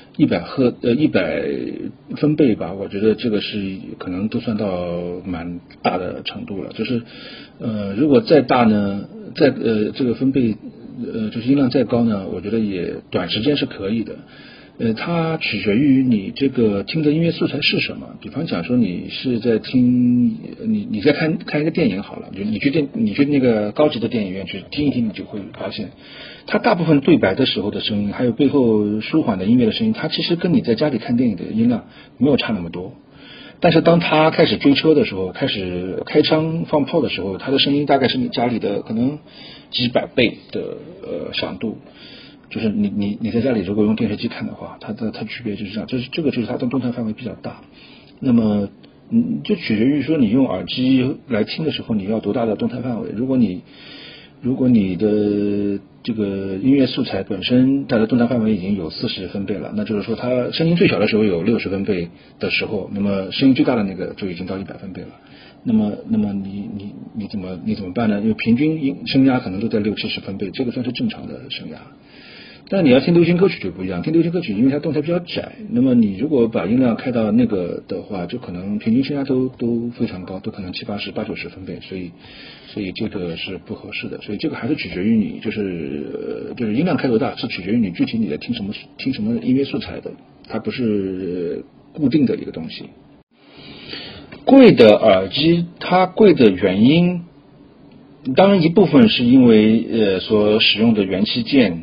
100分贝吧，我觉得这个是可能都算到蛮大的程度了。就是如果再大呢，这个分贝就是音量再高呢，我觉得也短时间是可以的。它取决于你这个听的音乐素材是什么。比方讲说，你是在听你在看一个电影好了，你去那个高级的电影院去听一听，你就会发现，它大部分对白的时候的声音，还有背后舒缓的音乐的声音，它其实跟你在家里看电影的音量没有差那么多。但是当他开始追车的时候，开始开枪放炮的时候，他的声音大概是你家里的可能几百倍的响度。就是你在家里如果用电视机看的话，它区别就是这样，这个就是它的动态范围比较大。那么就取决于说你用耳机来听的时候，你要多大的动态范围。如果你的这个音乐素材本身它的动态范围已经有40分贝了，那就是说它声音最小的时候有60分贝的时候，那么声音最大的那个就已经到100分贝了。 那么你怎么办呢？因为平均声压可能都在60-70分贝，这个算是正常的声压。但你要听流行歌曲就不一样，听流行歌曲因为它动态比较窄，那么你如果把音量开到那个的话，就可能平均声压都非常高，都可能70-80、80-90分贝，所以这个是不合适的。所以这个还是取决于你，就是音量开多大是取决于你具体你在听什么音乐素材的，它不是固定的一个东西。贵的耳机它贵的原因，当然一部分是因为所使用的元器件。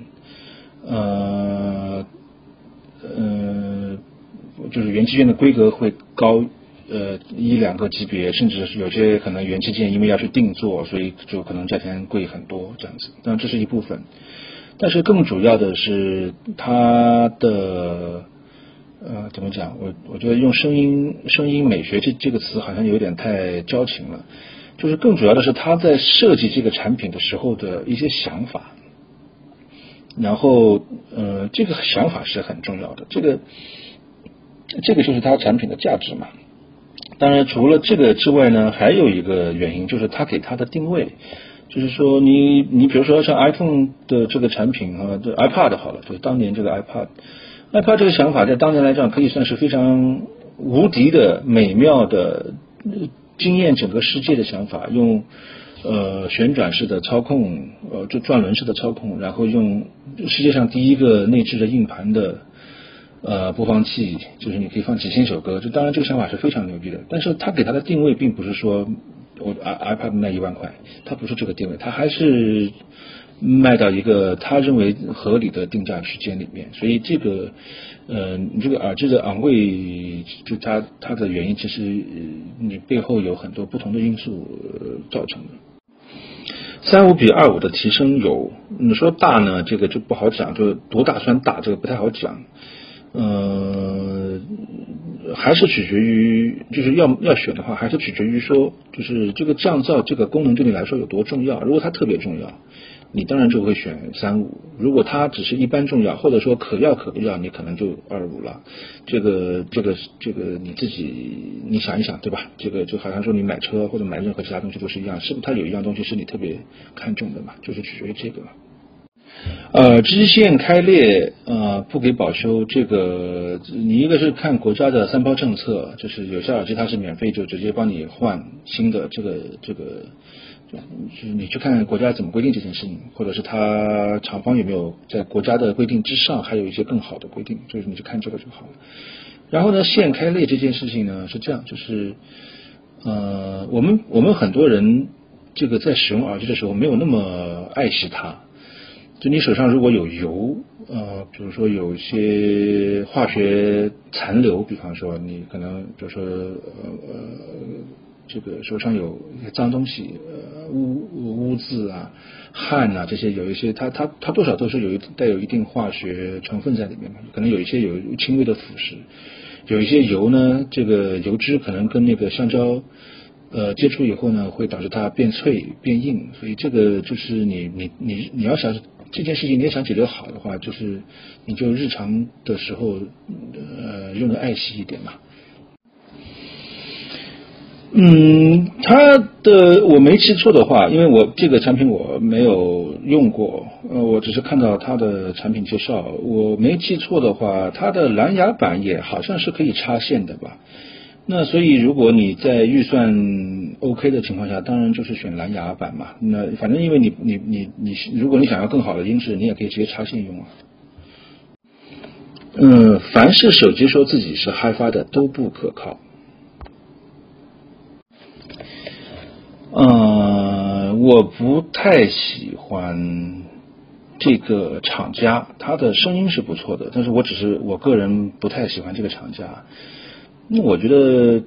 就是元器件的规格会高1-2个级别，甚至是有些可能元器件因为要去定做，所以就可能价钱贵很多这样子。当然这是一部分，但是更主要的是它的怎么讲？我觉得用声音美学这个词好像有点太矫情了，就是更主要的是他在设计这个产品的时候的一些想法。然后这个想法是很重要的，这个就是它产品的价值嘛。当然除了这个之外呢，还有一个原因就是它给它的定位，就是说你比如说像 iPhone 的这个产品啊，对 iPad 好了，对当年这个 iPad 这个想法在当年来讲可以算是非常无敌的美妙的惊艳整个世界的想法，用旋转式的操控，就转轮式的操控，然后用世界上第一个内置的硬盘的播放器，就是你可以放几千首歌，这当然这个想法是非常牛逼的，但是他给他的定位并不是说我 iPad 卖1万块，他不是这个定位，他还是卖到一个他认为合理的定价区间里面，所以这个这个耳机的昂贵，就它的原因其实你背后有很多不同的因素造成的。35比25的提升有，你说大呢，这个就不好讲，就多大算大，这个不太好讲。还是取决于，就是要选的话，还是取决于说，就是这个降噪这个功能对你来说有多重要。如果它特别重要，你当然就会选35；如果它只是一般重要，或者说可要可不要，你可能就25了。这个你自己你想一想，对吧？这个就好像说你买车或者买任何其他东西都是一样，是不是它有一样东西是你特别看重的嘛？就是取决于这个。支线开裂不给保修，这个你一个是看国家的3包政策，就是有些耳机它是免费就直接帮你换新的，这个就是你去看国家怎么规定这件事情，或者是它厂方有没有在国家的规定之上还有一些更好的规定，就是你去看这个就好了。然后呢，线开裂这件事情呢是这样，就是我们很多人这个在使用耳机的时候没有那么爱惜它。就你手上如果有油，比如说有一些化学残留，比方说你可能比如说这个手上有一些脏东西，污渍啊、汗啊这些，有一些它多少都是带有一定化学成分在里面嘛，可能有一些有轻微的腐蚀，有一些油呢，这个油脂可能跟那个橡胶接触以后呢，会导致它变脆变硬，所以这个就是你要想这件事情你也想解决好的话，就是你就日常的时候用的爱惜一点嘛。我没记错的话，因为我这个产品我没有用过，我只是看到它的产品介绍，我没记错的话，它的蓝牙版也好像是可以插线的吧。那所以如果你在预算 OK 的情况下，当然就是选蓝牙版嘛。那反正因为你如果你想要更好的音质，你也可以直接插线用啊。凡是手机说自己是嗨发的都不可靠。我不太喜欢这个厂家，它的声音是不错的，但是我个人不太喜欢这个厂家。那我觉得，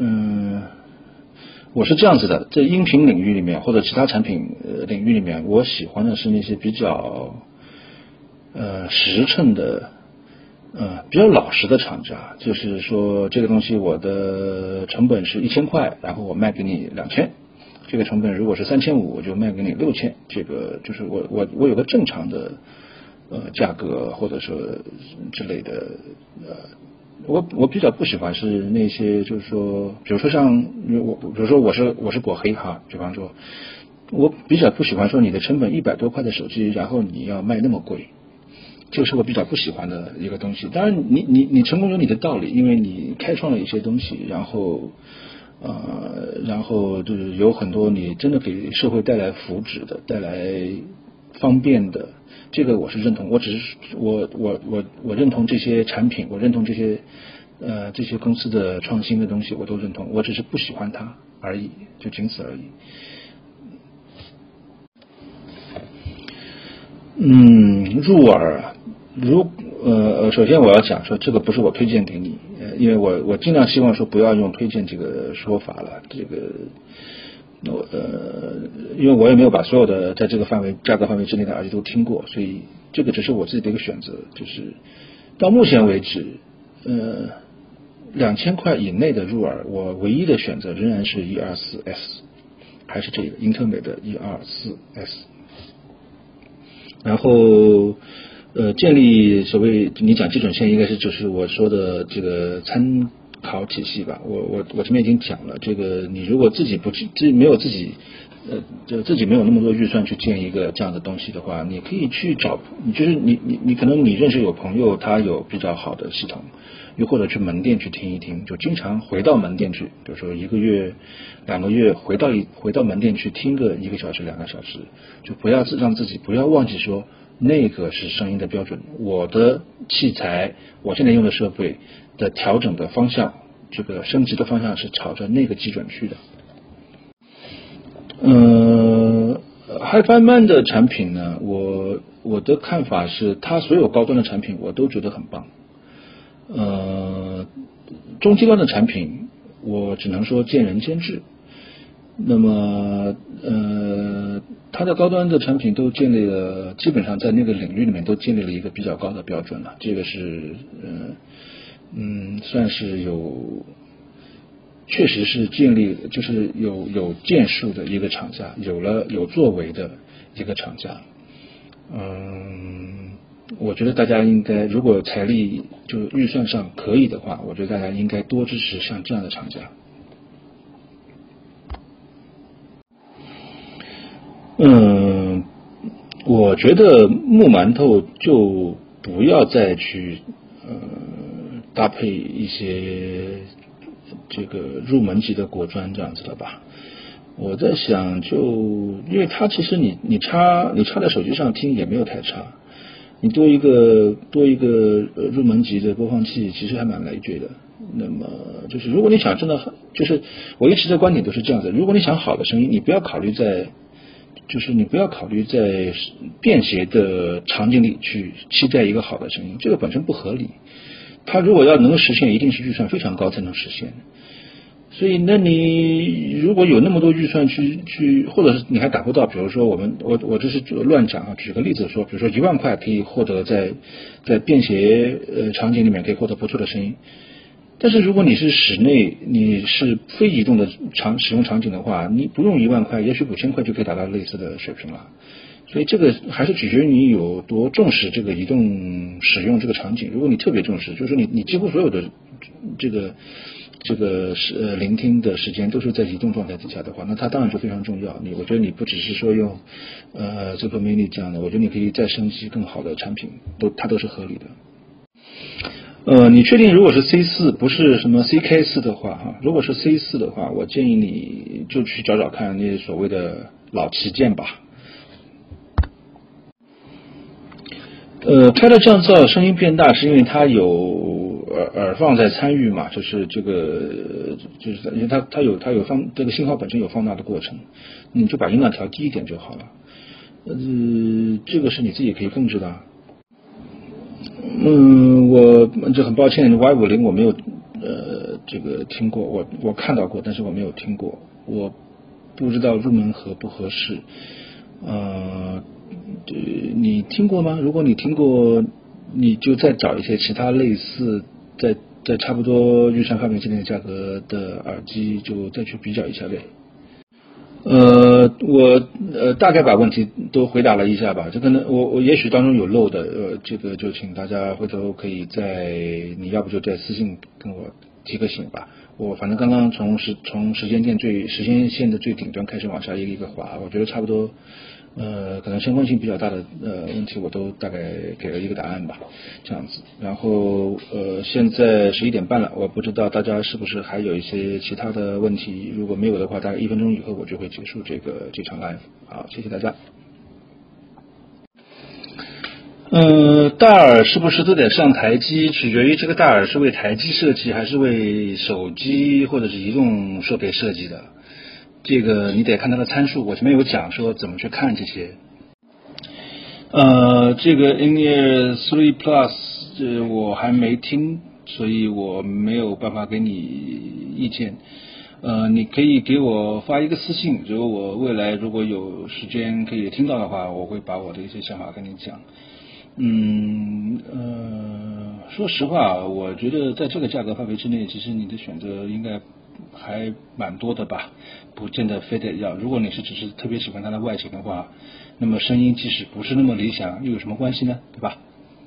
我是这样子的，在音频领域里面或者其他产品领域里面，我喜欢的是那些比较实诚的，比较老实的厂家，就是说这个东西我的成本是1000块，然后我卖给你2000，这个成本如果是3500，我就卖给你6000，这个就是我有个正常的价格或者说之类的我比较不喜欢是那些就是说，比如说像比如说我是果黑哈，比方说，我比较不喜欢说你的成本100多块的手机，然后你要卖那么贵，这个是我比较不喜欢的一个东西。当然你成功有你的道理，因为你开创了一些东西，然后就是有很多你真的给社会带来福祉的，带来方便的，这个我是认同。我只是我认同这些产品，我认同这些公司的创新的东西，我都认同。我只是不喜欢它而已，就仅此而已。入耳啊，首先我要讲说，这个不是我推荐给你，因为我尽量希望说不要用推荐这个说法了，因为我也没有把所有的在这个价格范围之内的耳机都听过，所以这个只是我自己的一个选择。就是到目前为止，2000块以内的入耳，我唯一的选择仍然是124S，还是这个英特美的124S。然后建立所谓你讲基准线，应该是就是我说的这个参考体系吧。我这边已经讲了，这个你如果自己没有自己没有那么多预算去建一个这样的东西的话，你可以去找，就是你可能你认识有朋友他有比较好的系统，又或者去门店去听一听，就经常回到门店去，比如说1个月2个月回到门店去听个1个小时2个小时，就不要让自己不要忘记说那个是声音的标准，我的器材我现在用的设备的调整的方向，这个升级的方向是朝着那个基准去的。HiFiMan 的产品呢，我的看法是，它所有高端的产品我都觉得很棒。中低端的产品，我只能说见仁见智。那么，它的高端的产品都建立了，基本上在那个领域里面都建立了一个比较高的标准了。这个是，算是确实是建立，就是有建树的一个厂家，有作为的一个厂家。我觉得大家应该，如果财力就预算上可以的话，我觉得大家应该多支持像这样的厂家。我觉得木馒头就不要再去搭配一些这个入门级的果砖这样子了吧。我在想因为它其实你插在手机上听也没有太差，你多一个入门级的播放器其实还蛮累赘的。那么就是如果你想真的就是我一直的观点都是这样的，如果你想好的声音，你不要考虑在便携的场景里去期待一个好的声音，这个本身不合理。它如果要能够实现，一定是预算非常高才能实现。所以那你如果有那么多预算去或者是你还达不到，比如说我这是乱讲啊，举个例子说，比如说1万块可以获得在便携场景里面可以获得不错的声音，但是如果你是室内，你是非移动的使用场景的话，你不用1万块，也许5000块就可以达到类似的水平了。所以这个还是取决于你有多重视这个移动使用这个场景。如果你特别重视，就是说你几乎所有的这个聆听的时间都是在移动状态底下的话，那它当然就非常重要。我觉得你不只是说用Super Mini 这样的，我觉得你可以再升级更好的产品，它都是合理的。你确定如果是 C4 不是什么 CK4 的话哈，如果是 C4 的话，我建议你就去找找看那些所谓的老旗舰吧。开了降噪声音变大是因为它有耳放在参与嘛，就是这个就是因为它有这个信号本身有放大的过程，你就把音量调低一点就好了。这个是你自己可以控制的。我就很抱歉 Y50 我没有这个听过，我看到过，但是我没有听过，我不知道入门合不合适。你听过吗？如果你听过，你就再找一些其他类似在差不多预算范围之内的价格的耳机，就再去比较一下呗。 我大概把问题都回答了一下吧，这个呢，我也许当中有漏的，这个就请大家回头可以你要不就在私信跟我提个醒吧。我反正刚刚从时间线的最顶端开始往下一个滑，我觉得差不多。可能相关性比较大的问题我都大概给了一个答案吧，这样子。然后现在11点半了，我不知道大家是不是还有一些其他的问题，如果没有的话，大概1分钟以后我就会结束这场 live。好，谢谢大家。大耳是不是都得上台机？取决于这个大耳是为台机设计，还是为手机或者是移动设备设计的。这个你得看它的参数，我前面有讲说怎么去看这些。这个 In-Ear 3 Plus 我还没听，所以我没有办法给你意见。你可以给我发一个私信，如果我未来如果有时间可以听到的话，我会把我的一些想法跟你讲。说实话，我觉得在这个价格范围之内，其实你的选择应该还蛮多的吧，不见得非得要。如果你只是特别喜欢它的外形的话，那么声音即使不是那么理想，又有什么关系呢？对吧？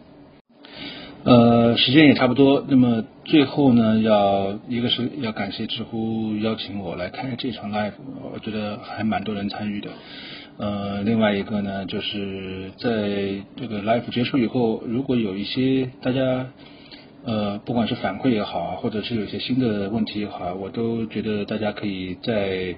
时间也差不多。那么最后呢，一个是要感谢知乎邀请我来开这场 live， 我觉得还蛮多人参与的。另外一个呢，就是在这个 live 结束以后，如果有一些大家不管是反馈也好啊，或者是有一些新的问题也好，我都觉得大家可以在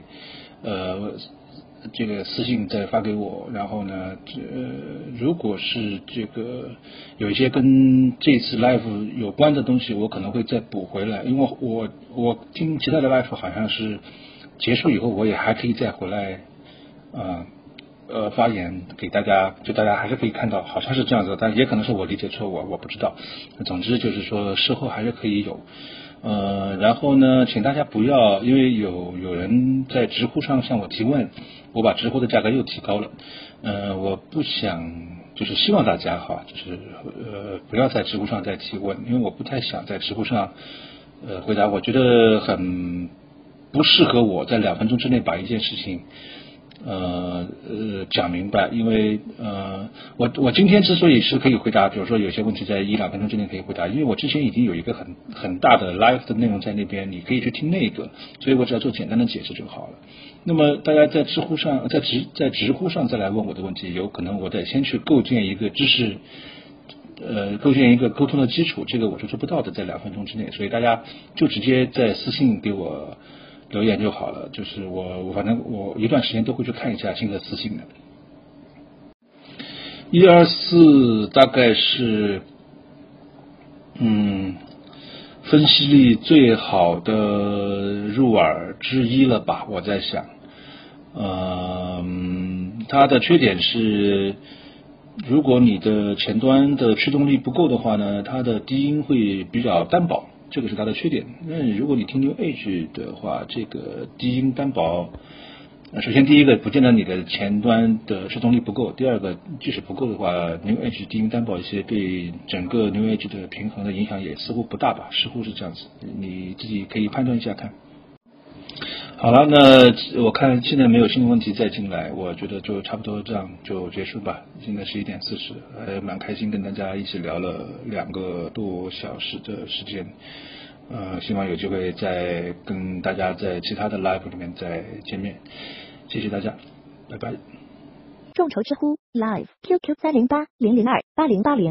这个私信再发给我，然后呢，如果是这个有一些跟这次 live 有关的东西，我可能会再补回来，因为我听其他的 live 好像是结束以后，我也还可以再回来发言给大家，就大家还是可以看到，好像是这样子，但也可能是我理解错误，我不知道。总之就是说事后还是可以有。然后呢，请大家不要，因为有人在知乎上向我提问，我把知乎的价格又提高了。我不想，就是希望大家就是不要在知乎上再提问，因为我不太想在知乎上回答，我觉得很不适合我在2分钟之内把一件事情讲明白，因为我今天之所以是可以回答，比如说有些问题在1-2分钟之内可以回答，因为我之前已经有一个很大的 live 的内容在那边，你可以去听那个，所以我只要做简单的解释就好了。那么大家在知乎上，在知乎上再来问我的问题，有可能我得先去构建一个知识，构建一个沟通的基础，这个我是做不到的，在2分钟之内，所以大家就直接在私信给我留言就好了，就是反正我一段时间都会去看一下新的私信的。124大概是分析力最好的入耳之一了吧，我在想。它的缺点是，如果你的前端的驱动力不够的话呢，它的低音会比较单薄，这个是它的缺点。那如果你听 New Age 的话，这个低音单薄，首先第一个不见得你的前端的驱动力不够，第二个即使不够的话 New Age 低音单薄一些，对整个 New Age 的平衡的影响也似乎不大吧，似乎是这样子，你自己可以判断一下看。好了，那我看现在没有新的问题再进来，我觉得就差不多这样就结束吧。现在11点40，还蛮开心跟大家一起聊了2个多小时的时间。希望有机会再跟大家在其他的 live 里面再见面。谢谢大家，拜拜。 众筹知乎 Live QQ308-002-8080